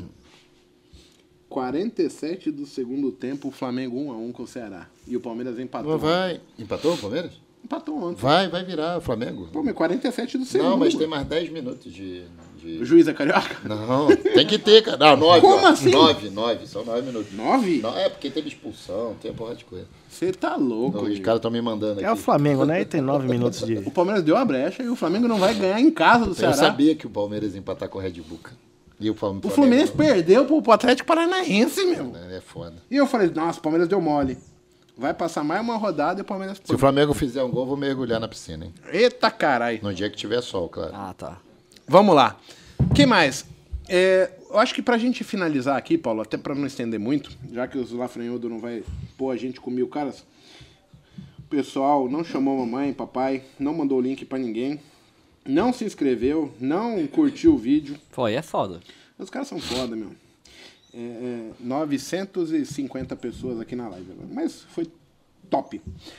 quarenta e sete do segundo tempo, o Flamengo um a um com o Ceará. E o Palmeiras empatou. Vai. Empatou o Palmeiras? Empatou ontem. Vai, vai virar o Flamengo. Pô, mas quarenta e sete do segundo. Não, mas tem mais dez minutos de... de- O juiz é carioca? Não, tem que ter, cara. Não, nove. Como ó. assim? Nove, nove. São nove minutos. Nove? Não, é porque teve expulsão, tem uma porra de coisa. Você tá louco, Não, os gente. caras estão me mandando aqui. É o Flamengo, né? E tem nove minutos de... O Palmeiras deu a brecha e o Flamengo não vai ganhar em casa do Eu Ceará. sabia que o Palmeiras ia empatar com o Red Bull, cara. E o Flamengo... O Fluminense perdeu pro, pro Atlético Paranaense, meu. É foda. E eu falei, nossa, o Palmeiras deu mole. Vai passar mais uma rodada e o Palmeiras... Se o Flamengo fizer um gol, eu vou mergulhar na piscina, hein? Eita caralho. No dia que tiver sol, claro. Ah, tá. Vamos lá. O que mais? É, eu acho que pra gente finalizar aqui, Paulo, até pra não estender muito, já que os Lafranhudo não vai pôr a gente com mil caras, o pessoal não chamou mamãe, papai, não mandou o link pra ninguém, não se inscreveu, não curtiu o vídeo. Foi, é foda. Os caras são foda, meu. É, é, novecentas e cinquenta pessoas aqui na live agora, mas foi top.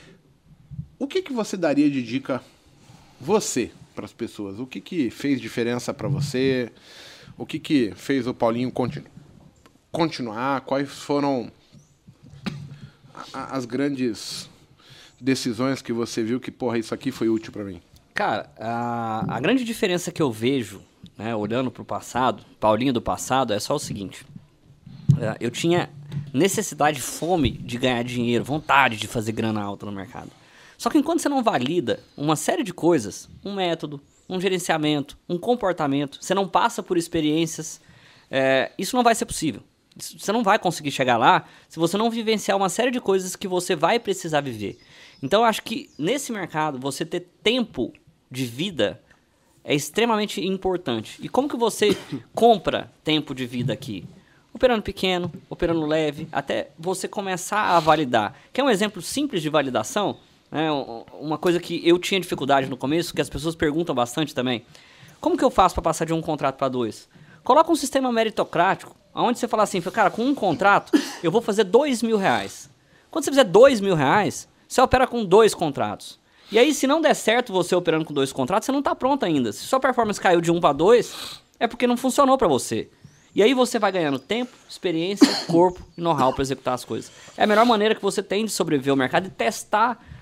O que, que você daria de dica, você, para as pessoas? O que, que fez diferença para você? O que, que fez o Paulinho continu continuar? Quais foram a, as grandes decisões que você viu que, porra, isso aqui foi útil para mim? Cara, a, a grande diferença que eu vejo, né, olhando pro passado, Paulinho do passado, é só o seguinte. É, eu tinha necessidade, fome de ganhar dinheiro, vontade de fazer grana alta no mercado. Só que enquanto você não valida uma série de coisas, um método, um gerenciamento, um comportamento, você não passa por experiências, é, isso não vai ser possível. Você não vai conseguir chegar lá se você não vivenciar uma série de coisas que você vai precisar viver. Então eu acho que nesse mercado você ter tempo de vida é extremamente importante. E como que você compra tempo de vida aqui? Operando pequeno, operando leve, até você começar a validar. Quer um exemplo simples de validação? É uma coisa que eu tinha dificuldade no começo, que as pessoas perguntam bastante também. Como que eu faço para passar de um contrato para dois? Coloca um sistema meritocrático, onde você fala assim, cara, com um contrato eu vou fazer dois mil reais. Quando você fizer dois mil reais, você opera com dois contratos. E aí, se não der certo você operando com dois contratos, você não está pronto ainda. Se sua performance caiu de um para dois, é porque não funcionou para você. E aí você vai ganhando tempo, experiência, corpo e know-how para executar as coisas. É a melhor maneira que você tem de sobreviver ao mercado e testar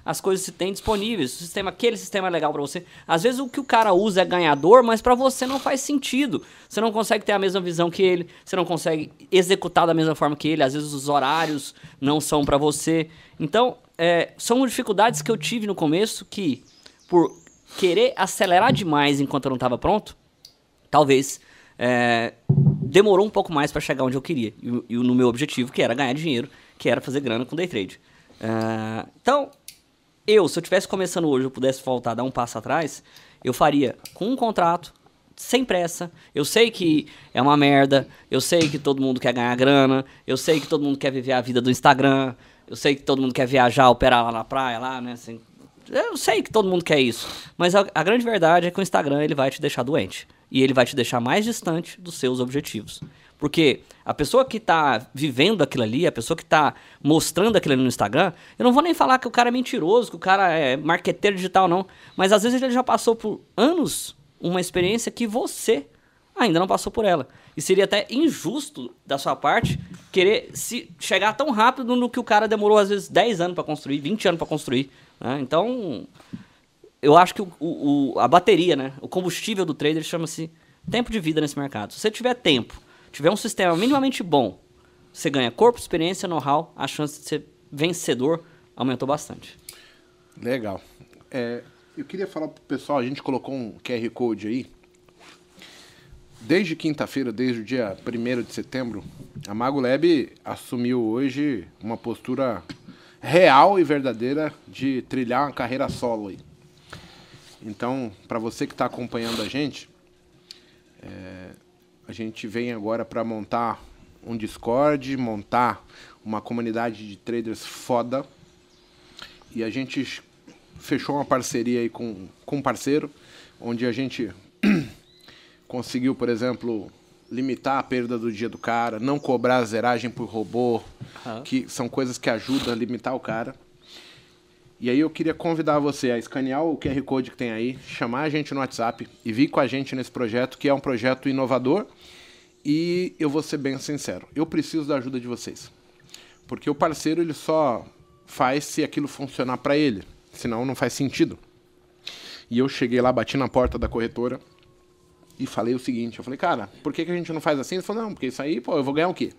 as coisas se tem disponíveis. O sistema, aquele sistema é legal para você. Às vezes o que o cara usa é ganhador, mas para você não faz sentido. Você não consegue ter a mesma visão que ele, você não consegue executar da mesma forma que ele. Às vezes os horários não são para você. Então, é, são dificuldades que eu tive no começo que, por querer acelerar demais enquanto eu não estava pronto, talvez é, demorou um pouco mais para chegar onde eu queria. E, e no meu objetivo, que era ganhar dinheiro, que era fazer grana com day trade. Uh, então, eu, se eu estivesse começando hoje, eu pudesse voltar, dar um passo atrás, eu faria com um contrato, sem pressa. Eu sei que é uma merda, eu sei que todo mundo quer ganhar grana, eu sei que todo mundo quer viver a vida do Instagram, eu sei que todo mundo quer viajar, operar lá na praia, lá, né? Assim, eu sei que todo mundo quer isso, mas a, a grande verdade é que o Instagram ele vai te deixar doente e ele vai te deixar mais distante dos seus objetivos. Porque a pessoa que está vivendo aquilo ali, a pessoa que está mostrando aquilo ali no Instagram, eu não vou nem falar que o cara é mentiroso, que o cara é marqueteiro digital, não. Mas às vezes ele já passou por anos uma experiência que você ainda não passou por ela. E seria até injusto da sua parte querer se chegar tão rápido no que o cara demorou às vezes dez anos para construir, vinte anos para construir. Né? Então, eu acho que o, o, a bateria, né? O combustível do trader chama-se tempo de vida nesse mercado. Se você tiver tempo, tiver um sistema minimamente bom, você ganha corpo, experiência, know-how, a chance de ser vencedor aumentou bastante. Legal. É, eu queria falar pro pessoal, a gente colocou um Q R Code aí. Desde quinta-feira, desde o dia primeiro de setembro, a Mago Lab assumiu hoje uma postura real e verdadeira de trilhar uma carreira solo aí. Então, para você que está acompanhando a gente, é, a gente vem agora para montar um Discord, montar uma comunidade de traders foda. E a gente fechou uma parceria aí com, com um parceiro, onde a gente conseguiu, por exemplo, limitar a perda do dia do cara, não cobrar a zeragem por robô, uhum. que são coisas que ajudam a limitar o cara. E aí eu queria convidar você a escanear o Q R Code que tem aí, chamar a gente no WhatsApp e vir com a gente nesse projeto, que é um projeto inovador. E eu vou ser bem sincero, eu preciso da ajuda de vocês. Porque o parceiro ele só faz se aquilo funcionar para ele, senão não faz sentido. E eu cheguei lá, bati na porta da corretora e falei o seguinte, eu falei, cara, por que, que a gente não faz assim? Ele falou, não, porque isso aí, pô, eu vou ganhar o quê?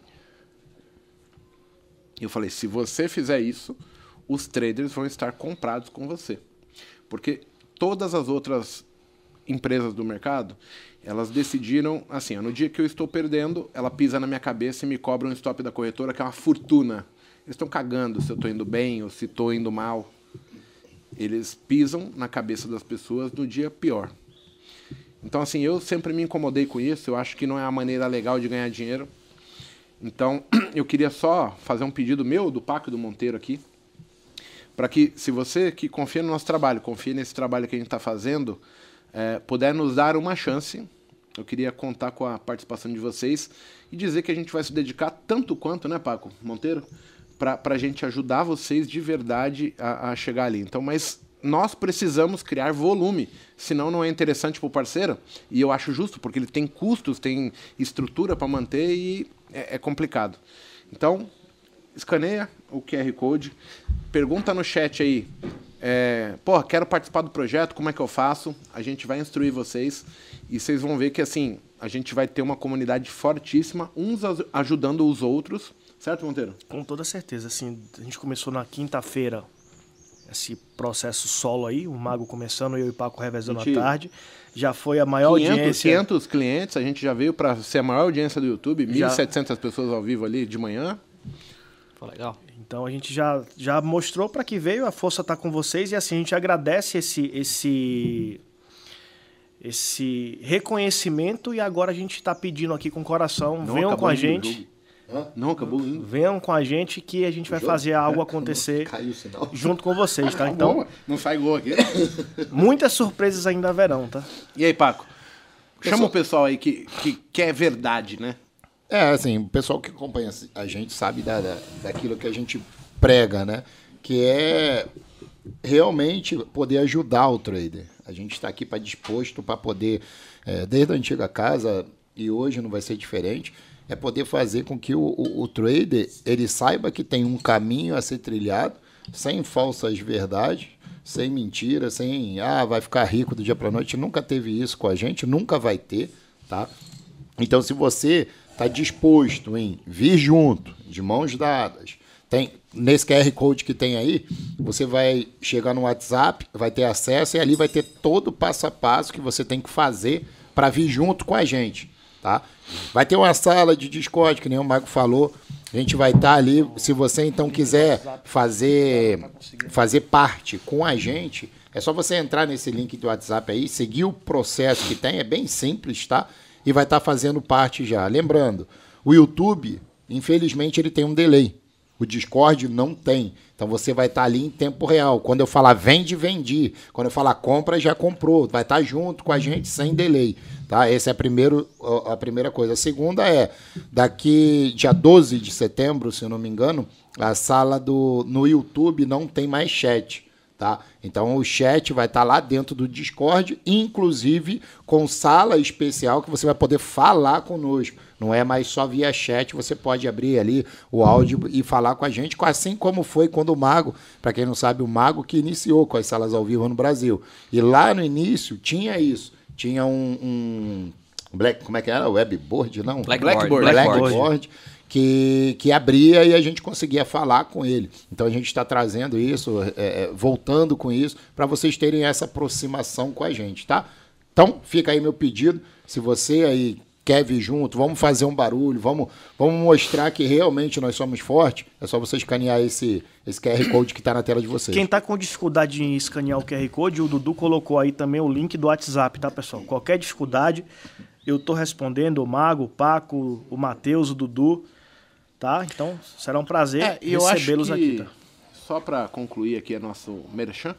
E eu falei, se você fizer isso, os traders vão estar comprados com você. Porque todas as outras empresas do mercado, elas decidiram, assim, no dia que eu estou perdendo, ela pisa na minha cabeça e me cobra um stop da corretora, que é uma fortuna. Eles estão cagando se eu estou indo bem ou se estou indo mal. Eles pisam na cabeça das pessoas no dia pior. Então, assim, eu sempre me incomodei com isso, eu acho que não é a maneira legal de ganhar dinheiro. Então, eu queria só fazer um pedido meu, do Paco e do Monteiro aqui, para que, se você que confia no nosso trabalho, confia nesse trabalho que a gente está fazendo, é, puder nos dar uma chance, eu queria contar com a participação de vocês e dizer que a gente vai se dedicar tanto quanto, né, Paco, Monteiro, para a gente ajudar vocês de verdade a, a chegar ali. Então, mas nós precisamos criar volume, senão não é interessante para o parceiro, e eu acho justo, porque ele tem custos, tem estrutura para manter e é, é complicado. Então, escaneia o Q R Code, pergunta no chat aí, é, pô, quero participar do projeto, como é que eu faço? A gente vai instruir vocês e vocês vão ver que assim, a gente vai ter uma comunidade fortíssima, uns ajudando os outros, certo, Monteiro? Com toda certeza, assim, a gente começou na quinta-feira esse processo solo aí, o Mago começando, eu e o Paco revezando à tarde. Já foi a maior quinhentos, audiência. quinhentos clientes, a gente já veio para ser a maior audiência do YouTube, mil e setecentas pessoas ao vivo ali de manhã. Foi legal. Então a gente já, já mostrou para que veio, a força está com vocês e assim a gente agradece esse, esse, esse reconhecimento e agora a gente está pedindo aqui com o coração, não venham com a gente. Não acabou ainda. Venham com a gente que a gente vai fazer algo acontecer junto com vocês, tá? Então, não sai gol aqui. Muitas surpresas ainda haverão, tá? E aí, Paco? Chama o pessoal aí que, que quer verdade, né? É, assim, o pessoal que acompanha a gente sabe da, da, daquilo que a gente prega, né? Que é realmente poder ajudar o trader. A gente está aqui para disposto para poder, é, desde a antiga casa, e hoje não vai ser diferente, é poder fazer com que o, o, o trader ele saiba que tem um caminho a ser trilhado sem falsas verdades, sem mentira, sem, ah, vai ficar rico do dia para noite. Nunca teve isso com a gente, nunca vai ter, tá? Então, se você está disposto em vir junto, de mãos dadas, tem, nesse Q R Code que tem aí, você vai chegar no WhatsApp, vai ter acesso e ali vai ter todo o passo a passo que você tem que fazer para vir junto com a gente, tá? Vai ter uma sala de Discord, que nem o Mago falou, a gente vai estar ali, se você então quiser fazer, fazer parte com a gente, é só você entrar nesse link do WhatsApp aí, seguir o processo que tem, é bem simples, tá? E vai estar fazendo parte já. Lembrando, o YouTube, infelizmente, ele tem um delay. O Discord não tem. Então você vai estar ali em tempo real. Quando eu falar vende, vendi. Quando eu falar compra, já comprou. Vai estar junto com a gente sem delay. Tá? Essa é a, primeiro, a primeira coisa. A segunda é, daqui dia doze de setembro, se eu não me engano, a sala do, no YouTube não tem mais chat. Tá? Então o chat vai estar lá dentro do Discord, inclusive com sala especial que você vai poder falar conosco. Não é mais só via chat, você pode abrir ali o áudio e falar com a gente, assim como foi quando o Mago, para quem não sabe, o Mago que iniciou com as salas ao vivo no Brasil. E lá no início tinha isso, tinha um, um black, como é que era? Webboard, não? Blackboard. Blackboard. Blackboard. Que, que abria e a gente conseguia falar com ele. Então a gente está trazendo isso, é, voltando com isso, para vocês terem essa aproximação com a gente, tá? Então, fica aí meu pedido, se você aí quer vir junto, vamos fazer um barulho, vamos, vamos mostrar que realmente nós somos fortes, é só você escanear esse, esse Q R Code que está na tela de vocês. Quem está com dificuldade em escanear o Q R Code, o Dudu colocou aí também o link do WhatsApp, tá, pessoal? Qualquer dificuldade, eu estou respondendo, o Mago, o Paco, o Matheus, o Dudu, tá? Então, será um prazer é, recebê-los aqui. Tá? Só para concluir aqui a nosso merchan,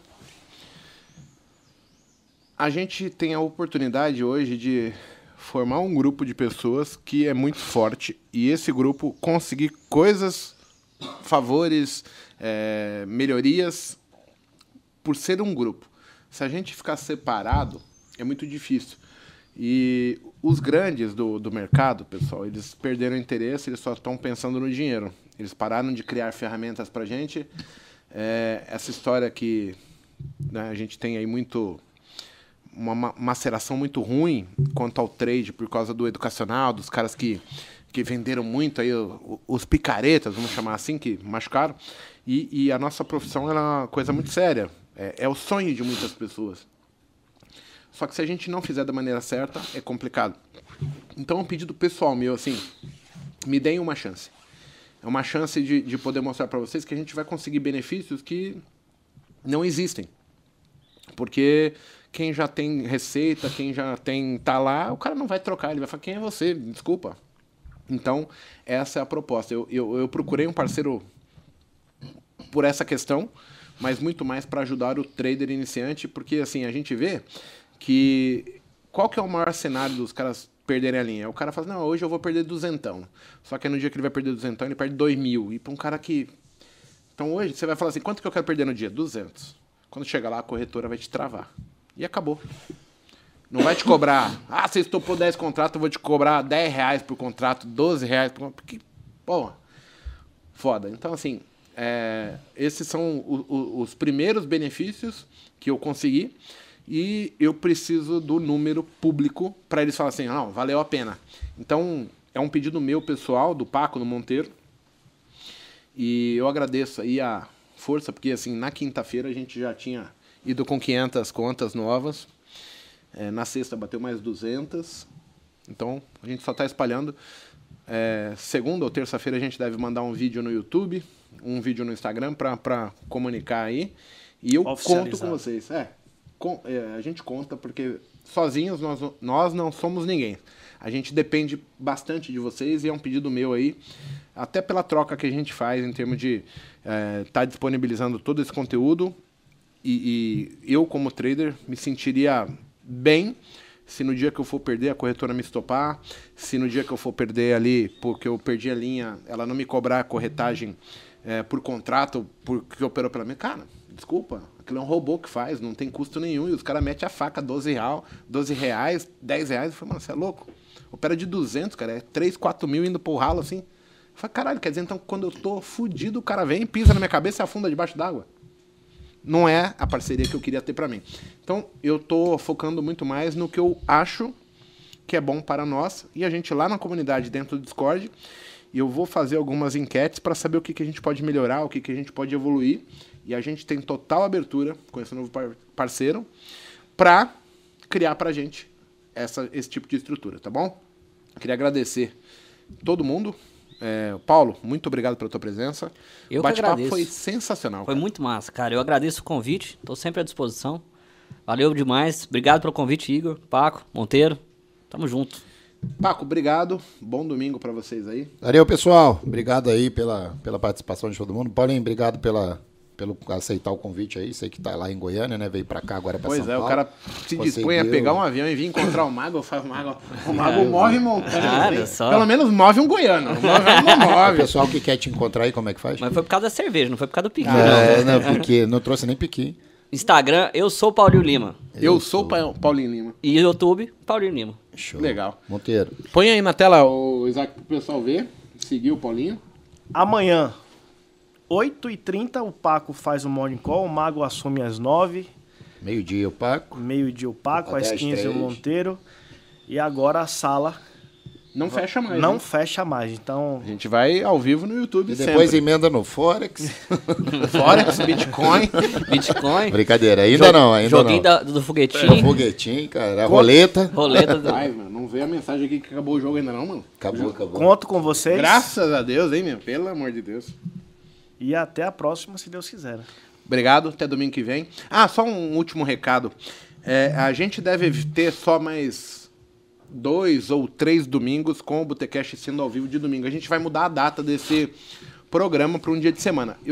a gente tem a oportunidade hoje de formar um grupo de pessoas que é muito forte e esse grupo conseguir coisas, favores, é, melhorias por ser um grupo. Se a gente ficar separado, é muito difícil. E os grandes do, do mercado, pessoal, eles perderam interesse, eles só estão pensando no dinheiro. Eles pararam de criar ferramentas para a gente. É, essa história que, né, a gente tem aí muito... uma maceração muito ruim quanto ao trade por causa do educacional, dos caras que, que venderam muito, aí, os picaretas, vamos chamar assim, que machucaram. E, e a nossa profissão é uma coisa muito séria. É, é o sonho de muitas pessoas. Só que se a gente não fizer da maneira certa, é complicado. Então, um pedido pessoal meu, assim, me deem uma chance. É uma chance de, de poder mostrar para vocês que a gente vai conseguir benefícios que não existem. Porque quem já tem receita, quem já tem tá lá, o cara não vai trocar, ele vai falar, quem é você? Desculpa. Então, essa é a proposta. Eu, eu, eu procurei um parceiro por essa questão, mas muito mais para ajudar o trader iniciante, porque assim, a gente vê que qual que é o maior cenário dos caras perderem a linha? O cara fala, não, hoje eu vou perder duzentão. Só que no dia que ele vai perder duzentão, ele perde dois mil. E para um cara que... Então hoje você vai falar assim, quanto que eu quero perder no dia? duzentos. Quando chegar lá, a corretora vai te travar. E acabou. Não vai te cobrar, ah, você estopou dez contratos, eu vou te cobrar dez reais por contrato, doze reais por contrato. Porque, pô, foda. Então, assim, é, esses são o, o, os primeiros benefícios que eu consegui. E eu preciso do número público para eles falarem assim, não, valeu a pena. Então, é um pedido meu pessoal, do Paco, no Monteiro. E eu agradeço aí a força, porque assim, na quinta-feira a gente já tinha ido com quinhentas contas novas. É, na sexta bateu mais duzentas. Então, a gente só está espalhando. É, segunda ou terça-feira a gente deve mandar um vídeo no YouTube, um vídeo no Instagram para comunicar aí. E eu conto com vocês. É. Com, é, a gente conta porque sozinhos nós, nós não somos ninguém. A gente depende bastante de vocês e é um pedido meu aí, até pela troca que a gente faz em termos de estar é, tá disponibilizando todo esse conteúdo. E, e eu, como trader, me sentiria bem se no dia que eu for perder a corretora me estopar, se no dia que eu for perder ali, porque eu perdi a linha, ela não me cobrar a corretagem é, por contrato, porque operou pela minha... Cara, desculpa, aquilo é um robô que faz, não tem custo nenhum, e os caras metem a faca doze reais, doze reais, dez reais, eu falo, mano, você é louco? Opera de duzentos, cara, é três, quatro mil indo pro ralo, assim, falei, caralho, quer dizer, então quando eu tô fudido, o cara vem, pisa na minha cabeça e afunda debaixo d'água. Não é a parceria que eu queria ter pra mim. Então, eu tô focando muito mais no que eu acho que é bom para nós. E a gente lá na comunidade, dentro do Discord, eu vou fazer algumas enquetes para saber o que, que a gente pode melhorar, o que, que a gente pode evoluir. E a gente tem total abertura com esse novo par- parceiro para criar pra gente essa, esse tipo de estrutura, tá bom? Queria agradecer todo mundo. É, Paulo, muito obrigado pela tua presença. Eu o que bate-papo agradeço. foi sensacional. Foi cara. muito massa, cara. Eu agradeço o convite, tô sempre à disposição. Valeu demais. Obrigado pelo convite, Igor, Paco, Monteiro. Tamo junto. Paco, obrigado. Bom domingo pra vocês aí. Valeu, pessoal. Obrigado aí pela, pela participação de todo mundo. Paulinho, obrigado pela, pelo aceitar o convite aí. Sei que tá lá em Goiânia, né? Veio pra cá agora pra Pois São é, Paulo. o cara se dispõe a Conseguiu. pegar um avião e vir encontrar o Mago. Eu falo, o Mago, o Mago move montanha. Olha hein? só. Pelo menos move um goiano. O goiano não O move. pessoal que quer te encontrar aí, como é que faz? Mas foi por causa da cerveja, não foi por causa do piqui, não. É, não, porque não trouxe nem piqui. Instagram, eu sou Paulinho Lima. Eu sou o Pa- Paulinho Lima. E YouTube, Paulinho Lima. Show. Legal. Monteiro. Põe aí na tela, o Isaac, pro pessoal ver. Seguir o Paulinho. Amanhã, oito e trinta, o Paco faz o Morning Call, o Mago assume às nove, Meio-dia, o Paco. meio-dia o Paco, Até às às quinze o três. Monteiro. E agora a sala Não fecha mais. não né? fecha mais. Então, A gente vai ao vivo no YouTube E depois sempre. emenda no Forex. Forex, Bitcoin. Bitcoin. Brincadeira, ainda não, ainda Joguinho não. da- do foguetinho. Foguetinho, cara. A roleta. Roleta do... Ai, mano, não vê a mensagem aqui que acabou o jogo ainda não, mano. Acabou, acabou. conto com vocês. Graças a Deus, hein, meu? Pelo amor de Deus. E até a próxima, se Deus quiser. Obrigado, até domingo que vem. Ah, só um último recado. É, a gente deve ter só mais dois ou três domingos com o Botecast sendo ao vivo de domingo. A gente vai mudar a data desse programa para um dia de semana.